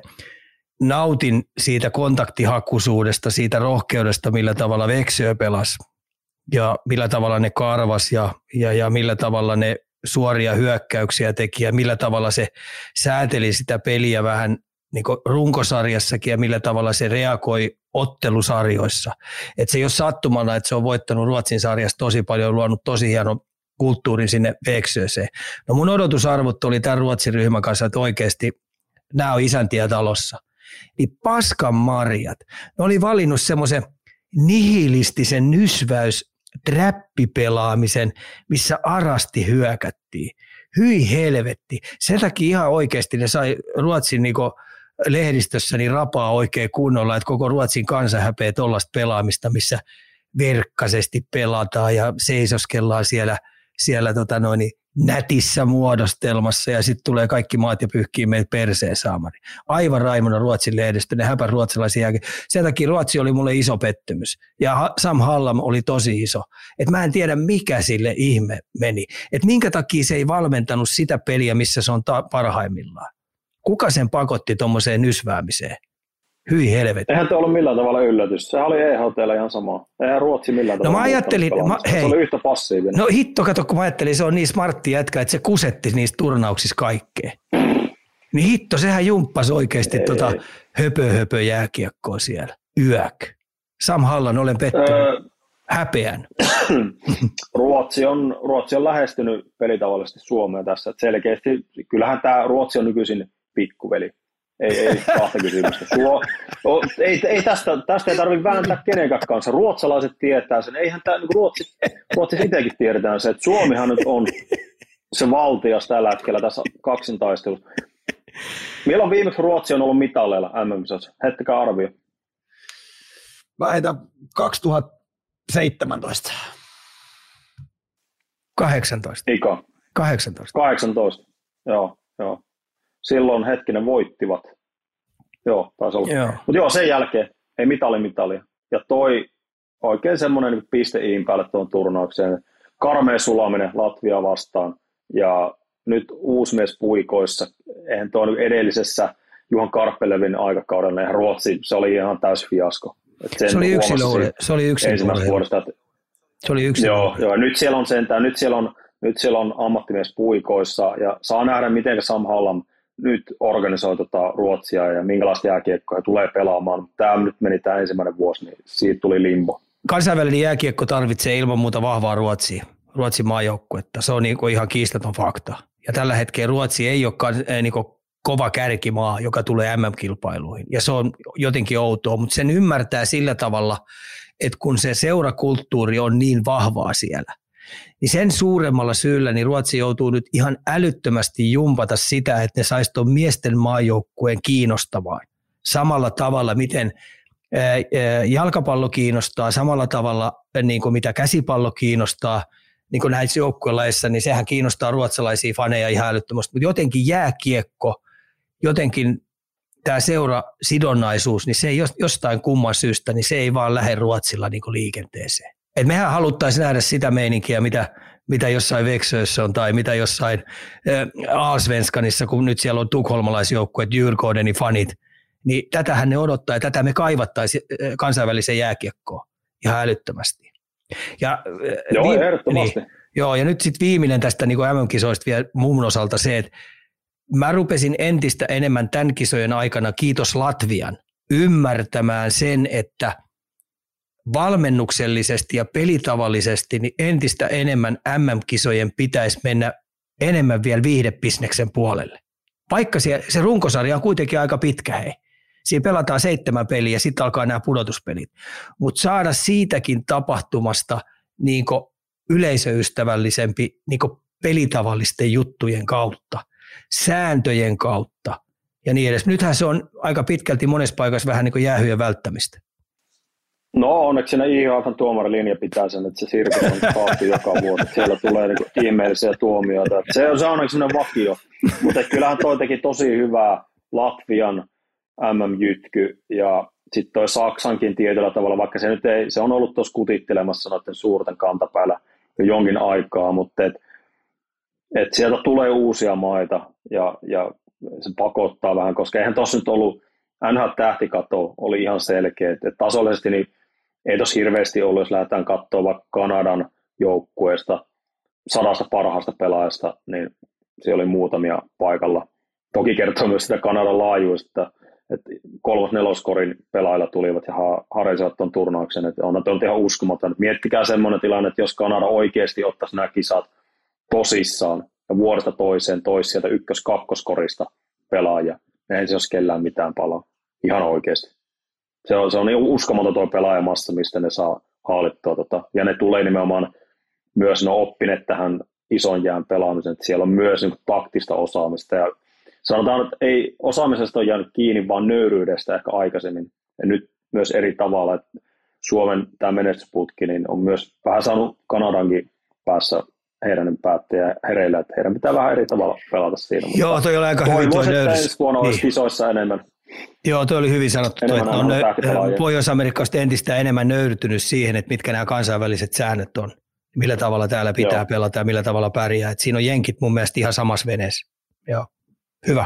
Speaker 4: Nautin siitä kontaktihakuisuudesta, siitä rohkeudesta, millä tavalla Växjö pelasi. ja millä tavalla ne karvas ja millä tavalla ne suoria hyökkäyksiä teki ja millä tavalla se sääteli sitä peliä vähän niin kuin runkosarjassakin ja millä tavalla se reagoi ottelusarjoissa. Et se ei ole sattumana, että se on voittanut Ruotsin sarjassa tosi paljon, luonut tosi hienon kulttuurin sinne Växjöseen. No mun odotusarvot oli tämän Ruotsin ryhmän kanssa, että oikeasti nämä on isäntiä talossa. Niin paskan marjat. Ne oli valinnut semmoisen nihilistisen träppipelaamisen, missä arasti hyökättiin. Hyi helvetti. Sen takia ihan oikeasti ne sai Ruotsin lehdistössä rapaa oikein kunnolla, että koko Ruotsin kansa häpeää tuollaista pelaamista, missä verkkaisesti pelataan ja seisoskellaan siellä nätissä muodostelmassa ja sitten tulee kaikki maat ja pyyhkii meitä perseen saamari. Aivan raimona Ruotsin lehdistö, ne häpä ruotsalaisia jälkeen. Sen takia Ruotsi oli mulle iso pettymys ja Sam Hallam oli tosi iso. Et mä en tiedä mikä sille ihme meni. Et minkä takia se ei valmentanut sitä peliä, missä se on parhaimmillaan. Kuka sen pakotti tuommoiseen nysväämiseen? Hyi helvetti.
Speaker 3: Eihän te ollut millään tavalla yllätys. Se oli EHT:llä ihan sama. Eihän Ruotsi millään tavalla.
Speaker 4: No mä ajattelin,
Speaker 3: se oli yhtä passiivinen.
Speaker 4: No hitto, kato kun mä ajattelin, se on niin smartti jätkä, että se kusetti niissä turnauksissa kaikkea. Niin hitto, sehän jumppasi oikeasti höpö jääkiekkoa siellä. Yök. Sam Hallan, olen pettynyt. Häpeän.
Speaker 3: Ruotsi on lähestynyt pelitavallisesti Suomea tässä. Et selkeästi, kyllähän tämä Ruotsi on nykyisin pikkuveli. Ei kahta kysymystä. Tästä ei tarvitse vääntää kenenkään kanssa. Ruotsalaiset tietää sen. Eihän tämä niin Ruotsi itsekin tiedetään se, että Suomihan nyt on se valtias tällä hetkellä tässä kaksintaistelussa. Milloin viimeksi Ruotsi on ollut mitaleilla MM-kisoissa? Heittäkää arvio.
Speaker 2: Mä heitän 2017.
Speaker 4: 18.
Speaker 3: Ika.
Speaker 4: 18.
Speaker 3: 18. Joo. Silloin hetkinen voittivat. Joo, taisi olla. Mutta joo, sen jälkeen ei mitalia. Ja toi oikein semmoinen niin piste iin päälle tuon turnaukseen. Karmea sulaminen Latvia vastaan. Ja nyt uusi mies puikoissa. Eihän tuo edellisessä Juhan Karppelevin aikakaudella ihan Ruotsi, se oli ihan täys fiasko.
Speaker 4: Se oli yksilöurheilu.
Speaker 3: Vuodesta.
Speaker 4: Se oli yksilöurheilu.
Speaker 3: Joo, nyt siellä on sentään, nyt siellä on ammattimies puikoissa ja saa nähdä, miten Sam Hallam nyt organisoi Ruotsia ja minkälaista jääkiekkoa he tulee pelaamaan. Tämä nyt meni tämä ensimmäinen vuosi, niin siitä tuli limbo.
Speaker 4: Kansainvälinen jääkiekko tarvitsee ilman muuta vahvaa Ruotsin maajoukkuetta. Se on ihan kiistaton fakta. Ja tällä hetkellä Ruotsi ei ole kova kärkimaa, joka tulee MM-kilpailuihin. Ja se on jotenkin outoa, mutta sen ymmärtää sillä tavalla, että kun se seurakulttuuri on niin vahvaa siellä, niin sen suuremmalla syyllä niin Ruotsi joutuu nyt ihan älyttömästi jumpata sitä, että ne saisi tuon miesten maajoukkueen kiinnostamaan. Samalla tavalla, miten jalkapallo kiinnostaa, samalla tavalla niin kuin mitä käsipallo kiinnostaa, niin kuin näissä joukkuelaissa, niin sehän kiinnostaa ruotsalaisia faneja ihan älyttömästi. Mutta jotenkin jääkiekko, jotenkin tämä seurasidonnaisuus, niin se ei jostain kumman syystä, niin se ei vaan lähde Ruotsilla niin kuin liikenteeseen. Et mehän haluttaisiin nähdä sitä meininkiä, mitä jossain Växjössä on tai mitä jossain Allsvenskanissa, kun nyt siellä on tukholmalaisjoukkueet, Djurgårdenin fanit, niin tätähän ne odottaa ja tätä me kaivattaisiin kansainväliseen jääkiekkoon ihan älyttömästi. Ja,
Speaker 3: joo, ehdottomasti.
Speaker 4: Niin, joo, ja nyt sitten viimeinen tästä niin kuin MM-kisoista vielä mun osalta se, että mä rupesin entistä enemmän tämän kisojen aikana, kiitos Latvian, ymmärtämään sen, että valmennuksellisesti ja pelitavallisesti niin entistä enemmän MM-kisojen pitäisi mennä enemmän vielä viihdebisneksen puolelle. Vaikka se runkosarja on kuitenkin aika pitkä, hei. Siinä pelataan 7 peliä ja sitten alkaa nämä pudotuspelit. Mutta saada siitäkin tapahtumasta niin yleisöystävällisempi niin pelitavallisten juttujen kautta, sääntöjen kautta ja niin edes. Nythän se on aika pitkälti monessa paikassa vähän niin jäähyjen välttämistä.
Speaker 3: No onneksi siinä IHF:n tuomarilinja pitää sen, että se siirtys on kaappi joka vuosi. Siellä tulee niin ihmeellisiä tuomioita. Se on onneksi sellainen vakio. Mutta kyllähän toi teki tosi hyvää Latvian MM-jytky ja sitten toi Saksankin tietyllä tavalla, vaikka se nyt ei, se on ollut tuossa kutittelemassa noiden suurten kantapäällä jo jonkin aikaa, mutta et sieltä tulee uusia maita ja se pakottaa vähän, koska eihän tuossa nyt ollut NHL-tähtikato oli ihan selkeä, että tasollisesti niin ei tossa hirveästi ollut, jos lähdetään katsoa vaikka Kanadan joukkueesta 100 parhaasta pelaajasta, niin siellä oli muutamia paikalla. Toki kertoo myös sitä Kanadan laajuista, että 3.-4. korin pelaajilla tulivat ja harjasivat tuon turnauksen. Että on ihan uskomaton. Miettikää semmoinen tilanne, että jos Kanada oikeasti ottaisi nämä kisat tosissaan ja vuodesta toiseen toisi sieltä 1-2 korista pelaajia, niin ei se olisi kellään mitään palaa. Ihan oikeasti. Se on niin uskomaton tuo pelaajamassa, mistä ne saa haalittua. Ja ne tulee nimenomaan myös oppineet tähän ison jään pelaamiseen, että siellä on myös niin taktista osaamista. Ja sanotaan, että ei osaamisesta ole jäänyt kiinni, vaan nöyryydestä ehkä aikaisemmin. Ja nyt myös eri tavalla, että Suomen tämä menestysputki niin on myös vähän saanut Kanadankin päässä heidän päättäjä hereillä, että heidän pitää vähän eri tavalla pelata siinä.
Speaker 4: Joo, toi oli aika hyvin tuo nöyrys.
Speaker 3: Toivoisin, ensi vuonna olisi kisoissa enemmän.
Speaker 4: Joo, toi oli hyvin sanottu, että on Pohjois-Amerikasta entistä enemmän nöyrtynyt siihen, että mitkä nämä kansainväliset säännöt on, millä tavalla täällä pitää pelata ja millä tavalla pärjää. Et siinä on jenkit mun mielestä ihan samassa veneessä. Joo, hyvä.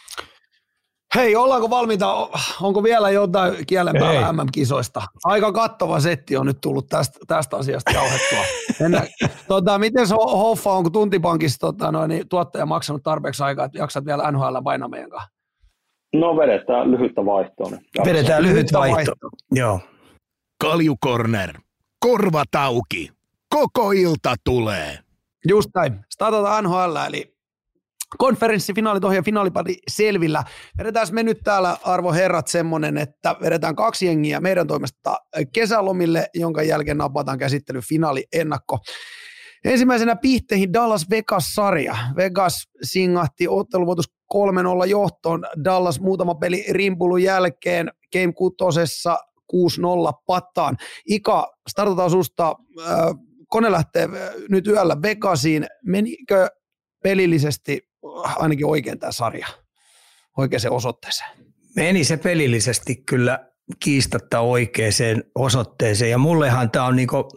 Speaker 2: Hei, ollaanko valmiita? Onko vielä jotain kielen päällä MM-kisoista? Aika kattava setti on nyt tullut tästä asiasta jauhettua. Miten se hoffa on, kun Tuntipankissa tuottaja maksanut tarpeeksi aikaa, että jaksat vielä NHL painaa meidän kanssa?
Speaker 3: No vedetään lyhyttä vaihtoa.
Speaker 4: Vedetään lyhyt vaihto. Joo.
Speaker 1: Kalju Corner. Korvat auki. Koko ilta tulee.
Speaker 2: Just näin. Startataan NHL, eli konferenssifinaalit ja finaalipari selvillä. Vedetään me nyt täällä, arvo herrat, semmonen, että vedetään 2 jengiä meidän toimesta kesälomille, jonka jälkeen napataan käsittely finaaliennakko. Ensimmäisenä piihteihin Dallas-Vegas-sarja. Vegas singahti otteluvoitos 3-0 johtoon. Dallas muutama peli rimpulun jälkeen Game 6:ssa 6-0 pataan. Ika, startataan susta. Kone lähtee nyt yöllä Vegasiin. Menikö pelillisesti ainakin oikein tämä sarja? Oikeaan osoitteeseen?
Speaker 4: Meni se pelillisesti kyllä kiistatta oikeaan osoitteeseen. Ja mullehan tämä on niinku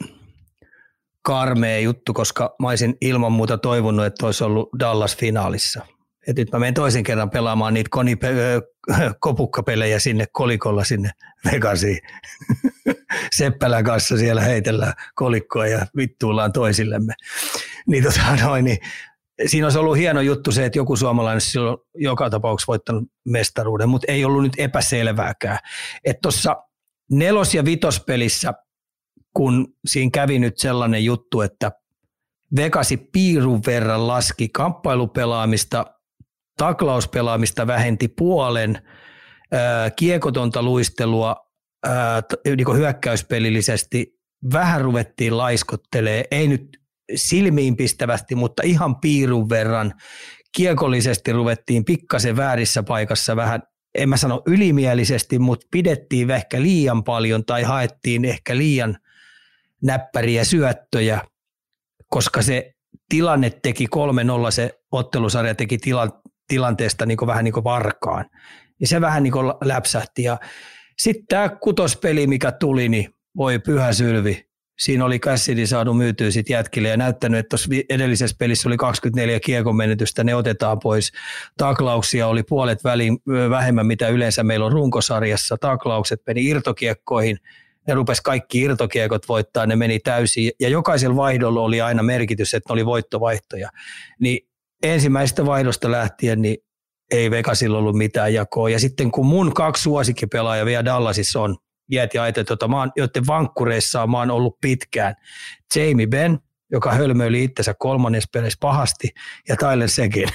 Speaker 4: karmea juttu, koska mä olisin ilman muuta toivonut, että olisi ollut Dallas-finaalissa. Et nyt mä menen toisen kerran pelaamaan niitä kopukkapelejä sinne kolikolla sinne Vegasiin. Seppälän kanssa siellä heitellään kolikkoa ja vittuillaan toisillemme. Niin, siinä olisi ollut hieno juttu se, että joku suomalainen silloin joka tapauksessa voittanut mestaruuden, mutta ei ollut nyt epäselvääkään. Että tuossa 4- ja 5-pelissä, kun siinä kävi nyt sellainen juttu, että Vegasi piirun verran laski kamppailupelaamista, taklauspelaamista vähenti puolen, kiekotonta luistelua niin hyökkäyspelillisesti, vähän ruvettiin laiskottelee, ei nyt silmiinpistävästi, mutta ihan piirun verran. Kiekollisesti ruvettiin pikkasen väärissä paikassa vähän, en mä sano ylimielisesti, mutta pidettiin ehkä liian paljon tai haettiin ehkä liian näppäriä syöttöjä, koska se tilanne teki 3-0, se ottelusarja teki tilanteesta niin vähän niin kuin varkaan. Ja se vähän niin kuin läpsähti. Ja sitten tämä 6-peli, mikä tuli, niin voi pyhä sylvi. Siinä oli Cassidy saanut myytyä sit jätkille ja näyttänyt, että tuossa edellisessä pelissä oli 24 kiekon menetystä, ne otetaan pois. Taklauksia oli puolet vähemmän, mitä yleensä meillä on runkosarjassa. Taklaukset meni irtokiekkoihin, ne rupesi kaikki irtokiekot voittaa, ne meni täysin. Ja jokaisella vaihdolla oli aina merkitys, että ne oli voittovaihtoja. Niin ensimmäisestä vaihdosta lähtien niin ei Vegasilla ollut mitään jakoa. Ja sitten kun mun 2 suosikkipelaajaa vielä Dallasissa on, Jät ja Aitet, joiden vankkureissa mä oon ollut pitkään. Jamie Benn, joka hölmöili itsensä 3. pelissä pahasti, ja Tyler Seguin.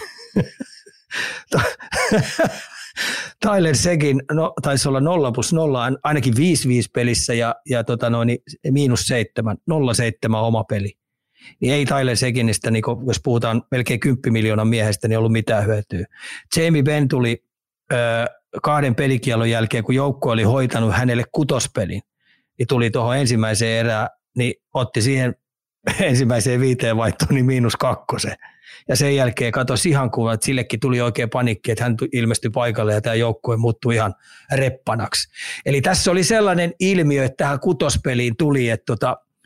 Speaker 4: Tyler Seguin taisi olla 0+0, ainakin 5-5 pelissä ja -7, 0-7 oma peli. Niin ei Tyler Seguinistä, niin jos puhutaan melkein 10 miljoonan miehestä, niin ei ollut mitään hyötyä. Jamie Benn tuli 2 pelikielon jälkeen, kun joukko oli hoitanut hänelle 6-pelin, niin tuli tuohon ensimmäiseen erään, niin otti siihen ensimmäiseen 5 vaihtoon niin -2. Ja sen jälkeen katosi ihan kuva, että sillekin tuli oikein panikki, että hän ilmestyi paikalle ja tämä joukkue muuttui ihan reppanaksi. Eli tässä oli sellainen ilmiö, että tähän 6-peliin tuli, että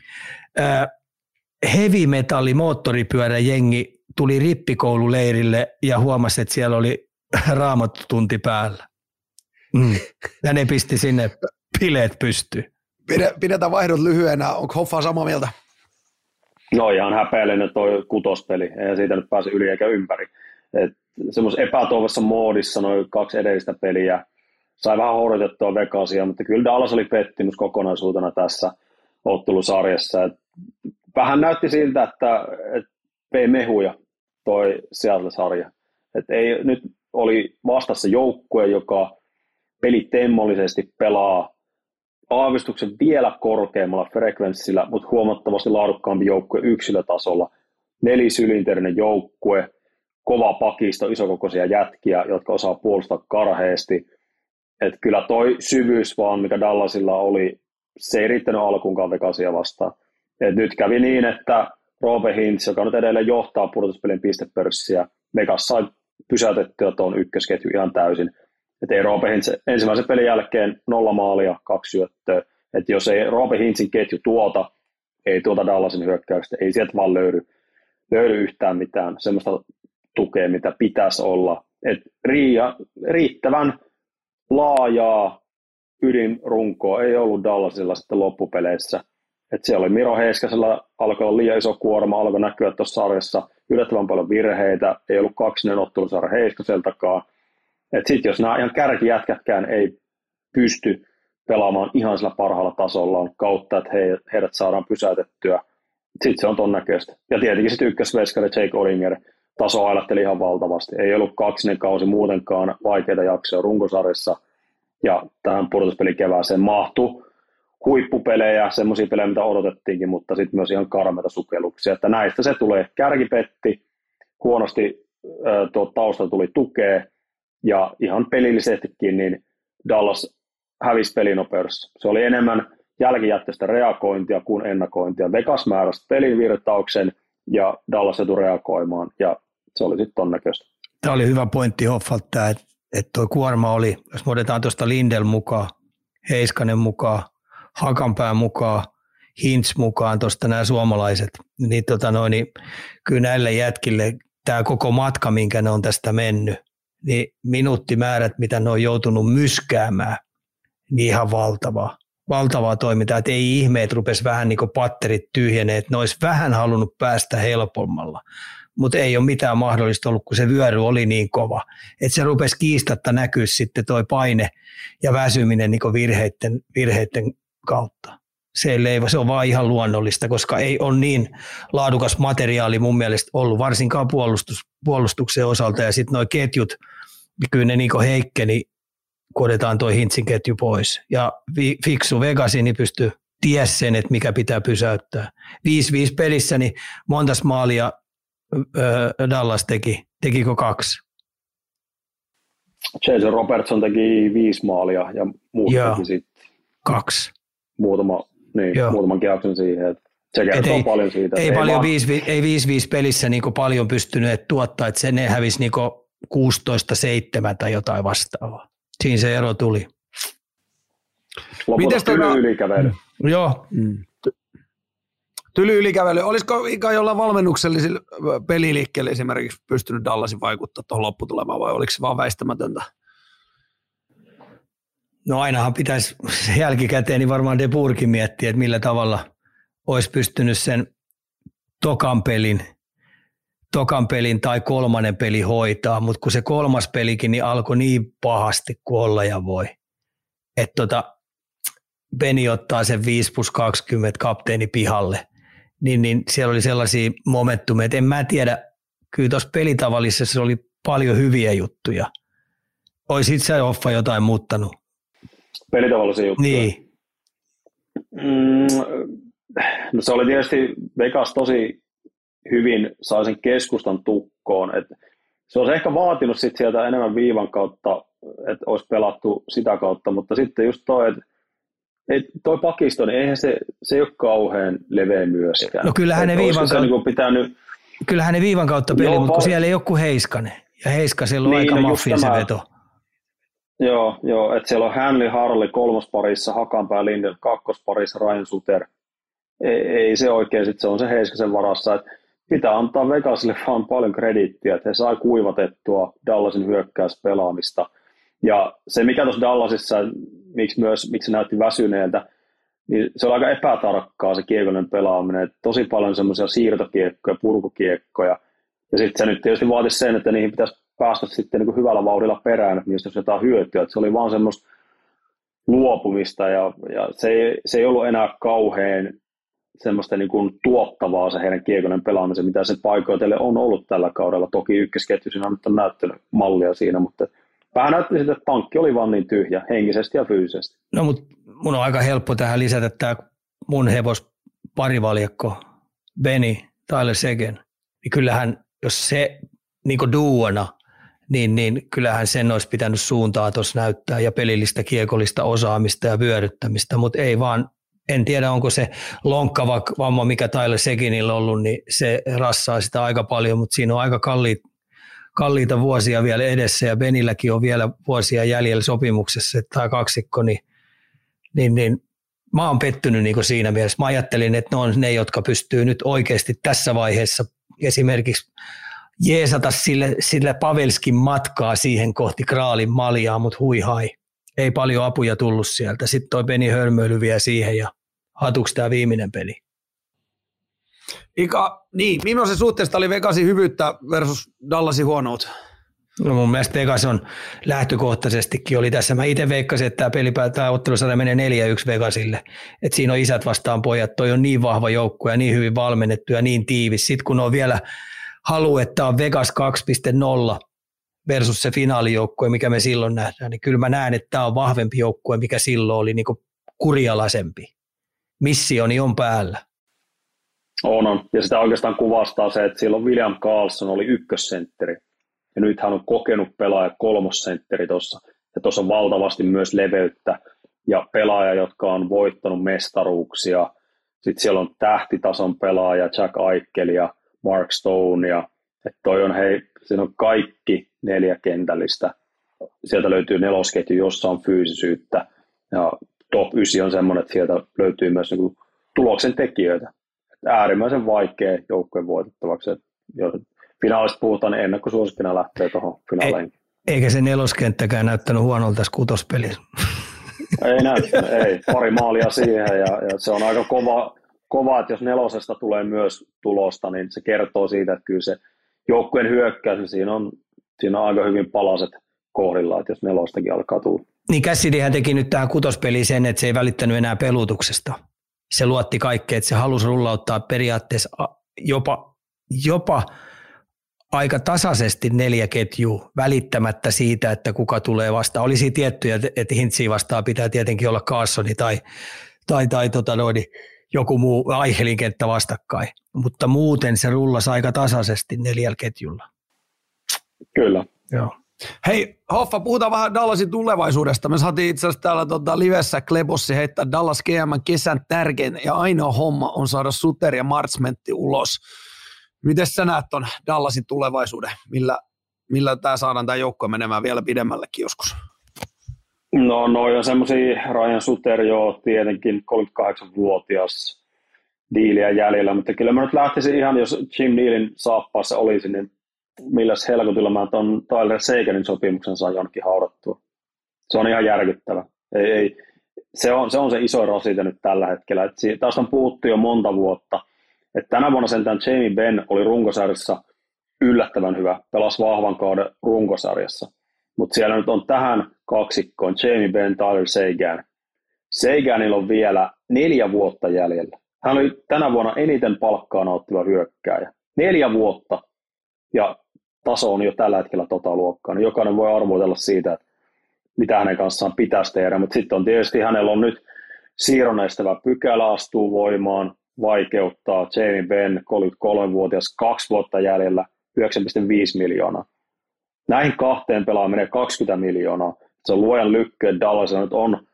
Speaker 4: heavy metalli moottoripyöräjengi tuli rippikoululeirille ja huomasi, että siellä oli raamattutunti päällä. Ja ne pisti sinne bileet pystyyn.
Speaker 2: Pidetään vaihdot lyhyenä. Onko Hoffa samaa mieltä?
Speaker 3: No ihan häpeällinen toi kutospeli. Eihän siitä nyt pääse yli eikä ympäri. Semmoisessa epätoivossa moodissa noin 2 edellistä peliä. Sai vähän horjutettua Vegasia, mutta kyllä Dallas oli pettymys kokonaisuutena tässä ottelusarjassa. Vähän näytti siltä, että vei mehuja toi Seattle-sarja. Nyt oli vastassa joukkue, joka pelitemmollisesti pelaa aavistuksen vielä korkeammalla frekvenssillä, mutta huomattavasti laadukkaampi joukkue yksilötasolla. 4-sylinterinen joukkue, kova pakisto, isokokoisia jätkiä, jotka osaa puolustaa karheasti. Että kyllä toi syvyys vaan, mikä Dallasilla oli, se ei riittänyt alkuunkaan Vegasia vastaan. Et nyt kävi niin, että Roope Hintz, joka nyt edelleen johtaa pudotuspelin pistepörssiä, Vegas sai pysäytettyä tuon ykkösketju ihan täysin. Että ei Roope Hintz ensimmäisen pelin jälkeen 0 maalia, 2 syöttöä. Että jos ei Roope Hintzin ketju ei tuota Dallasin hyökkäystä, ei sieltä vaan löydy yhtään mitään semmoista tukea, mitä pitäisi olla. Että riittävän laajaa ydinrunkoa ei ollut Dallasilla sitten loppupeleissä. Että siellä oli Miro Heiskasella, alkoi olla liian iso kuorma, alkoi näkyä tuossa sarjassa yllättävän paljon virheitä, ei ollut 2 ottelusarja Heiskaseltakaan. Että sitten jos nämä ihan kärkijätkätkään ei pysty pelaamaan ihan sillä parhaalla tasollaan kautta, että heidät saadaan pysäytettyä, sitten se on ton näköistä. Ja tietenkin sitten ykkösveskari Jake Oettinger taso ailatteli ihan valtavasti. Ei ollut 2 kausi muutenkaan vaikeita jaksoja runkosarjassa. Ja tähän pudotuspelikevääseen mahtui huippupelejä, semmoisia pelejä, mitä odotettiinkin, mutta sitten myös ihan karmeita sukelluksia. Että näistä se tulee kärkipetti, huonosti tuo tausta tuli tukea, ja ihan pelillisestikin niin Dallas hävisi pelinopeudessa. Se oli enemmän jälkijättöistä reagointia kuin ennakointia. Vegas määräsi pelin virtauksen, ja Dallas etui reagoimaan, ja se oli sitten ton näköistä.
Speaker 4: Tämä oli hyvä pointti Hoffalta, että tuo kuorma oli, jos me otetaan tuosta Lindell mukaan, Heiskanen mukaan, Hakanpää mukaan, Hintz mukaan, tuosta nämä suomalaiset, niin, niin kyllä näille jätkille tämä koko matka, minkä ne on tästä mennyt, niin minuuttimäärät, mitä ne on joutunut myskäämään, niin ihan valtavaa toimintaa, että ei ihme, että rupesi vähän niin kuin patterit tyhjenee, että ne olisi vähän halunnut päästä helpommalla, mutta ei ole mitään mahdollista ollut, kun se vyöry oli niin kova, että se rupesi kiistatta näkyä sitten toi paine ja väsyminen niin kuin virheiden kautta. Se on vaan ihan luonnollista, koska ei ole niin laadukas materiaali mun mielestä ollut, varsinkaan puolustuksen osalta, ja sitten nuo ketjut, niin kyllä ne niin kuin heikkeni, kun otetaan tuo Hintzin ketju pois. Ja fiksu Vegasi niin pystyy ties sen, että mikä pitää pysäyttää. 5-5 pelissä, niin montas maalia Dallas tekikö 2?
Speaker 3: Jason Robertson teki 5 maalia ja muut teki sitten
Speaker 4: 2.
Speaker 3: Muutaman kierroksen siihen. Se kertoo paljon siitä.
Speaker 4: Ei 5-5 pelissä niin paljon pystynyt tuottaa, että ne hävisi niin 16-7 tai jotain vastaavaa. Siinä se ero tuli.
Speaker 3: Lopulta ylikävely.
Speaker 4: Joo.
Speaker 2: Tyly ylikävely. Olisiko jollain valmennuksellisilla peliliikkeellä esimerkiksi pystynyt Dallasin vaikuttaa tuohon lopputulemaan, vai oliko se vaan väistämätöntä?
Speaker 4: No ainahan pitäisi jälkikäteen niin varmaan De Boerkin miettiä, että millä tavalla olisi pystynyt sen tokan pelin tai 3. peli hoitaa, mutta kun se 3. pelikin niin alkoi niin pahasti kuin olla ja voi. Että Benny ottaa sen 5+20 kapteeni pihalle, niin siellä oli sellaisia momentumeja, että en mä tiedä, kyllä tuossa pelitavallisessa oli paljon hyviä juttuja. Ois itse Hoffa jotain muuttanut.
Speaker 3: Pelitavallisia juttuja?
Speaker 4: Niin.
Speaker 3: No se oli tietysti Vegas tosi hyvin sai sen keskustan tukkoon. Et se olisi ehkä vaatinut sit sieltä enemmän viivan kautta, että olisi pelattu sitä kautta, mutta sitten just toi pakisto, niin eihän se ei ole kauhean leveä myöskään.
Speaker 4: No kyllähän ne viivan kautta peli, mutta kun siellä ei ole kuin Heiskanen. Ja Heiskasella on aika maffia se veto.
Speaker 3: Joo, että siellä on Hanley, Harley 3. parissa, Hakanpää, Lindell 2. parissa, Ryan Suter. Ei se oikein, sitten se on se Heiskasen varassa. Et pitää antaa Vegasille vaan paljon krediittiä, että he sai kuivatettua Dallasin hyökkäyspelaamista. Ja se mikä tuossa Dallasissa, miksi se näytti väsyneeltä, niin se on aika epätarkkaa se kiekollinen pelaaminen. Et tosi paljon semmoisia siirtokiekkoja, purkukiekkoja. Ja sitten se nyt tietysti vaatisi sen, että niihin pitäisi päästä sitten niin kuin hyvällä vauhdilla perään, että niistä olisi jotain hyötyä. Et se oli vaan semmoista luopumista ja se ei ollut enää kauhean semmoista niin kuin tuottavaa se heidän kiekollinen pelaamisen, mitä se paikoitelle on ollut tällä kaudella. Toki ykkösketju siinä on näyttänyt mallia siinä, mutta vähän näytti siltä, että tankki oli vaan niin tyhjä henkisesti ja fyysisesti.
Speaker 4: No mutta mun on aika helppo tähän lisätä tämä mun hevos parivaljakko, Benny, Tyler Seguin. Niin kyllähän, jos se niin kuin duona, niin kyllähän sen olisi pitänyt suuntaa tuossa näyttää ja pelillistä kiekollista osaamista ja vyöryttämistä, mutta ei vaan, en tiedä onko se lonkkavamma, mikä Tyler Seguinilla on ollut, niin se rassaa sitä aika paljon, mutta siinä on aika kalliita vuosia vielä edessä ja Benilläkin on vielä vuosia jäljellä sopimuksessa, että tämä kaksikko, niin mä oon pettynyt niin siinä mielessä. Mä ajattelin, että ne on ne, jotka pystyy nyt oikeasti tässä vaiheessa esimerkiksi jeesata sille Pavelskin matkaa siihen kohti Kraalin maljaa, mutta hui hai. Ei paljon apuja tullut sieltä. Sitten toi Benny hörmöily vie siihen ja hatuksi tämä viimeinen peli.
Speaker 2: Ika, niin, millaisen suhteesta oli Vegasin hyvyyttä versus Dallasin huonoutta?
Speaker 4: No mun mielestä Vegas on lähtökohtaisestikin oli tässä. Mä itse veikkasin, että tämä ottelusarja menee 4-1 Vegasille. Että siinä on isät vastaan pojat. Toi on niin vahva joukkue ja niin hyvin valmennettu ja niin tiivis. Sitten kun on vielä halu, että on Vegas 2.0 versus se finaalijoukkue, mikä me silloin nähdään, niin kyllä mä näen, että tämä on vahvempi joukkue, mikä silloin oli niin kuin kurialaisempi. Missioni on päällä.
Speaker 3: On. Ja sitä oikeastaan kuvastaa se, että silloin William Karlsson oli ykkössentteri. Ja nyt hän on kokenut pelaaja kolmossentteri tuossa. Ja tuossa on valtavasti myös leveyttä ja pelaajia, jotka on voittanut mestaruuksia. Sitten siellä on tähtitason pelaaja Jack Eichel ja Mark Stone. Ja että toi on, siinä on kaikki 4 kentällistä. Sieltä löytyy nelosketju, jossa on fyysisyyttä. Ja top 9 on semmoinen, että sieltä löytyy myös niin kuin tuloksen tekijöitä. Äärimmäisen vaikea joukkueen voitettavaksi. Finaalista puhutaan, niin ennakkosuosikkina lähtee tuohon finaaleihin.
Speaker 4: Eikä se neloskenttäkään näyttänyt huonolta tässä kutospelissä.
Speaker 3: Ei näyttänyt, ei. Pari maalia siihen ja se on aika kova, että jos nelosesta tulee myös tulosta, niin se kertoo siitä, että kyllä se joukkueen hyökkäys, niin siinä on aika hyvin palaset kohdillaan, että jos nelostakin alkaa tulla.
Speaker 4: Niin Cassidyhän teki nyt tähän kutospeliin sen, että se ei välittänyt enää pelutuksesta. Se luotti kaikkea, että se halusi rullauttaa periaatteessa jopa aika tasaisesti 4 ketjua välittämättä siitä, että kuka tulee vastaan. Olisi tiettyjä, että Hintsiä vastaan pitää tietenkin olla Carlssoni tai joku muu Eichelin kenttä vastakkain, mutta muuten se rullasi aika tasaisesti 4 ketjulla.
Speaker 3: Kyllä.
Speaker 4: Joo.
Speaker 2: Hei Hoffa, puhutaan vähän Dallasin tulevaisuudesta. Me saatiin itse asiassa täällä livessä Klebossi heittää Dallas GM kesän tärkein ja ainoa homma on saada Suter ja Marchmentti ulos. Miten sä näet ton Dallasin tulevaisuuden? Millä tämä saadaan tämä joukko menemään vielä pidemmällekin joskus?
Speaker 3: No on semmoisia, Ryan Suter jo tietenkin 38-vuotias diiliä jäljellä, mutta kyllä mä nyt lähtisin ihan, jos Jim Nealin saappaassa olisi, niin milläs helkutilla mä ton Tyler Seguinin sopimuksen saa jonnekin haudattua. Se on ihan järkyttävä. Se on se iso rasite nyt tällä hetkellä. Tästä on puhuttu jo monta vuotta. Että tänä vuonna sentään Jamie Benn oli runkosarjassa yllättävän hyvä. Pelasi vahvan kauden runkosarjassa. Mutta siellä nyt on tähän kaksikkoon Jamie Benn, Tyler Seguin. Seguinilla on vielä 4 vuotta jäljellä. Hän oli tänä vuonna eniten palkkaa nauttiva hyökkääjä. 4 vuotta. Ja taso on jo tällä hetkellä luokkaa. Niin jokainen voi arvoitella siitä, että mitä hänen kanssaan pitäisi tehdä. Mutta sitten on tietysti, hänellä on nyt siirron estävä pykälä astuu voimaan, vaikeuttaa. Jamie Benn, 33-vuotias, 2 vuotta jäljellä, 9,5 miljoonaa. Näihin 2 pelaa menee 20 miljoonaa. Se on luojan lykkö, että Dallasilla nyt on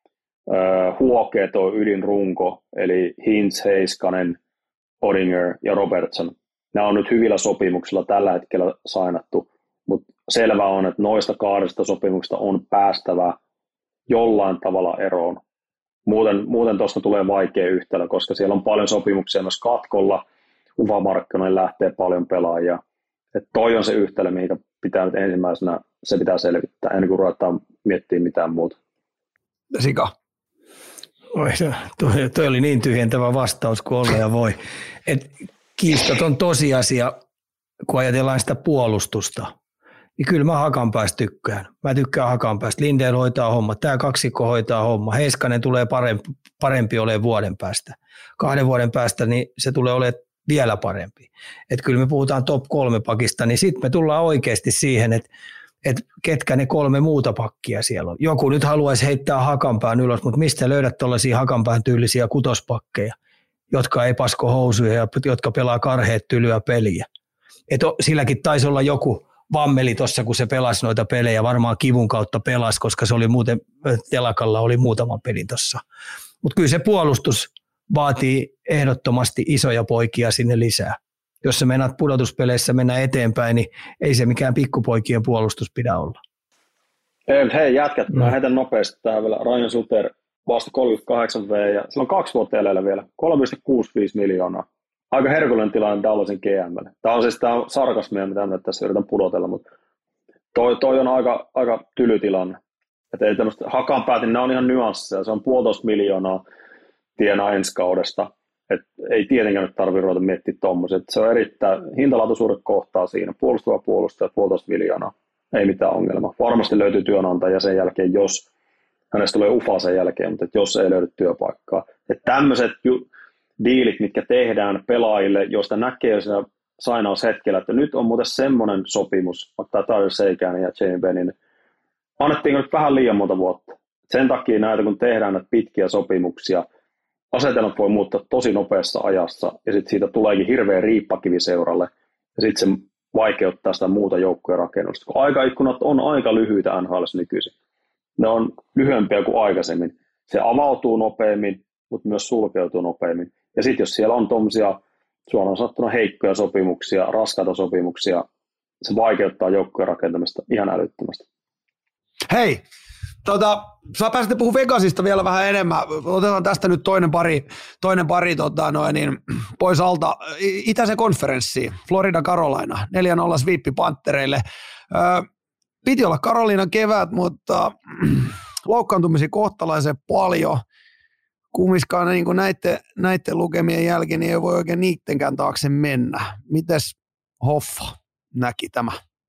Speaker 3: huokea tuo ydinrunko, eli Hintz, Heiskanen, Odinger ja Robertson. Nämä on nyt hyvillä sopimuksilla tällä hetkellä sainattu, mutta selvä on, että noista 2 sopimuksista on päästävä jollain tavalla eroon. Muuten tuosta tulee vaikea yhtälö, koska siellä on paljon sopimuksia myös katkolla. UFA-markkinoille lähtee paljon pelaajia. Et toi on se yhtälö, mihin pitää nyt ensimmäisenä, se pitää selvittää, ennen kuin ruvetaan miettimään mitään muuta.
Speaker 2: Sika?
Speaker 4: Toi oli niin tyhjentävä vastaus kuin olla ja voi. Et kiistaton tosiasia, kun ajatellaan sitä puolustusta, niin kyllä mä Hakanpäästä tykkään. Mä tykkään Hakanpäästä. Lindell hoitaa homma, tämä kaksikko hoitaa homma. Heiskanen tulee parempi olemaan vuoden päästä. 2 vuoden päästä niin se tulee olemaan vielä parempi. Et kyllä me puhutaan top 3 pakista, niin sitten me tullaan oikeasti siihen, että ketkä ne 3 muuta pakkia siellä on. Joku nyt haluaisi heittää Hakanpään ylös, mutta mistä löydät tuollaisia Hakanpään tyylisiä kutospakkeja, jotka ei pasko housuja ja jotka pelaa karheet tylyä peliä. Silläkin taisi olla joku vammeli tuossa, kun se pelasi noita pelejä, varmaan kivun kautta pelasi, koska se oli muuten, telakalla oli muutaman pelin tuossa. Mutta kyllä se puolustus vaatii ehdottomasti isoja poikia sinne lisää. Jos sä meinaat pudotuspeleissä mennä eteenpäin, niin ei se mikään pikkupoikien puolustus pidä olla.
Speaker 3: Hei jätkät, mä heitän nopeasti tähän vielä. Ryan Suter vasta 38 V ja sillä on 2 vuotta jäljellä vielä. 3,65 miljoonaa. Aika herkullinen tilanne Dallasin GM:lle. Tämä on siis sarkasmia, mitä mä tässä yritän pudotella, mutta toi on aika tyly tilanne. Että ei tämmöistä Hakanpäätin, nämä on ihan nyansseja. Se on 1,5 miljoonaa tienaa ensi kaudesta. Et ei tietenkään nyt tarvitse ruveta miettiä tuommoisia. Se on erittäin hintalaatuisuudet kohtaa siinä. Puolustava puolustaja, 1,5 miljoonaa. Ei mitään ongelmaa. Varmasti löytyy työnantaja sen jälkeen, jos hänestä tulee ufa sen jälkeen, mutta jos ei löydy työpaikkaa. Että tämmöiset diilit, mitkä tehdään pelaajille, joista näkee siinä sainaushetkellä, että nyt on muuten semmoinen sopimus, vaikka tämä Tyler Seikäinen ja Jamie Bennin, annettiin nyt vähän liian monta vuotta. Sen takia näitä, kun tehdään näitä pitkiä sopimuksia, asetelmat voi muuttaa tosi nopeassa ajassa, ja sitten siitä tuleekin hirveä riippakivi seuralle, ja sitten se vaikeuttaa sitä muuta joukkueen rakennusta. Kun aikaikkunat on aika lyhyitä NHL:ssä nykyisin. Ne on lyhyempiä kuin aikaisemmin. Se avautuu nopeammin, mutta myös sulkeutuu nopeammin. Ja sitten jos siellä on tuommoisia suoraan sanottuna heikkoja sopimuksia, raskaita sopimuksia, se vaikeuttaa joukkueen rakentamista ihan älyttömästi.
Speaker 2: Hei! Saa päästä puhua Vegasista vielä vähän enemmän. Otetaan tästä nyt toinen pari pois alta. Itäisen konferenssiin, Florida Carolina, 4-0 sweepi Panttereille. Piti olla Carolinan kevät, mutta loukkaantumisia kohtalaisen paljon. Kumminkaan niin näiden lukemien jälkeen niin ei voi oikein niittenkään taakse mennä. Mites Hoffa näki tämä?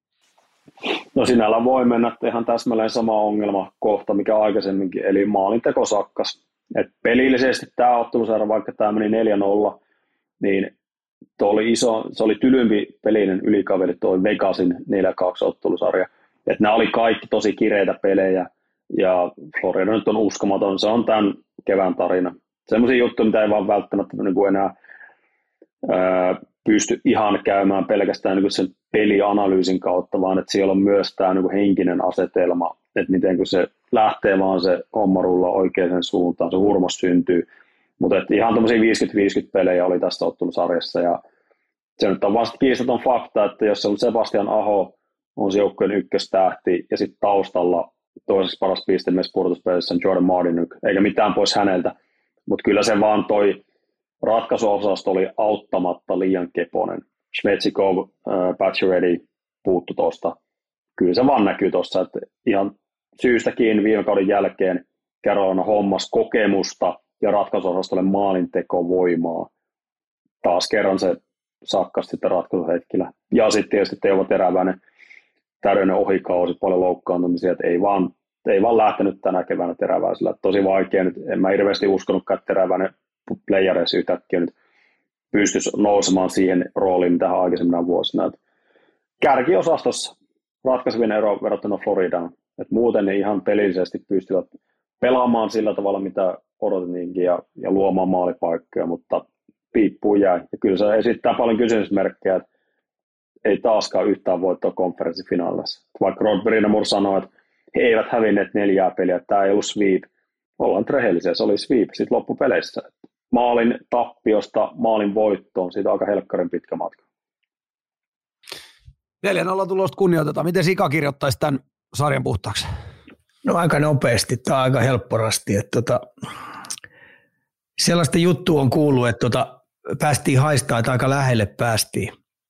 Speaker 3: No sinällä voi mennä ihan täsmälleen sama ongelma kohta, mikä aikaisemminkin, eli maalinteko sakkas. Et pelillisesti tämä ottelusarja, vaikka tämä meni 4-0, niin se oli tylympi pelinen ylikaveri tuo Vegasin 4-2 ottelusarja. Et nämä oli kaikki tosi kireitä pelejä, ja Florida nyt on uskomaton, se on tämän kevään tarina. Sellaisia juttuja, mitä ei vaan välttämättä enää pysty ihan käymään pelkästään niin sen pelianalyysin kautta, vaan että siellä on myös tämä niin henkinen asetelma, että miten kun se lähtee vaan se homma rulla oikeaan suuntaan, se hurmos syntyy. Mutta ihan tämmöisiä 50-50 pelejä oli tässä ottelusarjassa, ja se nyt on vasta kiistaton fakta, että jos se on Sebastian Aho, on se joukkueen ykköstähti, ja sitten taustalla toiseksi paras pistemies pudotuspelissä on Jordan Martinook, eikä mitään pois häneltä, mutta kyllä se vaan toi ratkaisuosasto oli auttamatta liian keponen. Svechnikov, Pacioretty puuttu tuosta. Kyllä se vaan näkyy tuossa, että ihan syystäkin viime kauden jälkeen Carolina hommas kokemusta ja ratkaisuosastolle maalintekovoimaa. Taas kerran se sakkas sitten ratkaisuhetkillä. Ja sitten tietysti Teuvo Teräväinen, täydellinen ohikausi, paljon loukkaantumisia, että ei vaan lähtenyt tänä keväänä Teräväisellä. Tosi vaikea nyt, en mä hirveästi uskonutkaan, että Teräväinen playereissa yhtäkkiä nyt pystyisi nousemaan siihen rooliin, mitä hän aikaisemmin vuosina. Kärkiosastossa ratkaisevin ero verrattuna Floridaan. Et muuten ne ihan pelillisesti pystyvät pelaamaan sillä tavalla, mitä odotettiinkin ja luomaan maalipaikkoja, mutta piippuun jäi. Ja kyllä se esittää paljon kysymysmerkkejä, että ei taaskaan yhtään voittoa konferenssifinaalissa. Vaikka Rod Brind'Amour sanoi, että he eivät hävinneet 4 peliä, tämä ei ollut sweep. Ollaan rehellisiä, se oli sweep sitten loppupeleissä. Maalin tappiosta maalin voittoon, siitä on aika helkkarin pitkä matka.
Speaker 2: 4-0 tulosta kunnioitetaan. Miten Sika kirjoittaisi tämän sarjan puhtaaksi?
Speaker 4: No aika nopeasti, tämä on aika helpporasti. Että sellaista juttua on kuullut, että päästiin haistaa, että aika lähelle päästiin.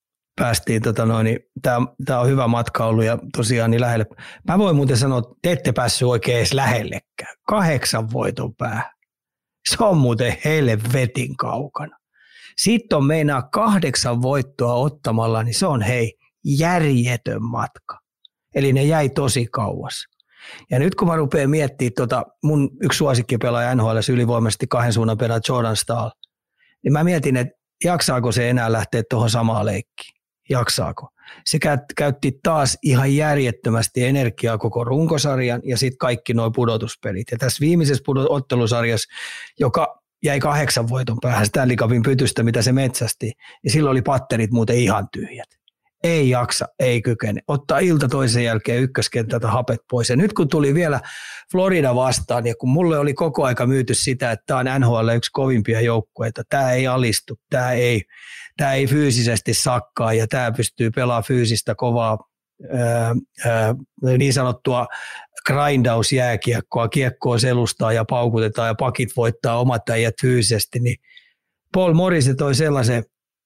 Speaker 4: Tämä on hyvä matka ollut ja tosiaan niin lähelle. Mä voin muuten sanoa, että te ette päässyt oikein edes lähellekään. 8 voiton päähän. Se on muuten helvetin kaukana. Sitten on meinaa 8 voittoa ottamalla, niin se on järjetön matka. Eli ne jäi tosi kauas. Ja nyt kun mä rupean miettimään mun yksi suosikkipelaaja NHL:ssä ylivoimaisesti 2 suunnan pelaaja Jordan Staal, niin mä mietin, että jaksaako se enää lähteä tuohon samaan leikkiin. Jaksaako? Se käytti taas ihan järjettömästi energiaa koko runkosarjan ja sitten kaikki nuo pudotuspelit. Ja tässä viimeisessä ottelusarjassa, joka jäi 8 voiton päähän Stanley Cupin pytystä, mitä se metsästi, ja silloin oli patterit muuten ihan tyhjät. Ei jaksa, ei kykene. Ottaa ilta toisen jälkeen ykköskentältä hapet pois. Ja nyt kun tuli vielä Florida vastaan, ja kun mulle oli koko aika myyty sitä, että tämä on NHL yksi kovimpia joukkueita, tämä ei alistu, tämä ei fyysisesti sakkaa, ja tämä pystyy pelaamaan fyysistä kovaa niin sanottua grindausjääkiekkoa, kiekkoa selustaa ja paukutetaan ja pakit voittaa omat äijät fyysisesti, niin Paul Morris toi sellaisen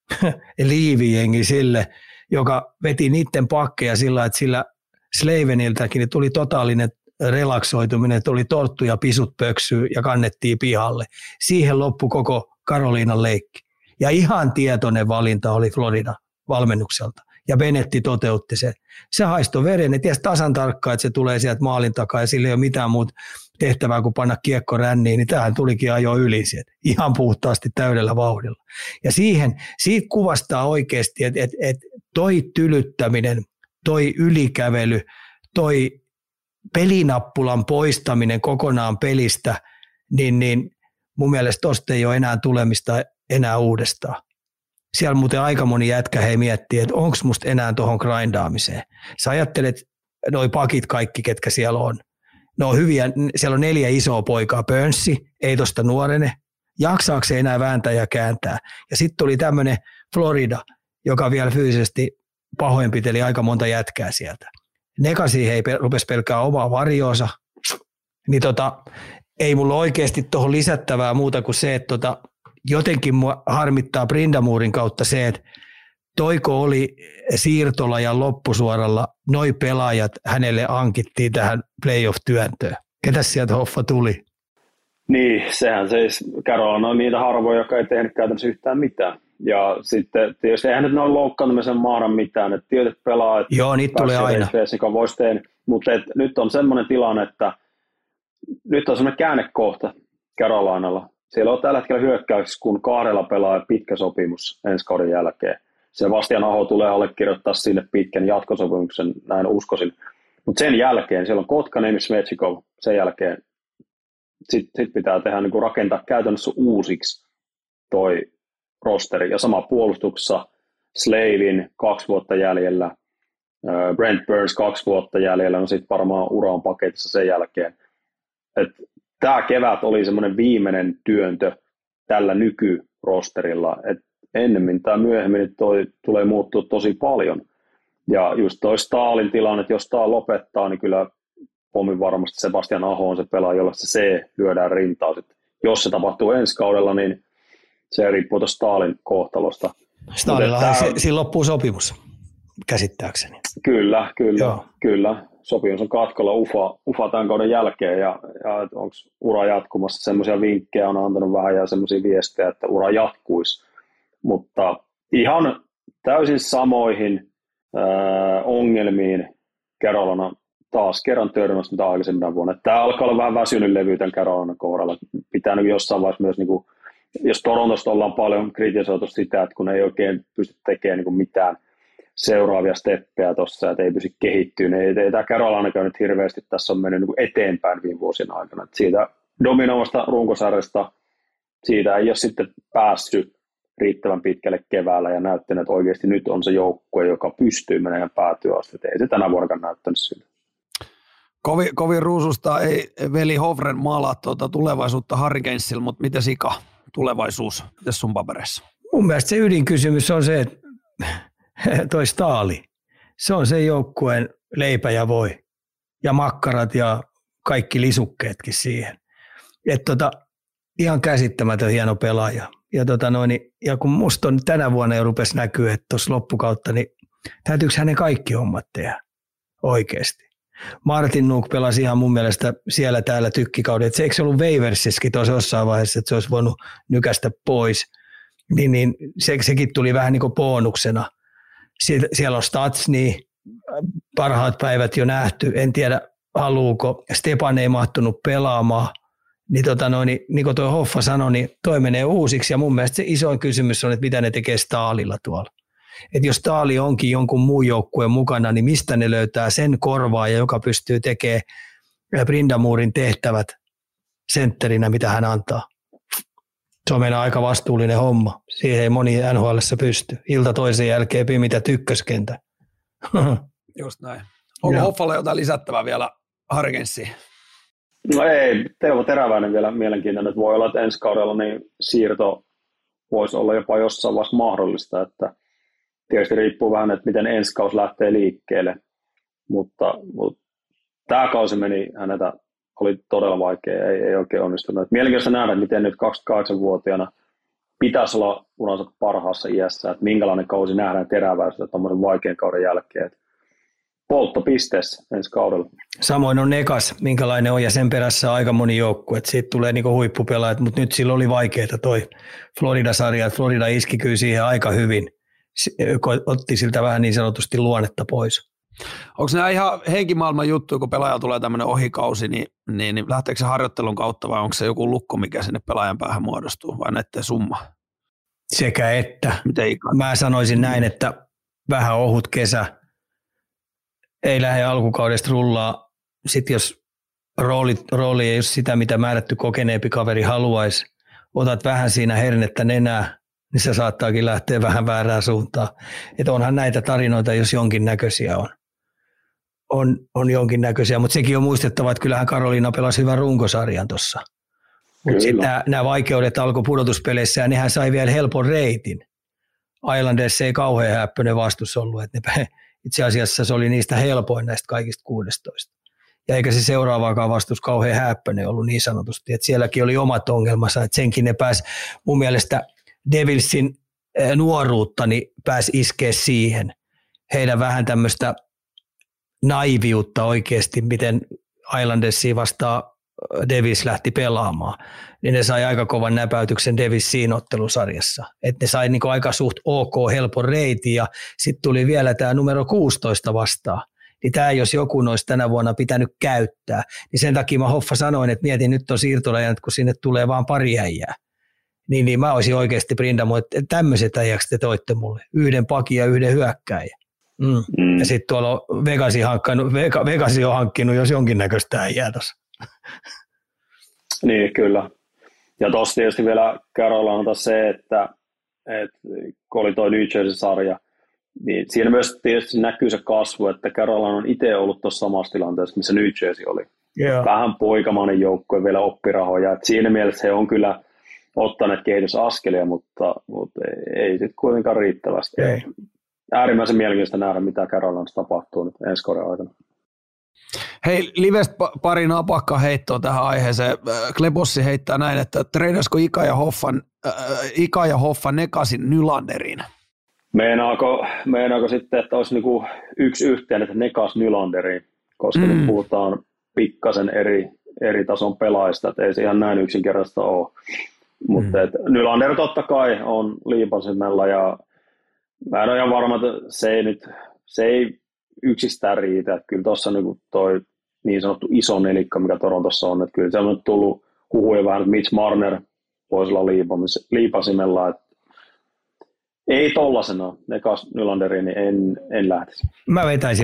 Speaker 4: liivijengi sille, joka veti niiden pakkeja sillä, että sillä Slaveniltäkin niin tuli totaalinen relaksoituminen, tuli torttu ja pisut pöksyy ja kannettiin pihalle. Siihen loppui koko Karoliinan leikki. Ja ihan tietoinen valinta oli Florida valmennukselta. Ja Benetti toteutti sen. Se haistoi veren, ne tiesi tasan tarkkaan, että se tulee sieltä maalin takaa ja sillä ei ole mitään muuta tehtävää kuin panna kiekko ränniin, niin tämähän tulikin ajo yli sieltä. Ihan puhtaasti täydellä vauhdilla. Ja siitä kuvastaa oikeasti, että toi tylyttäminen, toi ylikävely, toi pelinappulan poistaminen kokonaan pelistä, niin mun mielestä tosta ei ole enää tulemista enää uudestaan. Siellä muuten aika moni jätkä miettii, että onko musta enää tuohon grindaamiseen. Sä ajattelet, noi pakit kaikki, ketkä siellä on. Ne on hyviä, siellä on 4 isoa poikaa, Burnsi, ei tosta nuorene. Jaksaako se enää vääntää ja kääntää? Ja sitten tuli tämmöinen Florida, joka vielä fyysisesti pahoinpiteli aika monta jätkää sieltä. Nekasi rupesi pelkää omaa varjoonsa. Niin ei mulla oikeasti tuohon lisättävää muuta kuin se, että jotenkin mua harmittaa Brindamurin kautta se, että toiko oli siirtola ja loppusuoralla noi pelaajat hänelle hankittiin tähän playoff-työntöön. Ketäs sieltä hoffa tuli?
Speaker 3: Niin, sehän Carolina on niitä harvoja, jotka ei tehnyt käytännössä yhtään mitään. Ja sitten tietysti eihän nyt noin loukkaantumisen maana mitään, että tietyt pelaajat...
Speaker 4: Joo, niitä tulee aina.
Speaker 3: Voisi tehdä, mutta nyt on semmoinen tilanne, että nyt on semmoinen käännekohta Carolinalla. Siellä on tällä hetkellä hyökkäyksessä, kun 2 pelaajalla pitkä sopimus ensi kauden jälkeen. Sebastian Aho tulee allekirjoittaa sinne pitkän jatkosopimuksen, näin uskoisin. Mutta sen jälkeen, siellä on Kotkaniemi, Svechnikov, sen jälkeen sit pitää tehdä, niin kuin rakentaa käytännössä uusiksi toi rosteri. Ja sama puolustuksessa Slavin 2 vuotta jäljellä, Brent Burns 2 vuotta jäljellä, no sitten varmaan ura on paketissa sen jälkeen. Tämä kevät oli semmoinen viimeinen työntö tällä nykyrosterilla, että ennemmin tai myöhemmin toi tulee muuttua tosi paljon. Ja just toi Staalin tilanne, että jos Staal lopettaa, niin kyllä pommin varmasti Sebastian Aho on se pelaaja, jolla se lyödään rintaan. Jos se tapahtuu ensi kaudella, niin se riippuu tuosta Staalin kohtalosta.
Speaker 4: Staalillahan siinä loppuu sopimus, käsittääkseni.
Speaker 3: Kyllä. Sopimus on katkolla UFA tämän kauden jälkeen ja onko ura jatkumassa. Semmoisia vinkkejä on antanut vähän ja semmoisia viestejä, että ura jatkuisi. Mutta ihan täysin samoihin ongelmiin Carolina taas kerran törmäsi mitä aikaisemmin vuonna. Tämä alkaa olla vähän väsynyt levy tämän Carolinan kohdalla. Pitää nyt jossain vaiheessa myös, niin kuin, jos Torontosta ollaan paljon kritisoitu sitä, että kun ei oikein pysty tekemään niin kuin mitään seuraavia steppejä tuossa, että ei pysy kehittyä, niin ei tämä Carolina nyt hirveästi tässä on mennyt niin kuin eteenpäin viime vuosien aikana. Että siitä dominoivasta runkosarjasta, siitä ei ole sitten päässyt riittävän pitkälle keväällä ja näyttänyt, että oikeasti nyt on se joukkue, joka pystyy menemään päätyä asti. Ei se tänä vuonna näyttänyt siltä.
Speaker 2: Kovin ruususta ei veli Hovren maalaa tulevaisuutta Hurricanesilla, mutta miten Sika tulevaisuus? Mites sun paperissa?
Speaker 4: Mun mielestä se ydinkysymys on se, että toi Staali, se on se joukkueen leipä ja voi ja makkarat ja kaikki lisukkeetkin siihen. Että ihan käsittämätön hieno pelaaja. Ja kun musta on tänä vuonna jo rupesi näkyä, että tuossa loppukautta, niin täytyykö hänen kaikki hommat tehdä oikeasti. Martin Nuk pelasi ihan mun mielestä siellä täällä tykkikauden. Eikö se ollut Waversiskin tuossa jossain vaiheessa, että se olisi voinut nykästä pois? Niin sekin tuli vähän niin kuin bonuksena. Siellä on Stats, niin parhaat päivät jo nähty. En tiedä, haluuko. Stepan ei mahtunut pelaamaan. Niin kuin tuo Hoffa sanoi, niin toi menee uusiksi. Ja mun mielestä se isoin kysymys on, että mitä ne tekee Staalilla tuolla. Että jos Staali onkin jonkun muun joukkueen mukana, niin mistä ne löytää sen korvaaja, joka pystyy tekemään Brindamurin tehtävät sentterinä, mitä hän antaa. Se on meidän aika vastuullinen homma. Siihen ei moni NHL:ssä pysty. Ilta toisen jälkeen pimitä tykköskentä.
Speaker 2: Just näin. Onko Hoffalla jotain lisättävää vielä Hargenssiin?
Speaker 3: No ei, Teuvo Teräväinen vielä mielenkiintoinen, että voi olla, että ensi kaudella niin siirto voisi olla jopa jossain vaiheessa mahdollista, että tietysti riippuu vähän, että miten ensi kausi lähtee liikkeelle, mutta tämä kausi meni häneltä, oli todella vaikea, ei oikein onnistunut. Et mielenkiintoista nähdä, että miten nyt 28-vuotiaana pitäisi olla uransa parhaassa iässä, että minkälainen kausi nähdään Teräväistä tuommoisen vaikean kauden jälkeen. Et polttopisteessä ensi kaudella.
Speaker 4: Samoin on Nekas, minkälainen on, ja sen perässä aika moni joukkue, että siitä tulee niinku huippupelaajat, mutta nyt sillä oli vaikeaa toi Florida-sarja, että Florida iski kyllä siihen aika hyvin, otti siltä vähän niin sanotusti luonnetta pois.
Speaker 2: Onko nämä ihan henkimaailman juttuja, kun pelaaja tulee tämmöinen ohikausi, niin lähteekö se harjoittelun kautta vai onko se joku lukko, mikä sinne pelaajan päähän muodostuu vai näiden summa?
Speaker 4: Sekä että. Mä sanoisin näin, että vähän ohut kesä, ei lähde alkukaudesta rullaa. Sitten jos rooli ei ole sitä, mitä määrätty kokeneempi kaveri haluaisi, otat vähän siinä hernettä nenää, niin se saattaakin lähteä vähän väärään suuntaan. Että onhan näitä tarinoita, jos jonkinnäköisiä on jonkinnäköisiä, mutta sekin on muistettava, että kyllähän Karoliina pelasi hyvän runkosarjan tuossa. Mutta sitten nämä vaikeudet alkoi pudotuspeleissä ja nehän sai vielä helpon reitin. Islanders ei kauhean häppöinen vastus ollut, että itse asiassa se oli niistä helpoin näistä kaikista 16. Ja eikä se seuraavaakaan vastus kauhean häppöinen ollut niin sanotusti, että sielläkin oli omat ongelmansa, että senkin ne pääsi mun mielestä Devilsin nuoruutta niin pääsi iskeä siihen. Heidän vähän tämmöistä naiviutta oikeasti, miten Islandersia vastaan Devils lähti pelaamaan, niin ne sai aika kovan näpäytyksen Devils siinä ottelusarjassa. Että ne sai niinku aika suht ok helpon reitin ja sitten tuli vielä tämä numero 16 vastaan. Niin tämä jos joku olisi tänä vuonna pitänyt käyttää, niin sen takia mä Hoffa sanoin, että mietin nyt on siirtolajat, kun sinne tulee vaan pari äijää. Niin mä olisin oikeasti Brindamo, että tämmöiset äijäksi te toitte mulle. Yhden pakin ja yhden hyökkääjän. Ja sitten tuolla on Vegasi on hankkinut jos jonkinnäköistä äijää tuossa.
Speaker 3: Niin, kyllä. Ja tuossa tietysti vielä Carolinalta se, että kun oli tuo New Jersey-sarja, niin siinä myös tietysti näkyy se kasvu, että Carolina on itse ollut tuossa samassa tilanteessa, missä New Jersey oli. Yeah. Vähän poikamainen joukkue, vielä oppirahoja. Et siinä mielessä he on kyllä ottaneet kehitysaskelia, mutta ei sitten kuitenkaan riittävästi. Ei. Äärimmäisen mielenkiintoista nähdä, mitä Carolinassa tapahtuu nyt ensi kauden aikana.
Speaker 2: Hei, livestä pari napakka heittoa tähän aiheeseen. Klebossi heittää näin, että treidasko Ika ja Hoffa Nekasin Nylanderin?
Speaker 3: Meinaako sitten, että olisi niinku yksi yhteen, että Nekas Nylanderiin, koska nyt puhutaan pikkasen eri tason pelaajista, että ei se ihan näin yksinkertaista ole. Mutta Nylander totta kai on liipasimella ja mä en ole ihan varma, että se ei yksistään riitä. Että kyllä tuossa niin toi niin sanottu iso nelikka, mikä Torontossa on, että kyllä se on tullut huhuja vähän, että Mitch Marner voisi olla liipasimella. Että ei tollasena Nekas Nylanderiin, niin en lähtisi.
Speaker 4: Mä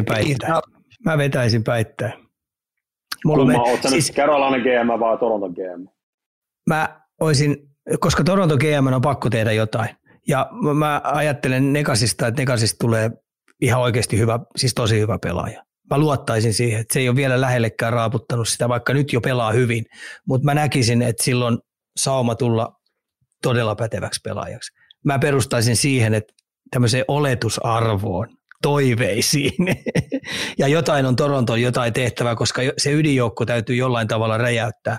Speaker 4: vetäisin päittää.
Speaker 3: Oletko sä nyt Carolina GM vai Toronto GM?
Speaker 4: Mä olisin, koska Toronto GM on pakko tehdä jotain. Ja mä ajattelen Nekasista, että Nekasista tulee ihan oikeasti hyvä, siis tosi hyvä pelaaja. Mä luottaisin siihen, että se ei ole vielä lähellekään raaputtanut sitä, vaikka nyt jo pelaa hyvin. Mutta mä näkisin, että silloin sauma tulla todella päteväksi pelaajaksi. Mä perustaisin siihen, että tämmöiseen oletusarvoon, toiveisiin. Ja jotain on Toronton jotain tehtävää, koska se ydinjoukko täytyy jollain tavalla räjäyttää.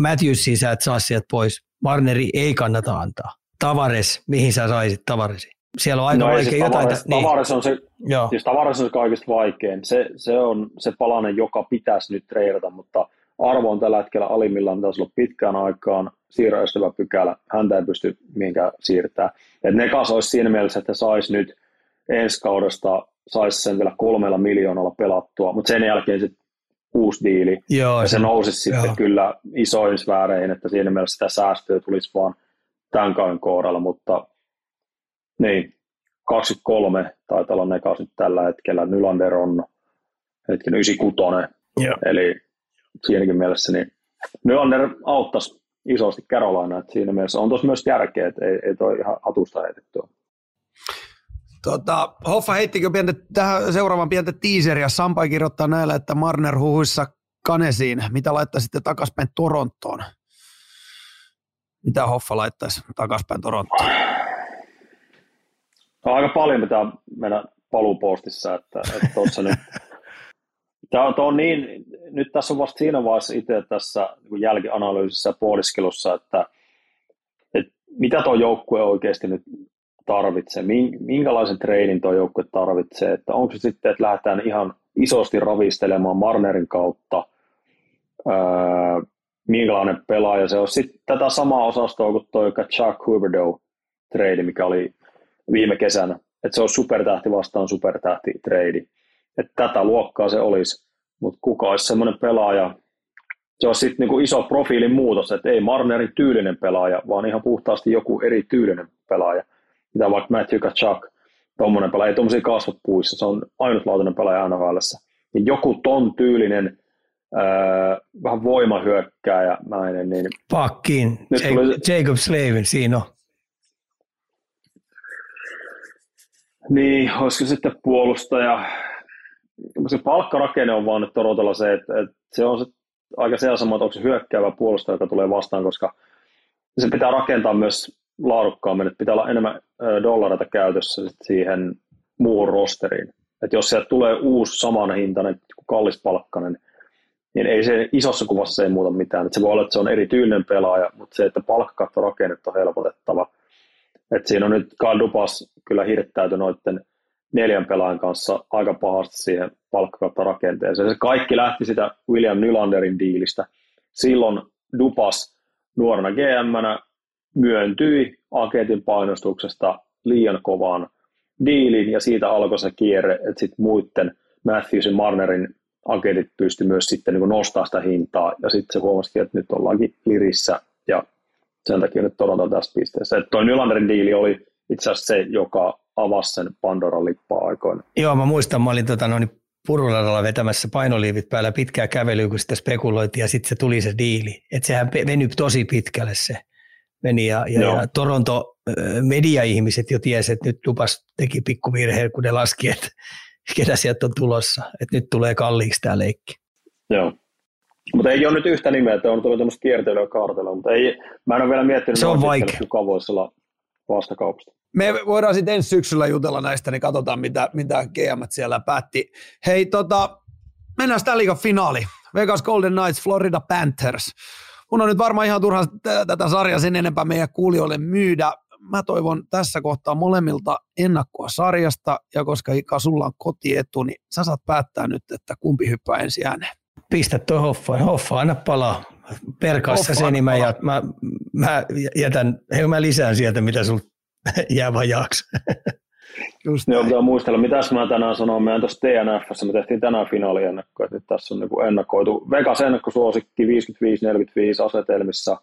Speaker 4: Matthewsia sä et saa sieltä pois. Marneri ei kannata antaa. Tavares, mihin sä saisit Tavaresi? Siellä on aika vaikea jotain.
Speaker 3: Tavares on se kaikista vaikein. Se on se palanen, joka pitäisi nyt treidata, mutta arvo on tällä hetkellä alimmillaan, mitä ollut pitkään aikaan. Siirroestävä pykälä, häntä ei pysty mihinkään siirtämään. Nekas olisi siinä mielessä, että saisi nyt ensi kaudesta saisi sen vielä 3 miljoonalla pelattua, mutta sen jälkeen sitten uusi diili. Ja se nousisi sitten kyllä isoin sfääreihin, että siinä mielessä sitä säästöä tulisi vaan tämän kauden kohdalla, mutta niin, 23 taitaa olla Nekas nyt tällä hetkellä. Nylander on 96, eli siinäkin mielessä niin Nylander auttaisi isosti Carolinaa, että siinä mielessä on tuossa myös järkeä, että ei toi ihan hatusta heitettyä.
Speaker 2: Hoffa heittikö tähän seuraavan pientä teaseria. Sampai kirjoittaa näillä, että Marner huhuissa Kanesiin. Mitä laittaisitte takaspäin Torontoon? Mitä Hoffa laittaisi takaspäin Torontoon?
Speaker 3: Aika paljon pitää mennä paluupostissa, että tuossa nyt. Tämä on niin, nyt tässä on vasta siinä vaiheessa itse tässä jälkianalyysissä ja pohdiskelussa, että mitä tuo joukkue oikeasti nyt tarvitsee, minkälaisen treidin tuo joukkue tarvitsee, että onko se sitten, että lähdetään ihan isosti ravistelemaan Marnerin kautta, minkälainen pelaaja se on. Sitten tätä samaa osastoa kuin tuo Chuck Huberdeau-treidi, mikä oli viime kesänä, että se on supertähti vastaan supertähti-treidi. Että tätä luokkaa se olisi, mutta kuka olisi semmoinen pelaaja, se olisi sitten niinku iso profiilin muutos, että ei Marnerin tyylinen pelaaja, vaan ihan puhtaasti joku eri tyylinen pelaaja, mitä vaikka Matthew Tkachuk, tommoinen pelaaja, ei tuommoisia kasvot puissa, se on ainutlaatuinen pelaaja NHL:ssä. Ja joku ton tyylinen, vähän voimahyökkääjämäinen, niin
Speaker 4: pakkiin, Jacob Slavin, siinä on.
Speaker 3: Niin, olisiko sitten puolustaja. Se palkkarakenne on vaan nyt Torontolla se, että se on se aika se asema, että onko se hyökkäävä puolustaja, joka tulee vastaan, koska se pitää rakentaa myös laadukkaammin, että pitää olla enemmän dollareita käytössä siihen muuhun rosteriin. Että jos sieltä tulee uusi samanhintainen, kallispalkkainen, niin ei se isossa kuvassa se ei muuta mitään. Että se voi olla, että se on erityinen pelaaja, mutta se, että palkkakattorakennetta on helpotettava. Että siinä on nyt Kyle Dubas kyllä hirttäyty noiden 4 pelaajan kanssa aika pahasti siihen palkkakattorakenteeseen. Se kaikki lähti sitä William Nylanderin diilistä. Silloin Dubas nuorena GM-nä myöntyi agentin painostuksesta liian kovaan diiliin, ja siitä alkoi se kierre, että sitten muiden Matthews ja Marnerin agentit pystyi myös sitten niin nostamaan sitä hintaa, ja sitten se huomasi, että nyt ollaankin lirissä, ja sen takia nyt Toronto tässä pisteessä. Että toi Nylanderin diili oli itse asiassa se, joka avasi sen Pandoran lippaa aikoina.
Speaker 4: Joo, mä muistan, mä olin Puruladalla vetämässä painoliivit päällä pitkää kävelyä, kun sitä spekuloitiin, ja sitten se tuli se diili. Että sehän venyi tosi pitkälle se meni, ja Toronto media-ihmiset jo tiesi, että nyt Dubas teki pikkuvirheen, kun ne laski, että ketä sieltä on tulossa, että nyt tulee kalliiksi tämä leikki.
Speaker 3: Joo. Mutta ei ole nyt yhtä nimeä, että on tullut tämmöistä kiertelyä ja kaartelua, mutta mä en ole vielä miettinyt,
Speaker 4: se on vaikea,
Speaker 3: kuka voisi olla vastakaupasta.
Speaker 2: Me voidaan sitten ensi syksyllä jutella näistä, niin katsotaan, mitä GM siellä päätti. Hei, mennään sitä liigan finaaliin. Vegas Golden Knights, Florida Panthers. Mun on nyt varmaan ihan turha tätä sarjaa sen enempää meidän kuulijoille myydä. Mä toivon tässä kohtaa molemmilta ennakkoa sarjasta, ja koska Ika, sulla on kotietu, niin sä saat päättää nyt, että kumpi hyppää ensi ääneen.
Speaker 4: Pistä tuo Hoffa aina palaa. Perkaassa sen, niin mä jätän, mä lisään sieltä, mitä sul jää vajaaksi.
Speaker 3: Joo, pitää muistella, mitäs mä tänään sanoin, meidän tuossa TNF:ssä, me tehtiin tänään finaaliennakko, että nyt tässä on niin ennakoitu. Vegas ennakkosuosikki 55-45 asetelmissa,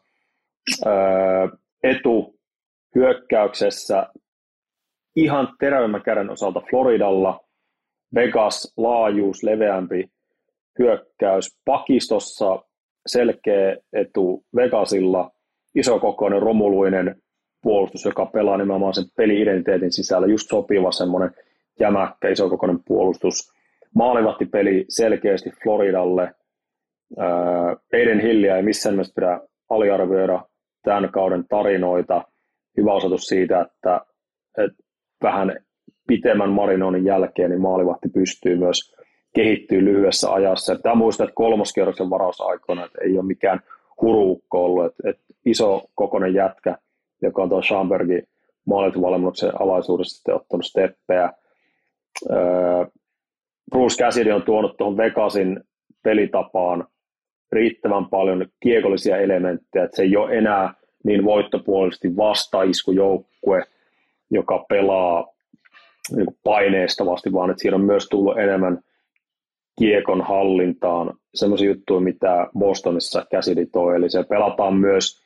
Speaker 3: etu hyökkäyksessä ihan terävimmän käden osalta Floridalla, Vegas laajuus, leveämpi hyökkäys, pakistossa selkeä etu Vegasilla, isokokoinen romuluinen puolustus, joka pelaa nimenomaan sen peli-identiteetin sisällä, just sopiva semmoinen jämäkkä, isokokoinen puolustus. Maalivahtipeli selkeästi Floridalle. Aiden Hilliä ei missään nimessä pidä aliarvioida tämän kauden tarinoita. Hyvä osoitus siitä, että vähän pitemmän marinoinnin jälkeen niin maalivahti pystyy myös kehittyy lyhyessä ajassa. Tämä muistaa, että 3. kierroksen varausaikoina, että ei ole mikään huruukko ollut, että iso kokoinen jätkä, joka on tuo Schambergin maalivahtivalmennuksen alaisuudessa sitten ottanut steppejä. Bruce Cassidy on tuonut tuohon Vegasin pelitapaan riittävän paljon kiekollisia elementtejä, että se ei ole enää niin voittopuolisesti vastaiskujoukkue, joka pelaa niin paineistavasti, vaan että siinä on myös tullut enemmän kiekon hallintaan semmoisia juttuja, mitä Bostonissa Cassidy toi, eli se pelataan myös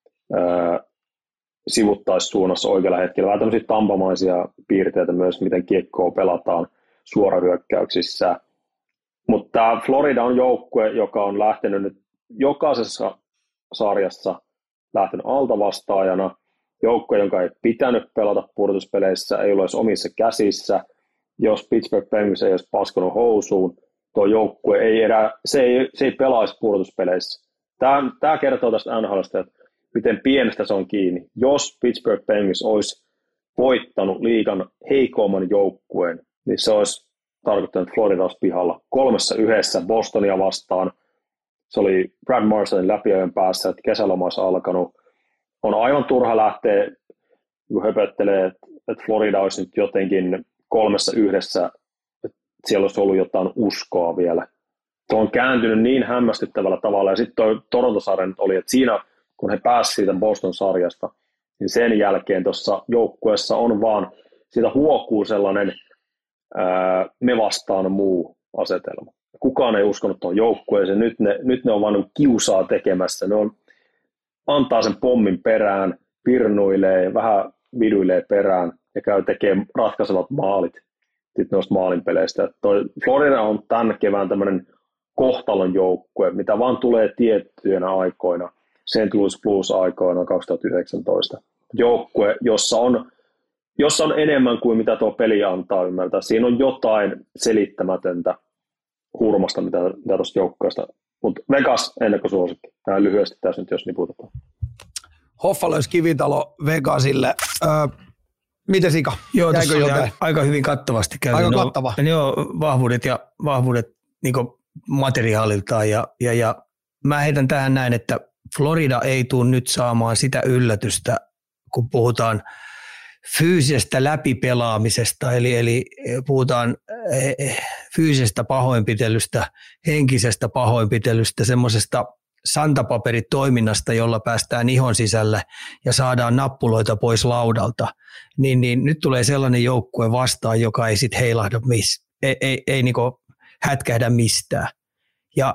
Speaker 3: sivuttaissuunnassa oikealla hetkellä, vähän tämmöisiä tampamaisia piirteitä myös, miten kiekkoa pelataan suorahyökkäyksissä. Mutta tämä Florida on joukkue, joka on lähtenyt nyt jokaisessa sarjassa lähtenyt altavastaajana, joukkue, jonka ei pitänyt pelata pudotuspeleissä, ei ole edes omissa käsissä. Jos Pittsburgh Penguins ei olisi paskonut housuun, tuo joukkue se ei pelaisi pudotuspeleissä. Tämä kertoo tästä NHL:stä, että miten pienestä se on kiinni. Jos Pittsburgh Penguins olisi voittanut liigan heikomman joukkueen, niin se olisi tarkoittanut Florida olisi pihalla 3-1 Bostonia vastaan. Se oli Brad Marchandin läpiajojen päässä, että kesäloma olisi alkanut. On aivan turha lähteä höpöttelee, että Florida olisi nyt jotenkin 3-1, että siellä olisi ollut jotain uskoa vielä. Tuo on kääntynyt niin hämmästyttävällä tavalla, ja sitten tuo Toronto-sarja nyt oli, että siinä, kun he pääsivät siitä Boston-sarjasta, niin sen jälkeen tuossa joukkueessa on vaan, siitä huokuu sellainen me vastaan muu asetelma. Kukaan ei uskonut tuon joukkueeseen, nyt ne on vaan kiusaa tekemässä, ne on antaa sen pommin perään, pirnuilee, vähän viduilee perään ja käy tekemään ratkaisevat maalit sitten noista maalinpeleistä. Toi Florida on tämän kevään tämmöinen kohtalon joukkue, mitä vaan tulee tiettyinä aikoina, St. Louis Blues-aikoina 2019. Joukkue, jossa on enemmän kuin mitä tuo peli antaa ymmärtää. Siinä on jotain selittämätöntä hurmasta, mitä tuosta joukkueesta. Mutta Vegas ennakkosuosikki. Näin lyhyesti tässä nyt, jos niputetaan.
Speaker 2: Hoffa löysi Kivitalo Vegasille. Miten Sika?
Speaker 4: Joo, tässä oli aika hyvin kattavasti käyty.
Speaker 2: Aika kattava.
Speaker 4: Joo, vahvuudet niin materiaaliltaan. Ja mä heitän tähän näin, että Florida ei tule nyt saamaan sitä yllätystä, kun puhutaan fyysisestä läpipelaamisesta, eli puhutaan fyysisestä pahoinpitelystä, henkisestä pahoinpitelystä, semmoisesta santapaperitoiminnasta, jolla päästään ihon sisälle ja saadaan nappuloita pois laudalta, niin nyt tulee sellainen joukkue vastaan, joka ei sitten heilahda ei niinku hätkähdä mistään. Ja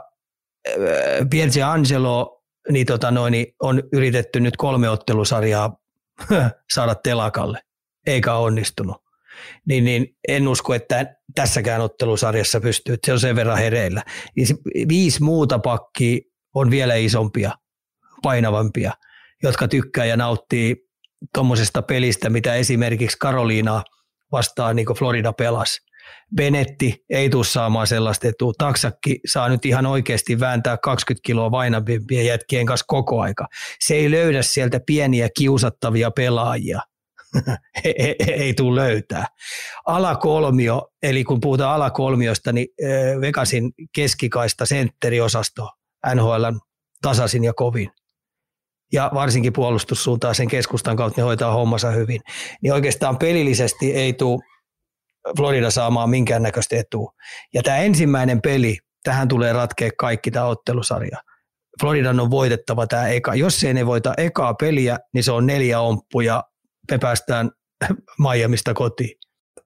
Speaker 4: Pietrangelo niin on yritetty nyt 3 ottelusarjaa saada telakalle, eikä onnistunut. Niin en usko, että tässäkään ottelusarjassa pystyy, että se on sen verran hereillä. 5 muuta pakkia on vielä isompia, painavampia, jotka tykkää ja nauttii tuommoisesta pelistä, mitä esimerkiksi Karoliinaa vastaan niin kuin Florida pelasi. Benetti ei tule saamaan sellaista etua. Taksakki saa nyt ihan oikeasti vääntää 20 kiloa vainavimpien jätkien kanssa koko aika. Se ei löydä sieltä pieniä kiusattavia pelaajia. ei tule löytää. Alakolmio, eli kun puhutaan alakolmiosta, niin Vegasin keskikaista sentteriosasto NHL:n tasaisin ja kovin. Ja varsinkin puolustussuuntaan sen keskustan kautta ne hoitaa hommansa hyvin. Niin oikeastaan pelillisesti ei tule Florida saamaan minkäännäköistä etua. Ja tämä ensimmäinen peli, tähän tulee ratkea kaikki tämä ottelusarja. Floridan on voitettava tämä eka. Jos ei ne voita ekaa peliä, niin se on 4 omppuja. Me päästään Miamista kotiin.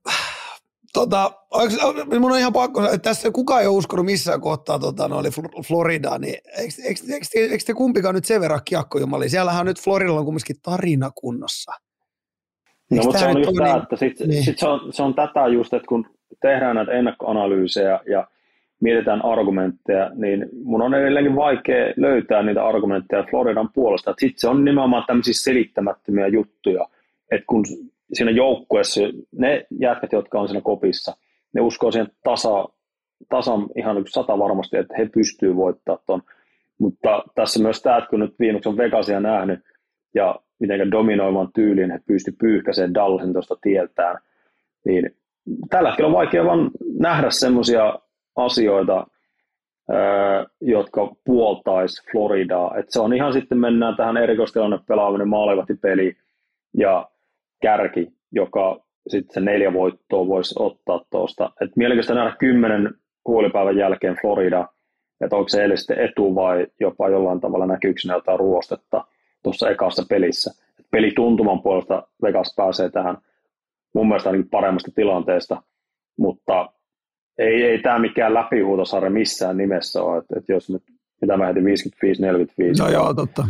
Speaker 2: Mun on ihan pakko, että tässä kukaan ei ole uskonut missään kohtaa oli Floridaa, niin eikö te kumpikaan nyt sen verran kiekkojumalia? Siellähän on nyt Floridalla on kumminkin tarina kunnossa.
Speaker 3: No, mutta se on just tämä, että se on tätä just, että kun tehdään näitä ennakkoanalyysejä ja mietitään argumentteja, niin mun on edelleenkin vaikea löytää niitä argumentteja Floridan puolesta. Sitten se on nimenomaan tämmöisiä selittämättömiä juttuja, että kun siinä joukkueessa ne jätkät, jotka on siinä kopissa, ne uskoo siihen tasan ihan 100 varmasti, että he pystyvät voittamaan ton. Mutta tässä myös tämä, että kun nyt viimeksi on Vegasia nähnyt ja miten dominoivan tyyliin he pystyvät pyyhkäiseen Dallasin tuosta tieltään, niin tällä hetkellä on vaikea vaan nähdä semmoisia asioita, jotka puoltaisi Floridaa. Et se on ihan sitten mennään tähän erikoistilanne pelaaminen maalivahtipeliin ja kärki, joka sitten se 4 voittoa voisi ottaa tuosta. Et mielenkiintoista nähdä 10 huolipäivän jälkeen Florida, että onko se sitten etu vai jopa jollain tavalla näkyykö ne jotain ruostetta tuossa ekassa pelissä. Et pelituntuman puolesta Vegas pääsee tähän mun mielestä ainakin paremmasta tilanteesta, mutta ei tämä mikään läpihuutosarja missään nimessä ole, että jos nyt, mitä mä heitin 55-45.
Speaker 2: No joo, totta.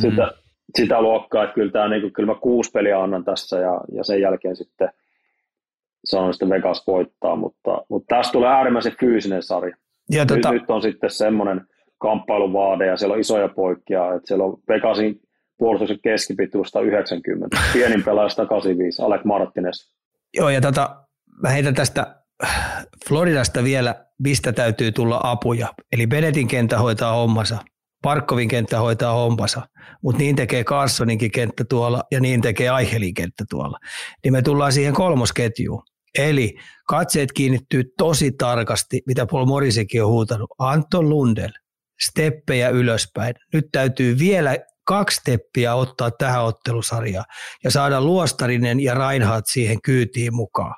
Speaker 3: Sitä luokkaa, että kyllä mä 6 peliä annan tässä ja sen jälkeen sitten sanon sitten Vegas voittaa, mutta tästä tulee äärimmäisen fyysinen sarja. Ja nyt on sitten semmoinen kamppailuvaade ja siellä on isoja poikkia, että siellä on Vegasin puolustuksen keskipituus 190, pienin pelaaja 185, Alec Martinez.
Speaker 4: Joo, ja mä heitän tästä Floridasta vielä, mistä täytyy tulla apuja. Eli Bennettin kenttä hoitaa hommansa, Parkkovin kenttä hoitaa hommansa, mutta niin tekee Carsoninkin kenttä tuolla ja niin tekee Eichelin kenttä tuolla. Niin me tullaan siihen kolmosketjuun. Eli katseet kiinnittyy tosi tarkasti, mitä Paul Morriskin on huutanut. Anton Lundell, steppejä ylöspäin. Nyt täytyy vielä 2 steppiä ottaa tähän ottelusarjaan ja saada Luostarinen ja Reinhardt siihen kyytiin mukaan,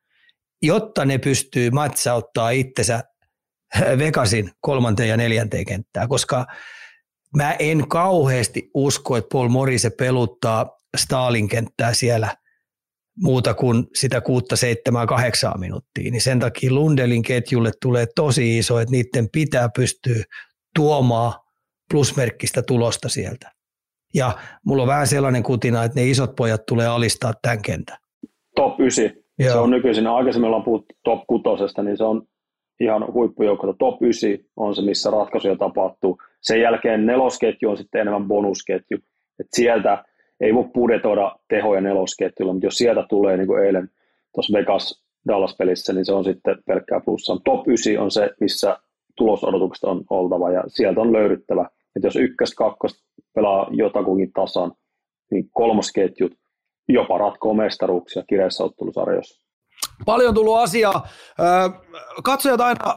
Speaker 4: jotta ne pystyy matsauttaa itsensä Vegasin 3. ja 4. kenttään, koska mä en kauheasti usko, että Paul Morris peluttaa Stalin kenttää siellä muuta kuin sitä 6, 7, 8 minuuttia, niin sen takia Lundellin ketjulle tulee tosi iso, että niiden pitää pystyä tuomaan plusmerkkistä tulosta sieltä. Ja mulla on vähän sellainen kutina, että ne isot pojat tulee alistaa tämän kentän.
Speaker 3: Top 9. Joo. Se on nykyisin, aikaisemmin ollaan puhuttu top 6, niin se on ihan huippujoukko. Top 9 on se, missä ratkaisuja tapahtuu. Sen jälkeen 4. ketju on sitten enemmän bonusketju. Et sieltä ei voi budjetoida tehoja 4. ketjulla, mutta jos sieltä tulee, niin kuin eilen tuossa Vegas-Dallas-pelissä, niin se on sitten pelkkää plussaa. Top 9 on se, missä tulosodotukset on oltava ja sieltä on löydyttävä. Että jos 1. 2. pelaa jotakuinkin tasan, niin 3. ketjut jopa ratkoo mestaruuksia kireissä ottelusarjoissa.
Speaker 2: Paljon tullut asiaa. Katsojat aina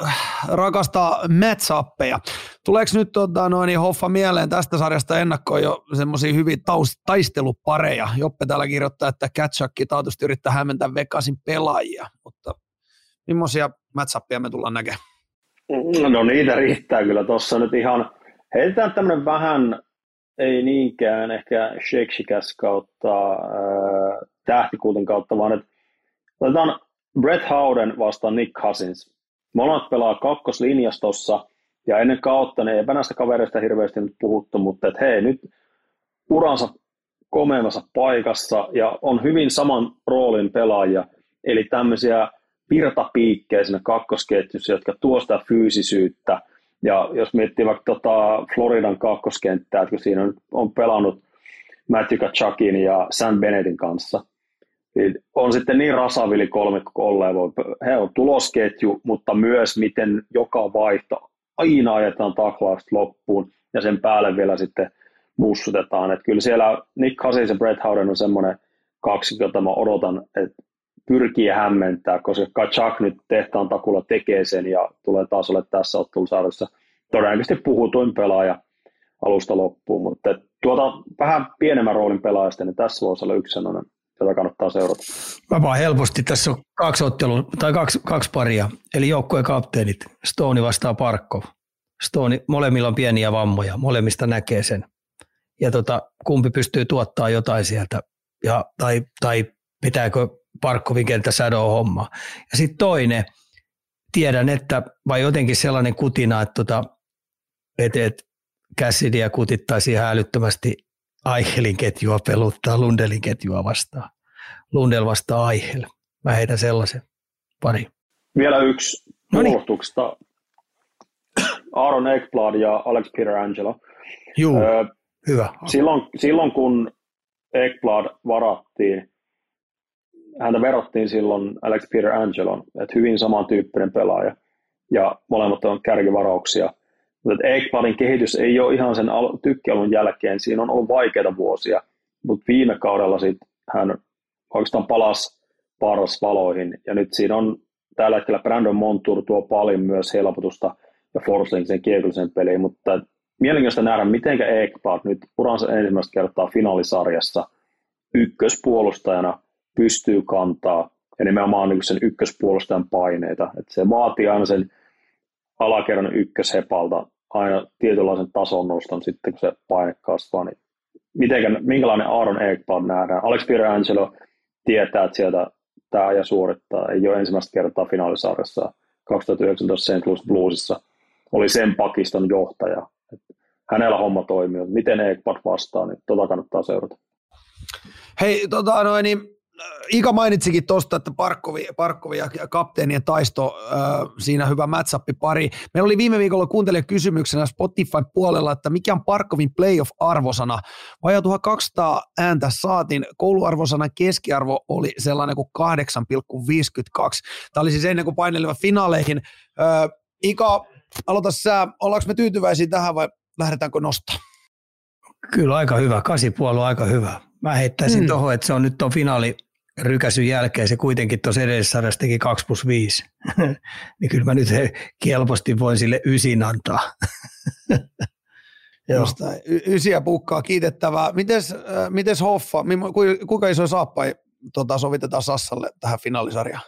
Speaker 2: rakastaa match-appeja. Tuleeko nyt Hoffa mieleen tästä sarjasta ennakkoon jo semmoisia hyviä taistelupareja? Joppe täällä kirjoittaa, että Katchakki taatusti yrittää hämmentää Vegasin pelaajia, mutta millaisia match-appeja me tullaan näkemään?
Speaker 3: No niitä riittää kyllä. Tuossa nyt ihan heitetään tämmöinen vähän, ei niinkään ehkä Shekshikas kautta, tähtikuutin kautta, vaan että otetaan Brett Howden vastaan Nick Cousins. Molemmat pelaa kakkoslinjastossa ja ennen kautta ne eipä näistä kavereista hirveästi nyt puhuttu, mutta että hei nyt uransa komeammassa paikassa ja on hyvin saman roolin pelaajia, eli tämmöisiä virtapiikkejä siinä kakkosketjussa, jotka tuo sitä fyysisyyttä. Ja jos miettii vaikka Floridan kakkoskenttää, että kun siinä on pelannut Matthew Tkachukkin ja Sam Bennettin kanssa, niin on sitten niin rasavili kolmikko olleen. He on tulosketju, mutta myös miten joka vaihto aina ajetaan taklaukset loppuun ja sen päälle vielä sitten mussutetaan. Että kyllä siellä Nick Cousins ja Brett Howden on semmoinen kaksikko, jota mä odotan, että pyrkii hämmentää, koska Tkachuk nyt tehtaan takulla tekee sen ja tulee taas ole tässä ottelusarjassa todennäköisesti puhutuin pelaaja alusta loppuun, mutta vähän pienemmän roolin pelaajista, niin tässä voisi olla yksi sellainen, jota kannattaa seurata.
Speaker 4: Vapaa helposti. Tässä on kaksi paria, eli joukkueen kapteenit. Stone vastaa Parkov. Stone, molemmilla on pieniä vammoja, molemmista näkee sen. Ja kumpi pystyy tuottaa jotain sieltä, tai pitääkö Parkkovin kenttä shadow hommaa. Ja sitten toinen, tiedän, että vai jotenkin sellainen kutina, että Cassidyä kutittaisiin ihan älyttömästi Eichelin ketjua peluttaa Lundellin ketjua vastaan. Lundell vastaa Eichel. Mä heitän sellaisen pari.
Speaker 3: Vielä yksi puolustuksesta. Aaron Ekblad ja Alex Pietrangelo.
Speaker 4: Juu, hyvä.
Speaker 3: Silloin kun Ekblad varattiin, häntä verrattiin silloin Alex Pietrangelon, että hyvin samantyyppinen pelaaja ja molemmat on kärkivarauksia. Mutta Ekbladin kehitys ei ole ihan sen tykkialun jälkeen, siinä on ollut vaikeita vuosia, mutta viime kaudella hän oikeastaan palasi parasvaloihin ja nyt siinä on tällä hetkellä Brandon Montour tuo paljon myös helpotusta ja Forsling sen kiekollisen peliin, mutta mielenkiintoista nähdä, miten Ekblad nyt uransa ensimmäistä kertaa finaalisarjassa ykköspuolustajana pystyy kantaa ja nimenomaan niin sen ykköspuolustajan paineita. Että se vaatii aina sen alakerran ykköshepalta aina tietynlaisen tason noston sitten, kun se paine kasvaa. Niin minkälainen Aaron Ekblad nähdään? Alex Pietrangelo tietää, että sieltä tämä ja suorittaa. Ei ole ensimmäistä kertaa finaalisarjassa 2019 St. Louis Bluesissa. Oli sen pakiston johtaja. Hänellä homma toimii. Miten Ekblad vastaa, niin kannattaa seurata.
Speaker 2: Hei, Ika mainitsikin tuosta, että Parkkovi ja kapteenien taisto, siinä hyvä match-up-pari. Meillä oli viime viikolla kuuntelijakysymyksenä Spotify-puolella, että mikä on Parkkovin playoff-arvosana. Vajaa 1200 ääntä saatiin, kouluarvosanan keskiarvo oli sellainen kuin 8,52. Tämä oli siis ennen kuin painelivat finaaleihin. Ika, aloita sä, ollaanko me tyytyväisiä tähän vai lähdetäänkö nostaa?
Speaker 4: Kyllä aika hyvä, 8,5 on aika hyvä. Mä heittäisin tuohon, että se on nyt tuon finaalirykäsyn jälkeen, se kuitenkin tuossa edellisessä sarjassa teki 2+5. Niin kyllä mä nyt helposti voin sille 9 antaa.
Speaker 2: Jostain. 9 pukkaa, kiitettävää. Mites Hoffa, kuinka iso saappai sovitetaan Sassalle tähän finaalisarjaan?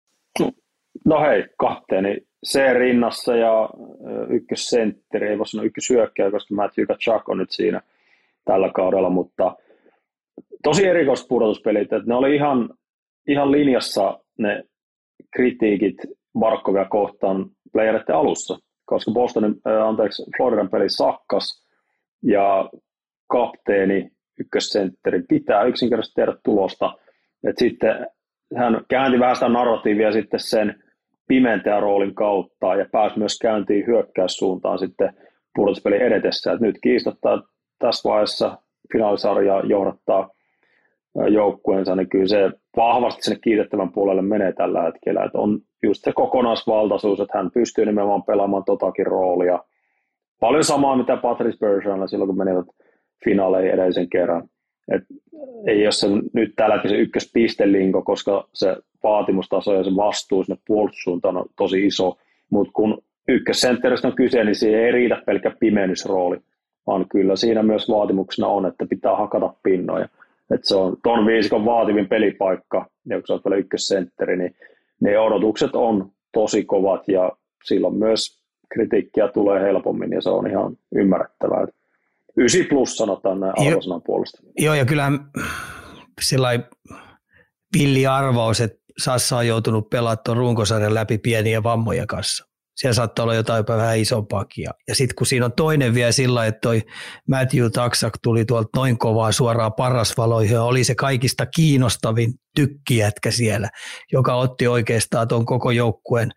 Speaker 3: No hei, kapteeni C-rinnassa ja ykkössentteri, ei voi sanoa ykköshyökkäjä, koska Matthew Tkachuk on nyt siinä tällä kaudella, mutta tosi erikoiset pudotuspelit, että ne oli ihan linjassa ne kritiikit Barkovia kohtaan playeritten alussa, koska Floridan peli sakkas ja kapteeni, ykkössentteri pitää yksinkertaisesti tehdä tulosta, että sitten hän käänti vähän sitä narratiivia sitten sen pimentäjän roolin kautta ja pääsi myös käyntiin hyökkäyssuuntaan sitten pudotuspelin edetessä, että nyt kiistattaa tässä vaiheessa finaalisarjaa johdattaa joukkueensa, niin kyllä se vahvasti sinne kiitettävän puolelle menee tällä hetkellä. Että on just se kokonaisvaltaisuus, että hän pystyy nimenomaan pelaamaan totakin roolia. Paljon samaa, mitä Patrice Bergeron silloin, kun menivät finaaleihin edellisen kerran. Et ei ole se nyt tällä hetkellä se ykköspistelinko, koska se vaatimustaso ja se vastuu sinne puolustussuuntaan on tosi iso. Mutta kun ykkössentteristä on kyse, niin siihen ei riitä pelkkä pimennysrooli, vaan kyllä siinä myös vaatimuksena on, että pitää hakata pinnoja. Että se on ton viisikon vaativin pelipaikka, ja kun sä oot vielä ykkössentteri, niin ne odotukset on tosi kovat, ja silloin myös kritiikkiä tulee helpommin, ja se on ihan ymmärrettävää. 9+ sanotaan näin arvosanan puolesta.
Speaker 4: Joo, ja kyllähän sellainen villi arvaus, että Sassa on joutunut pelaamaan tuon runkosarjan läpi pieniä vammoja kanssa. Siellä saattaa olla jotain vähän isompaakin. Ja sitten kun siinä on toinen vielä sillä, että toi Matthew Tkachuk tuli tuolta noin kovaa suoraan parasvaloihin ja oli se kaikista kiinnostavin tykkijätkä siellä, joka otti oikeastaan tuon koko joukkueen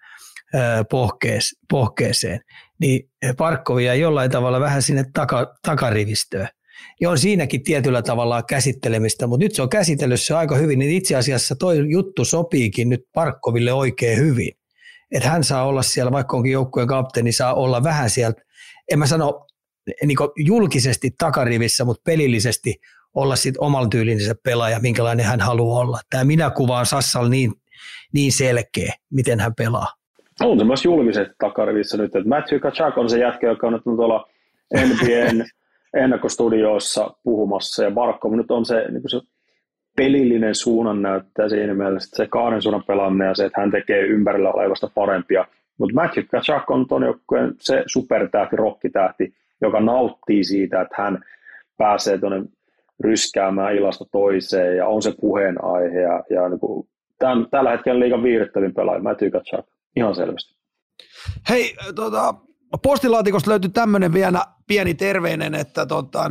Speaker 4: pohkeeseen. Niin Parkkovia jollain tavalla vähän sinne takarivistöön. Ja on siinäkin tietyllä tavalla käsittelemistä, mutta nyt se on käsitellyt se aika hyvin, niin itse asiassa toi juttu sopiikin nyt Parkkoville oikein hyvin. Että hän saa olla siellä, vaikka onkin joukkueen kapteeni, saa olla vähän sieltä, en mä sano niin julkisesti takarivissä, mutta pelillisesti olla sitten oman tyylinen pelaaja, minkälainen hän haluaa olla. Tämä minäkuva on Sassalla niin selkeä, miten hän pelaa.
Speaker 3: On se myös julkisesti takarivissä nyt, että Matthew Tkachuk on se jätkä, joka on nyt tuolla NBAn ennakkostudioissa puhumassa, ja Barkov nyt on se, niin se pelillinen suunnannäyttäjä siinä mielessä, että se kahden suunnan pelaaminen ja se, että hän tekee ympärillä olevasta parempia. Mutta Matthew Tkachuk on tuon joukkueen se supertähti, rokkitähti, joka nauttii siitä, että hän pääsee tuonne ryskäämään illasta toiseen ja on se puheenaihe. Ja niin kuin, tällä hetkellä liigan viihdyttävin pelaaja Matthew Tkachuk, ihan selvästi.
Speaker 2: Hei, postilaatikosta löytyi tämmöinen vielä pieni terveinen, että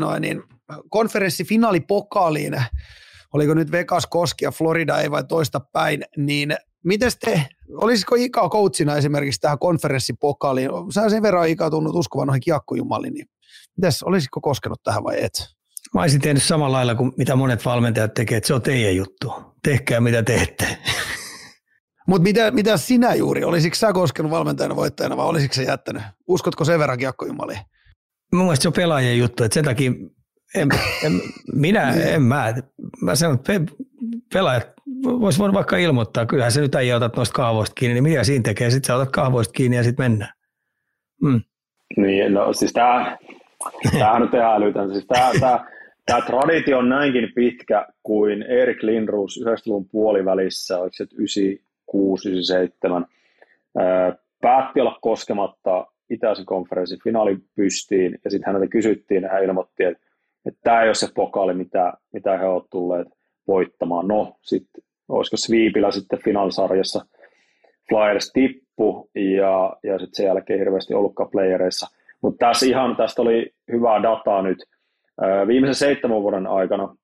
Speaker 2: konferenssifinaalipokaaliin, oliko nyt Vegas Koski ja Florida ei vai toista päin, niin mites olisiko Ika coachina esimerkiksi tähän konferenssipokaaliin? Sä sen verran Ika tunnut uskovan noihin kiakkojumaliin, niin mites, olisiko koskenut tähän vai et?
Speaker 4: Mä olisin tehnyt samalla lailla kuin mitä monet valmentajat tekee, että se on teidän juttu. Tehkää mitä teette.
Speaker 2: Mutta mitä sinä juuri? Olisiko sä koskenut valmentajana voittajana vai olisiko se jättänyt? Uskotko sen verran kiakkojumaliin?
Speaker 4: Mun mielestä se on pelaajien juttu, että sen takia mä sanon, että pelaajat vois voinut vaikka ilmoittaa, kyllähän sä nyt ei otat noista kahvoista kiinni, niin mitä siinä tekee? Sitten sä otat kahvoista kiinni ja sitten mennään.
Speaker 3: Niin, no siis tämähän nyt ihan älytön. Siis tämä traditio on näinkin pitkä kuin Erik Lindroos 90-luvun puolivälissä, oliko se 96-97, päätti olla koskematta itäisen konferenssin finaalipystiin, ja sitten häneltä kysyttiin, ja hän ilmoitti, että tämä ei ole se pokaali, mitä he ovat tulleet voittamaan. No, sitten olisiko Sweepillä sitten finaalisarjassa Flyers tippu, ja sitten sen jälkeen hirveästi ollutkaan playereissa. Mutta tästä oli hyvää dataa nyt. Viimeisen 7 vuoden aikana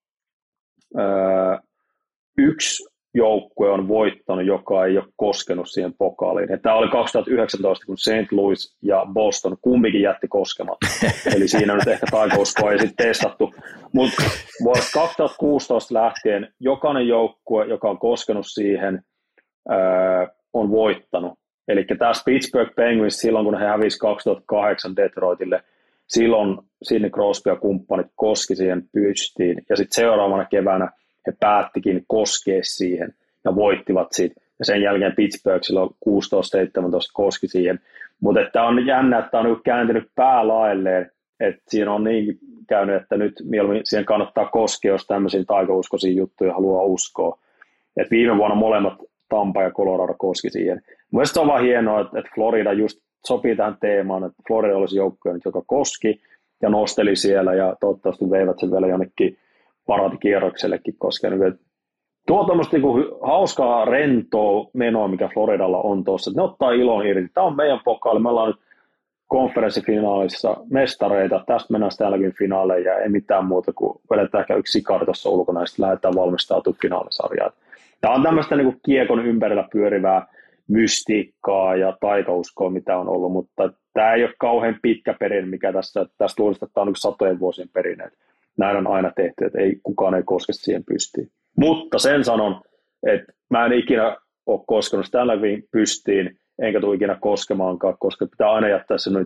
Speaker 3: yksi joukkue on voittanut, joka ei ole koskenut siihen pokaaliin. Tämä oli 2019, kun St. Louis ja Boston kumpikin jätti koskematta. Eli siinä nyt ehkä taikauskoa ei sitten testattu. Mutta vuodesta 2016 lähtien jokainen joukkue, joka on koskenut siihen, on voittanut. Eli tässä Pittsburgh Penguins silloin, kun he hävisi 2008 Detroitille, silloin Sidney Crosby ja kumppanit koski siihen pystiin. Ja sitten seuraavana keväänä he päättikin koskea siihen ja voittivat siitä. Ja sen jälkeen Pittsburgh silloin 16-17 koski siihen. Mutta tämä on jännä, että tämä on kääntynyt päälaelleen. Että siinä on niin käynyt, että nyt mieluummin siihen kannattaa koskea, jos tämmöisiä taikauskoisia juttuja haluaa uskoa. Et viime vuonna molemmat Tampa ja Colorado koski siihen. Mielestäni se on vaan hienoa, että Florida just sopii tähän teemaan, että Florida olisi joukkoja, joka koski ja nosteli siellä ja toivottavasti veivät sen vielä jonnekin paratikierroksellekin, koska tuo on tämmöistä niinku hauskaa rentoa menoa, mikä Floridalla on tuossa. Ne ottaa ilon irti. Tämä on meidän pokaali. Me ollaan nyt konferenssifinaalissa mestareita. Tästä mennään täälläkin finaaleihin ja ei mitään muuta kuin vedetään ehkä yksi sikari tuossa ulkona ja sitten lähdetään valmistautumaan finaalisarjaan. Tämä on tämmöistä niinku kiekon ympärillä pyörivää mystiikkaa ja taikauskoa, mitä on ollut, mutta tämä ei ole kauhean pitkä perinne, mikä tästä luulisi, että tämä on satojen vuosien perinne. Näin on aina tehty, että kukaan ei koske siihen pystiin. Mutta sen sanon, että mä en ikinä ole koskenut Stanley'n pystiin, enkä tule ikinä koskemaankaan, koska pitää aina jättää se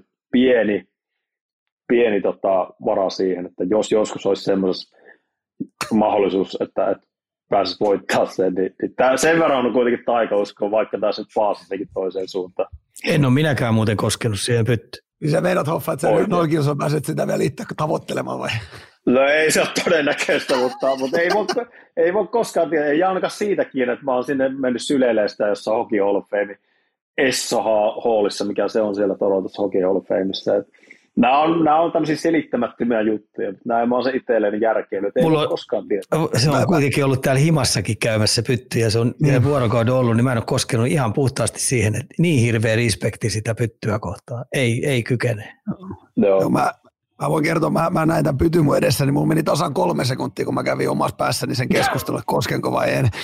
Speaker 3: pieni vara siihen, että jos joskus olisi semmoisessa mahdollisuus, että pääsisi voittaa sen, niin sen verran on kuitenkin taikauskoa, vaikka tässä nyt paasissakin toiseen suuntaan. En ole minäkään muuten koskenut siihen pyttyyn.
Speaker 2: Niin sä meidät Hoffa, että sä noin kilsoon pääset sitä vielä itse tavoittelemaan vai?
Speaker 3: No ei se ole todennäköistä, mutta ei voi koskaan tiedä. Ei ainakaan siitä kiinni, että mä oon sinne mennyt syleilemään sitä jossain Hockey Hall of Fame Esso Hallissa, mikä se on siellä Torontossa Hockey Hall of Fameissa. Nämä on tämmöisiä selittämättömiä juttuja, mutta näin mä oon se itselleen järkeily, että ei voi koskaan tiedä.
Speaker 4: Se on kuitenkin ollut täällä himassakin käymässä pytty ja se on vuorokauden ollut, niin mä en ole koskenut ihan puhtaasti siihen, että niin hirveä respekti sitä pyttyä kohtaan. Ei kykene.
Speaker 2: No, mä voin kertoa, mä näin tämän pytyn mun edessä, niin mulla meni tasan 3 sekuntia, kun mä kävin omassa päässäni sen keskustelun, että koskenko vai en.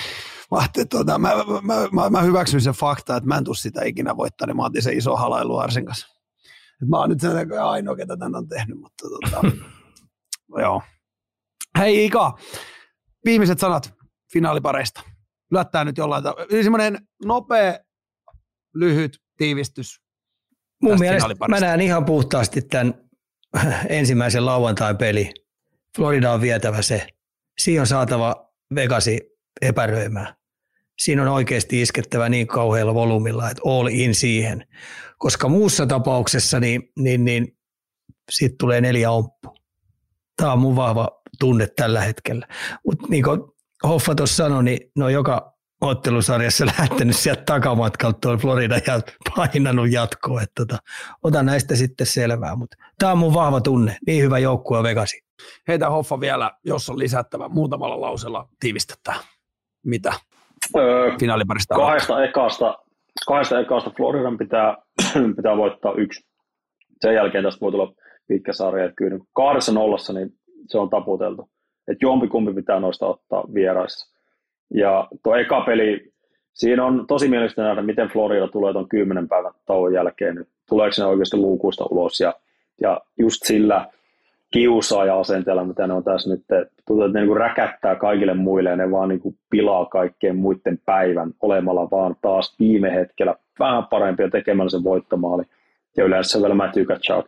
Speaker 2: Mä hyväksyn sen faktaa, että mä en tule sitä ikinä voittaa, niin mä otin sen iso halailu Arsin kanssa. Mä oon nyt sen ainoa, ketä tän on tehnyt, mutta joo. Hei Ika, viimeiset sanat finaalipareista. Lyöttää nyt jollain tavalla. Semmoinen nopea, lyhyt tiivistys.
Speaker 4: Mun mielestä mä näen ihan puhtaasti tämän ensimmäisen lauantai-peli. Florida on vietävä se. Siinä on saatava Vegasi epäröimään. Siinä on oikeasti iskettävä niin kauhealla volyymilla, että all in siihen. Koska muussa tapauksessa niin siitä tulee 4 omppua. Tämä on mun vahva tunne tällä hetkellä. Mutta niin kuin Hoffa tuossa sanoi, niin ne on joka ottelusarjassa lähtenyt sieltä takamatkalta tuolla Florida ja painanut jatkoa. Otan näistä sitten selvää. Mutta tämä on mun vahva tunne. Niin hyvä joukkue Vegasi.
Speaker 2: Heitä Hoffa vielä, jos on lisättävä muutamalla lausella tiivistetään. Mitä? Finaaliparista
Speaker 3: Kahdesta ekasta Floridan pitää voittaa 1. Sen jälkeen tästä voi tulla pitkä sarja, että kyllä 2-0 niin se on taputeltu. Että jompikumpi pitää noista ottaa vieraissa. Ja tuo eka peli, siinä on tosi mielenkiintoista nähdä, miten Florida tulee tuon 10 päivän tauon jälkeen. Tuleeko ne oikeasti luukuista ulos ja just sillä kiusaaja-asenteella, mitä ne on tässä nyt, tuntuu, että ne niin räkättää kaikille muille ja ne vaan niin pilaa kaikkien muiden päivän olemalla vaan taas viime hetkellä vähän parempi ja tekemällä sen voittomaali. Ja yleensä se vielä Matthew Tkachuk.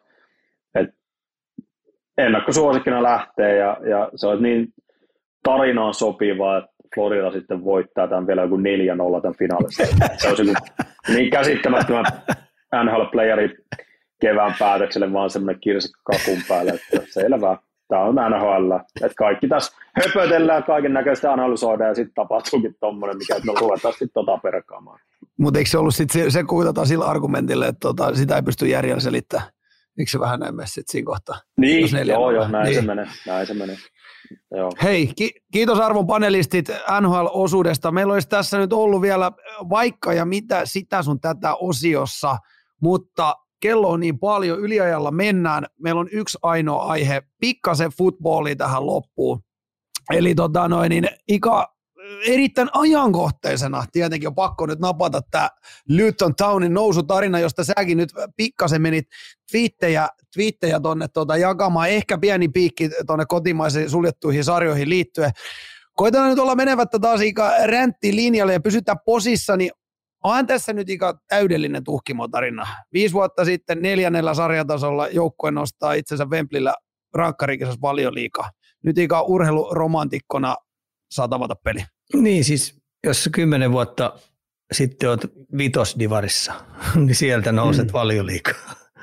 Speaker 3: Ennakkosuosikkina lähtee ja se on niin tarinaan sopivaa, että Florida sitten voittaa tämän vielä joku 4-0 tämän finaalissa. Se on niin käsittämättömän NHL-playeri kevään päätökselle vaan semmoinen kirsikka kakun päälle, että selvä. Tämä on NHL. Että kaikki tässä höpötellään, kaiken näköistä analysoidaan ja sitten tapahtuukin tommoinen, mikä me ruvetaan sitten perkaamaan.
Speaker 2: Mutta eikö se ollut sitten se kuitataan sillä argumentille, että sitä ei pysty järjellä selittämään? Eikö se vähän näin mene sitten siinä kohtaa?
Speaker 3: Niin, joo, näin se menee. Joo.
Speaker 2: Hei, kiitos arvon panelistit NHL-osuudesta. Meillä olisi tässä nyt ollut vielä vaikka ja mitä sitä sun tätä osiossa, mutta kello on niin paljon, yliajalla mennään. Meillä on yksi ainoa aihe, pikkasen footballia tähän loppuun. Eli Ika, erittäin ajankohteisena tietenkin on pakko nyt napata tämä Luton Townin nousutarina, josta säkin nyt pikkasen menit twiittejä tuonne jakamaan. Ehkä pieni piikki tuonne kotimaisiin suljettuihin sarjoihin liittyen. Koitetaan nyt olla menevättä taas Ika ränttilinjalle ja pysytään posissa, niin onhan tässä nyt Ika täydellinen tuhkimotarina. 5 vuotta sitten 4. sarjatasolla joukkue nostaa itsensä Wembleyllä rankkarikisassa Valioliigaa. Nyt Ika urheiluromantikkona saa tavata peli.
Speaker 4: Niin siis, jos 10 vuotta sitten olet vitosdivarissa, niin sieltä nouset Valioliigaan.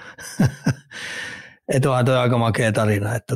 Speaker 4: Että onhan toi aika makea tarina. Että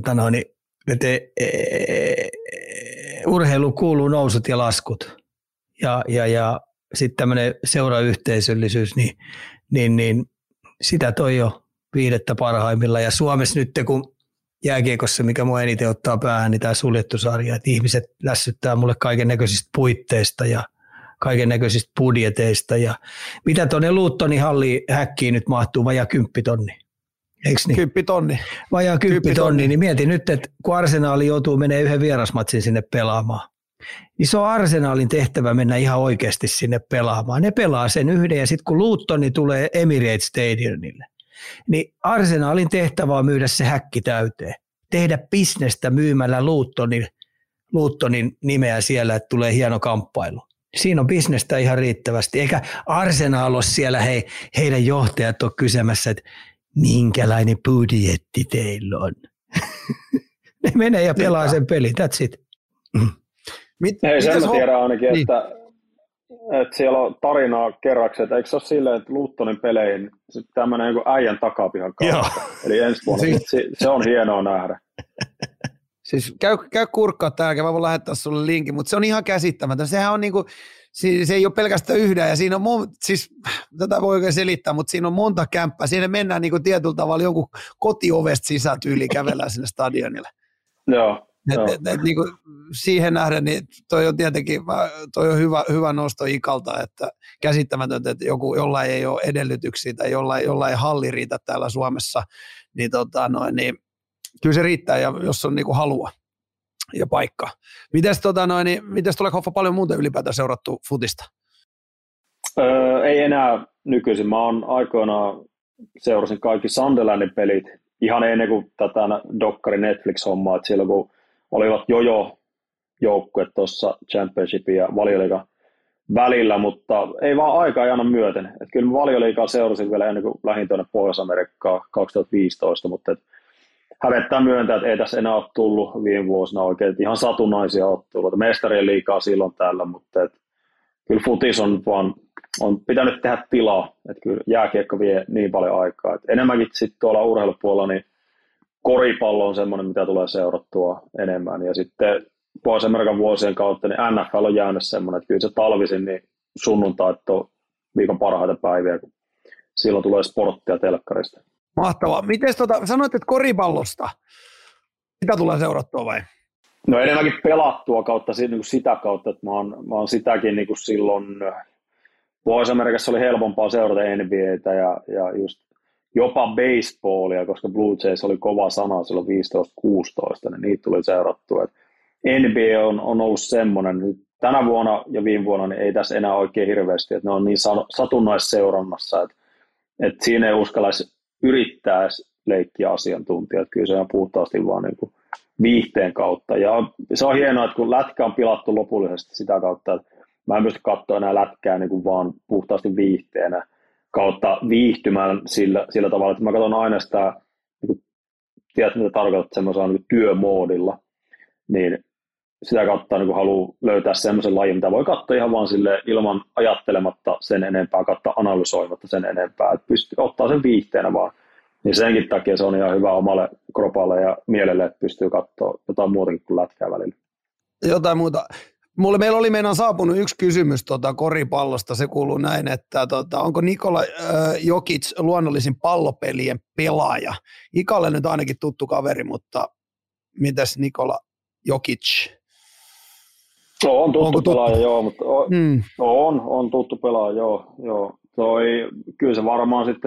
Speaker 4: urheilu kuuluu nousut ja laskut. Ja sitten tämmöinen seurayhteisöllisyys, niin sitä toi jo 5. parhaimmilla. Ja Suomessa nyt, kun jääkiekossa, mikä mua eniten ottaa päähän, niin tämä suljettu sarja, että ihmiset lässyttää mulle kaiken näköisistä puitteista ja kaiken näköisistä budjeteista. Ja mitä tuonne Lutonin halliin häkkiin nyt mahtuu, vajaa 10 000. Eikö niin?
Speaker 2: 10 000.
Speaker 4: Vajaa 10 000, niin mietin nyt, että kun Arsenaali joutuu menemään yhden vierasmatsin sinne pelaamaan, niin se on Arsenaalin tehtävä mennä ihan oikeasti sinne pelaamaan. Ne pelaa sen yhden ja sitten kun Lutoni tulee Emirates Stadiumille, niin Arsenaalin tehtävä on myydä se häkki täyteen. Tehdä bisnestä myymällä Lutonin nimeä siellä, että tulee hieno kamppailu. Siinä on bisnestä ihan riittävästi. Eikä Arsenal ole siellä, heidän johtajat on kysymässä, että minkälainen budjetti teillä on. Ne menee ja pelaa sen pelin, that's it.
Speaker 3: Hei, sen mä tiedän ainakin, niin. että siellä on tarinaa kerraksi, että eikö se ole silleen, että Lutonin peleihin tämmöinen joku äijän takapihan kautta. Eli ensi vuonna se on hienoa nähdä.
Speaker 2: Siis käy kurkkaa täällä, mä voin lähettää sulle linkin, mutta se on ihan käsittämätön. Sehän on niinku, se ei ole pelkästään yhden, ja siinä on, siis tätä voi oikein selittää, mutta siinä on monta kämppää. Siinä mennään niinku tietyllä tavalla jonkun kotiovesta sisältyyliin kävellään sinne stadionille.
Speaker 3: Joo.
Speaker 2: Niinku, siihen nähden, niin toi on tietenkin toi on hyvä nosto Ikalta, että käsittämätöntä, että jollain ei ole edellytyksiä tai jollain ei halli riitä täällä Suomessa, niin, niin kyllä se riittää, ja jos on niinku halua ja paikka. Mites tulee Hoffa paljon muuten ylipäätään seurattu futista?
Speaker 3: Ei enää nykyisin. Mä oon aikoinaan seurasin kaikki Sunderlandin pelit ihan ennen kuin tätä dokkari Netflix-hommaa, että silloin kun olivat joukkueet tuossa Championshipin ja Valioliigan välillä, mutta ei vaan aika ei anna myöten. Että kyllä mä Valioliigaa seurasin vielä ennen kuin lähdin tuonne Pohjois-Amerikkaan 2015, mutta hävettää myöntää, että ei tässä enää ole tullut viime vuosina oikein. Ihan satunnaisia otteluita. Mestarien liigaa silloin täällä, mutta kyllä futis on pitänyt tehdä tilaa. Että kyllä jääkiekko vie niin paljon aikaa. Et enemmänkin sitten tuolla urheilupuolella niin koripallo on semmoinen, mitä tulee seurattua enemmän. Ja sitten Pohjois-Amerikan vuosien kautta niin NFL on jäänyt semmoinen, että kyllä se talvisin niin sunnuntait on viikon parhaita päiviä, kun silloin tulee sporttia telkkarista.
Speaker 2: Mahtavaa. Miten sanoit, että koripallosta? Sitä tulee seurattua vai?
Speaker 3: No enemmänkin pelattua kautta sitä kautta, että mä oon sitäkin niin kuin silloin Pohjois-Amerikassa oli helpompaa seurata NBAtä ja just jopa baseballia, koska Blue Jays oli kova sana silloin 15-16, niin niitä tuli seurattua. NBA on ollut semmoinen, tänä vuonna ja viime vuonna niin ei tässä enää oikein hirveästi, että ne on niin satunnaisseurannassa, että siinä ei uskallaisi yrittää leikkiä asiantuntijat, kyllä se on puhtaasti vaan niin kuin viihteen kautta. Ja se on hienoa, että kun lätkä on pilattu lopullisesti sitä kautta, että mä en pysty katsoa enää lätkää niin kuin vaan puhtaasti viihteenä kautta viihtymään sillä tavalla, että mä katson aina sitä, niin kuin, tiedät mitä tarkoitat, semmoisella niin työmoodilla, niin sitä kautta niin haluaa löytää semmoisen lajin, mitä voi katsoa ihan vaan sille ilman ajattelematta sen enempää, katsoa analysoimatta sen enempää, että pystyy ottaa sen viihteenä vaan. Niin senkin takia se on ihan hyvä omalle kropalle ja mielelle, että pystyy katsoa jotain muutakin kuin lätkää välillä.
Speaker 2: Jotain muuta. Meillä oli meidän saapunut yksi kysymys koripallosta. Se kuuluu näin, että onko Nikola Jokic luonnollisin pallopelien pelaaja? Ikalle nyt ainakin tuttu kaveri, mutta mitäs Nikola Jokic?
Speaker 3: No, on tuttu pelaaja, joo, mutta on tuttu pelaaja, joo. Kyllä se varmaan sitten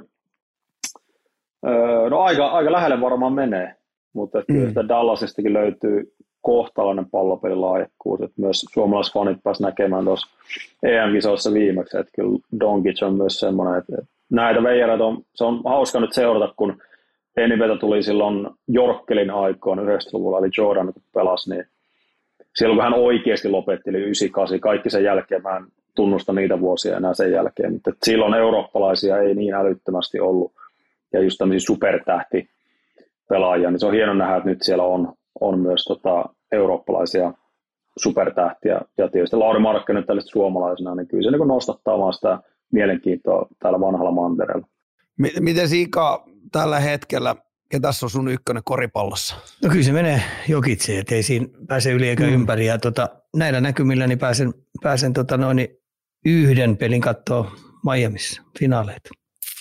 Speaker 3: aika lähelle varmaan menee, mutta kyllä sitä Dallasistakin löytyy kohtalainen pallopelilaajakkuus, että myös suomalaisfanit pääsivät näkemään tuossa EM-kisoissa viimeksi, että kyllä Doncic on myös semmoinen, että näitä veijareita se on hauska nyt seurata, kun NBA:tä tuli silloin Jorkkelin aikoina 90-luvulla, eli Jordan kun pelasi, niin silloin kun hän oikeasti lopetteli 98, kaikki sen jälkeen, mä en tunnusta niitä vuosia enää sen jälkeen, mutta silloin eurooppalaisia ei niin älyttömästi ollut, ja just tämmöisiä supertähtipelaajia, niin se on hieno nähdä, että nyt siellä on myös eurooppalaisia supertähtiä, ja tietysti Lauri Markkanen tällaista suomalaisena, niin kyllä se niin nostattaa vaan sitä mielenkiintoa täällä vanhalla mantereella.
Speaker 2: Miten Ika tällä hetkellä, ketäs on sun ykkönen koripallossa?
Speaker 4: No kyllä se menee Jokitsiin, että ei siinä pääse yli eikä ympäri, ja näillä näkymillä niin pääsen yhden pelin katsoa Miamiissa finaaleita.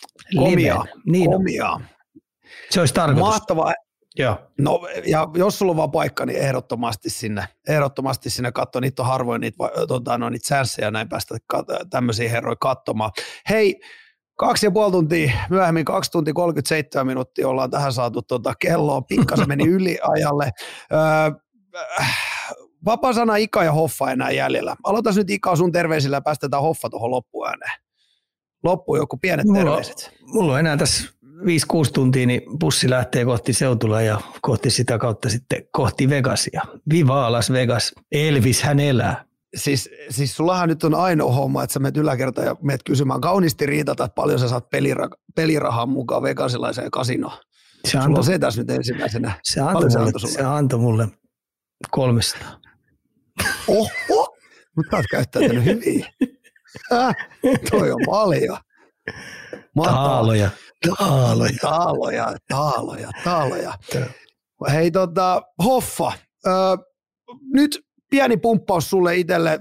Speaker 2: Komia.
Speaker 4: Se olisi tarkoitus.
Speaker 2: Mahtavaa.
Speaker 4: Joo.
Speaker 2: No, ja jos sulla on vaan paikka, niin ehdottomasti sinne katsoa. Niitä on harvoin niitä chanceja näin päästä tämmöisiä herroja katsomaan. Hei, 2,5 tuntia myöhemmin, 2 tuntia 37 minuuttia ollaan tähän saatu kelloa. Pikkasen meni yliajalle. Vapaa sana Ika ja Hoffa enää jäljellä. Aloitas nyt Ika sun terveisillä ja päästetään Hoffa tuohon loppuääneen. Loppuun joku pienet terveiset.
Speaker 4: Mulla on enää tässä 5-6 tuntia, niin bussi lähtee kohti Seutulaa ja kohti sitä kautta sitten kohti Vegasia. Viva Las Vegas, Elvis hän elää.
Speaker 2: Siis sullahan nyt on ainoa homma, että sä menet yläkertaan ja menet kysymään kauniisti riitata, että paljon sä saat pelirahaa mukaan vegasilaiseen kasinoon. Sulla on se tässä nyt ensimmäisenä.
Speaker 4: Se antoi mulle 300.
Speaker 2: Oho, mutta oot käyttäytynyt hyvin. Toi on paljon.
Speaker 4: Taaloja.
Speaker 2: Hei Hoffa, nyt pieni pumppaus sulle itselle.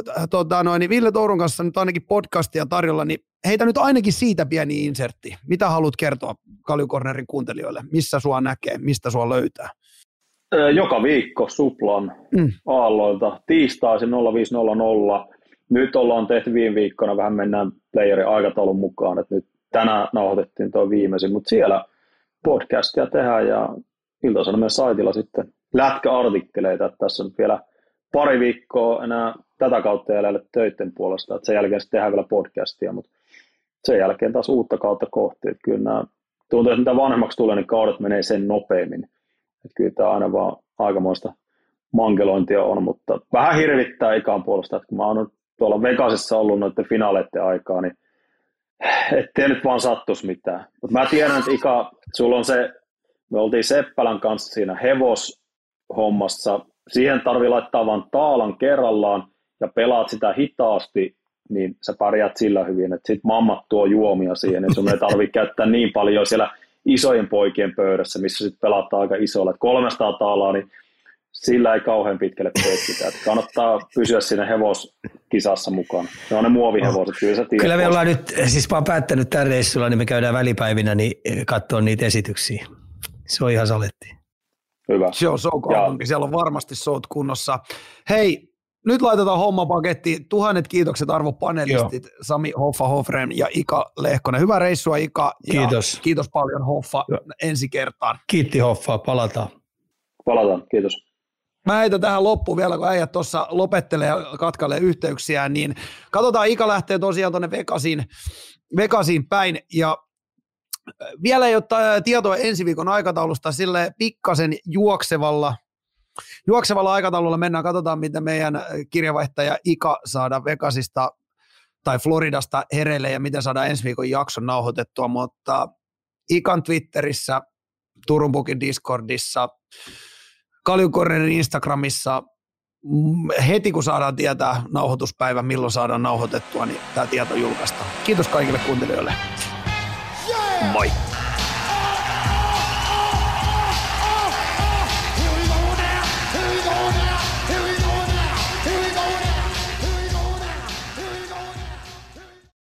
Speaker 2: Ville Touron kanssa nyt ainakin podcastia tarjolla, niin heitä nyt ainakin siitä pieni insertti. Mitä haluat kertoa Kaljukornerin kuuntelijoille? Missä sua näkee? Mistä sua löytää?
Speaker 3: Joka viikko Suplan aalloilta. Tiistaisin 05.00. Nyt ollaan tehty viime viikkona, vähän mennään playerin aikataulun mukaan, että nyt tänään nauhoitettiin tuo viimeisin, mutta siellä podcastia tehdään ja Ilta-Sanomien saitilla sitten lätkäartikkeleita, että tässä on vielä pari viikkoa enää tätä kautta jäljellä töiden puolesta, että sen jälkeen sitten tehdään vielä podcastia, mutta sen jälkeen taas uutta kautta kohti, että kyllä nämä tuntuu, että mitä vanhemmaksi tulee, niin kaudet menee sen nopeammin, että kyllä tämä aina vaan aikamoista mankelointia on, mutta vähän hirvittää Ikan puolesta, että kun mä oon tuolla Vegasissa ollut noiden finaaleiden aikaa, niin ettei nyt vaan sattuisi mitään. Mutta mä tiedän, että Ika, sulla on se, me oltiin Seppälän kanssa siinä hevoshommassa, siihen tarvii laittaa vaan taalan kerrallaan ja pelaat sitä hitaasti, niin sä pärjät sillä hyvin, että sit mammat tuo juomia siihen, että sun ei tarvitse käyttää niin paljon siellä isojen poikien pöydässä, missä sit pelataan aika isolla, että 300 taalaa, niin sillä ei kauhean pitkälle petkitä. Kannattaa pysyä siinä hevoskisassa mukaan. Ne on ne muovihevoset, kyllä sä tiedät.
Speaker 4: Kyllä me ollaan nyt, siis mä oon päättänyt tämän reissulla, niin me käydään välipäivinä niin katsoa niitä esityksiä. Se on ihan saletti.
Speaker 3: Hyvä.
Speaker 2: Se on kaupunki, siellä on varmasti sout kunnossa. Hei, nyt laitetaan homma pakettiin. 1000 kiitokset arvopanelistit, Sami Hoffa Hofren ja Ika Lehkonen. Hyvää reissua Ika.
Speaker 4: Kiitos.
Speaker 2: Kiitos paljon Hoffa ensi kertaan.
Speaker 4: Kiitti Hoffa, palataan.
Speaker 3: Kiitos.
Speaker 2: Mä heitän tähän loppuun vielä, kun äijät tuossa lopettelee ja katkailee yhteyksiään, niin katsotaan, Ika lähtee tosiaan tuonne Vegasiin päin, ja vielä ei ole tietoa ensi viikon aikataulusta, sille pikkasen juoksevalla aikataululla mennään, katsotaan, miten meidän kirjavaihtaja Ika saadaan Vegasista tai Floridasta hereille, ja miten saadaan ensi viikon jakson nauhoitettua, mutta Ikan Twitterissä, Turun Pukin Discordissa, Kaljukornerin Instagramissa, heti kun saadaan tietää nauhoituspäivä, milloin saadaan nauhoitettua, niin tämä tieto julkaistaan. Kiitos kaikille kuuntelijoille. Moi!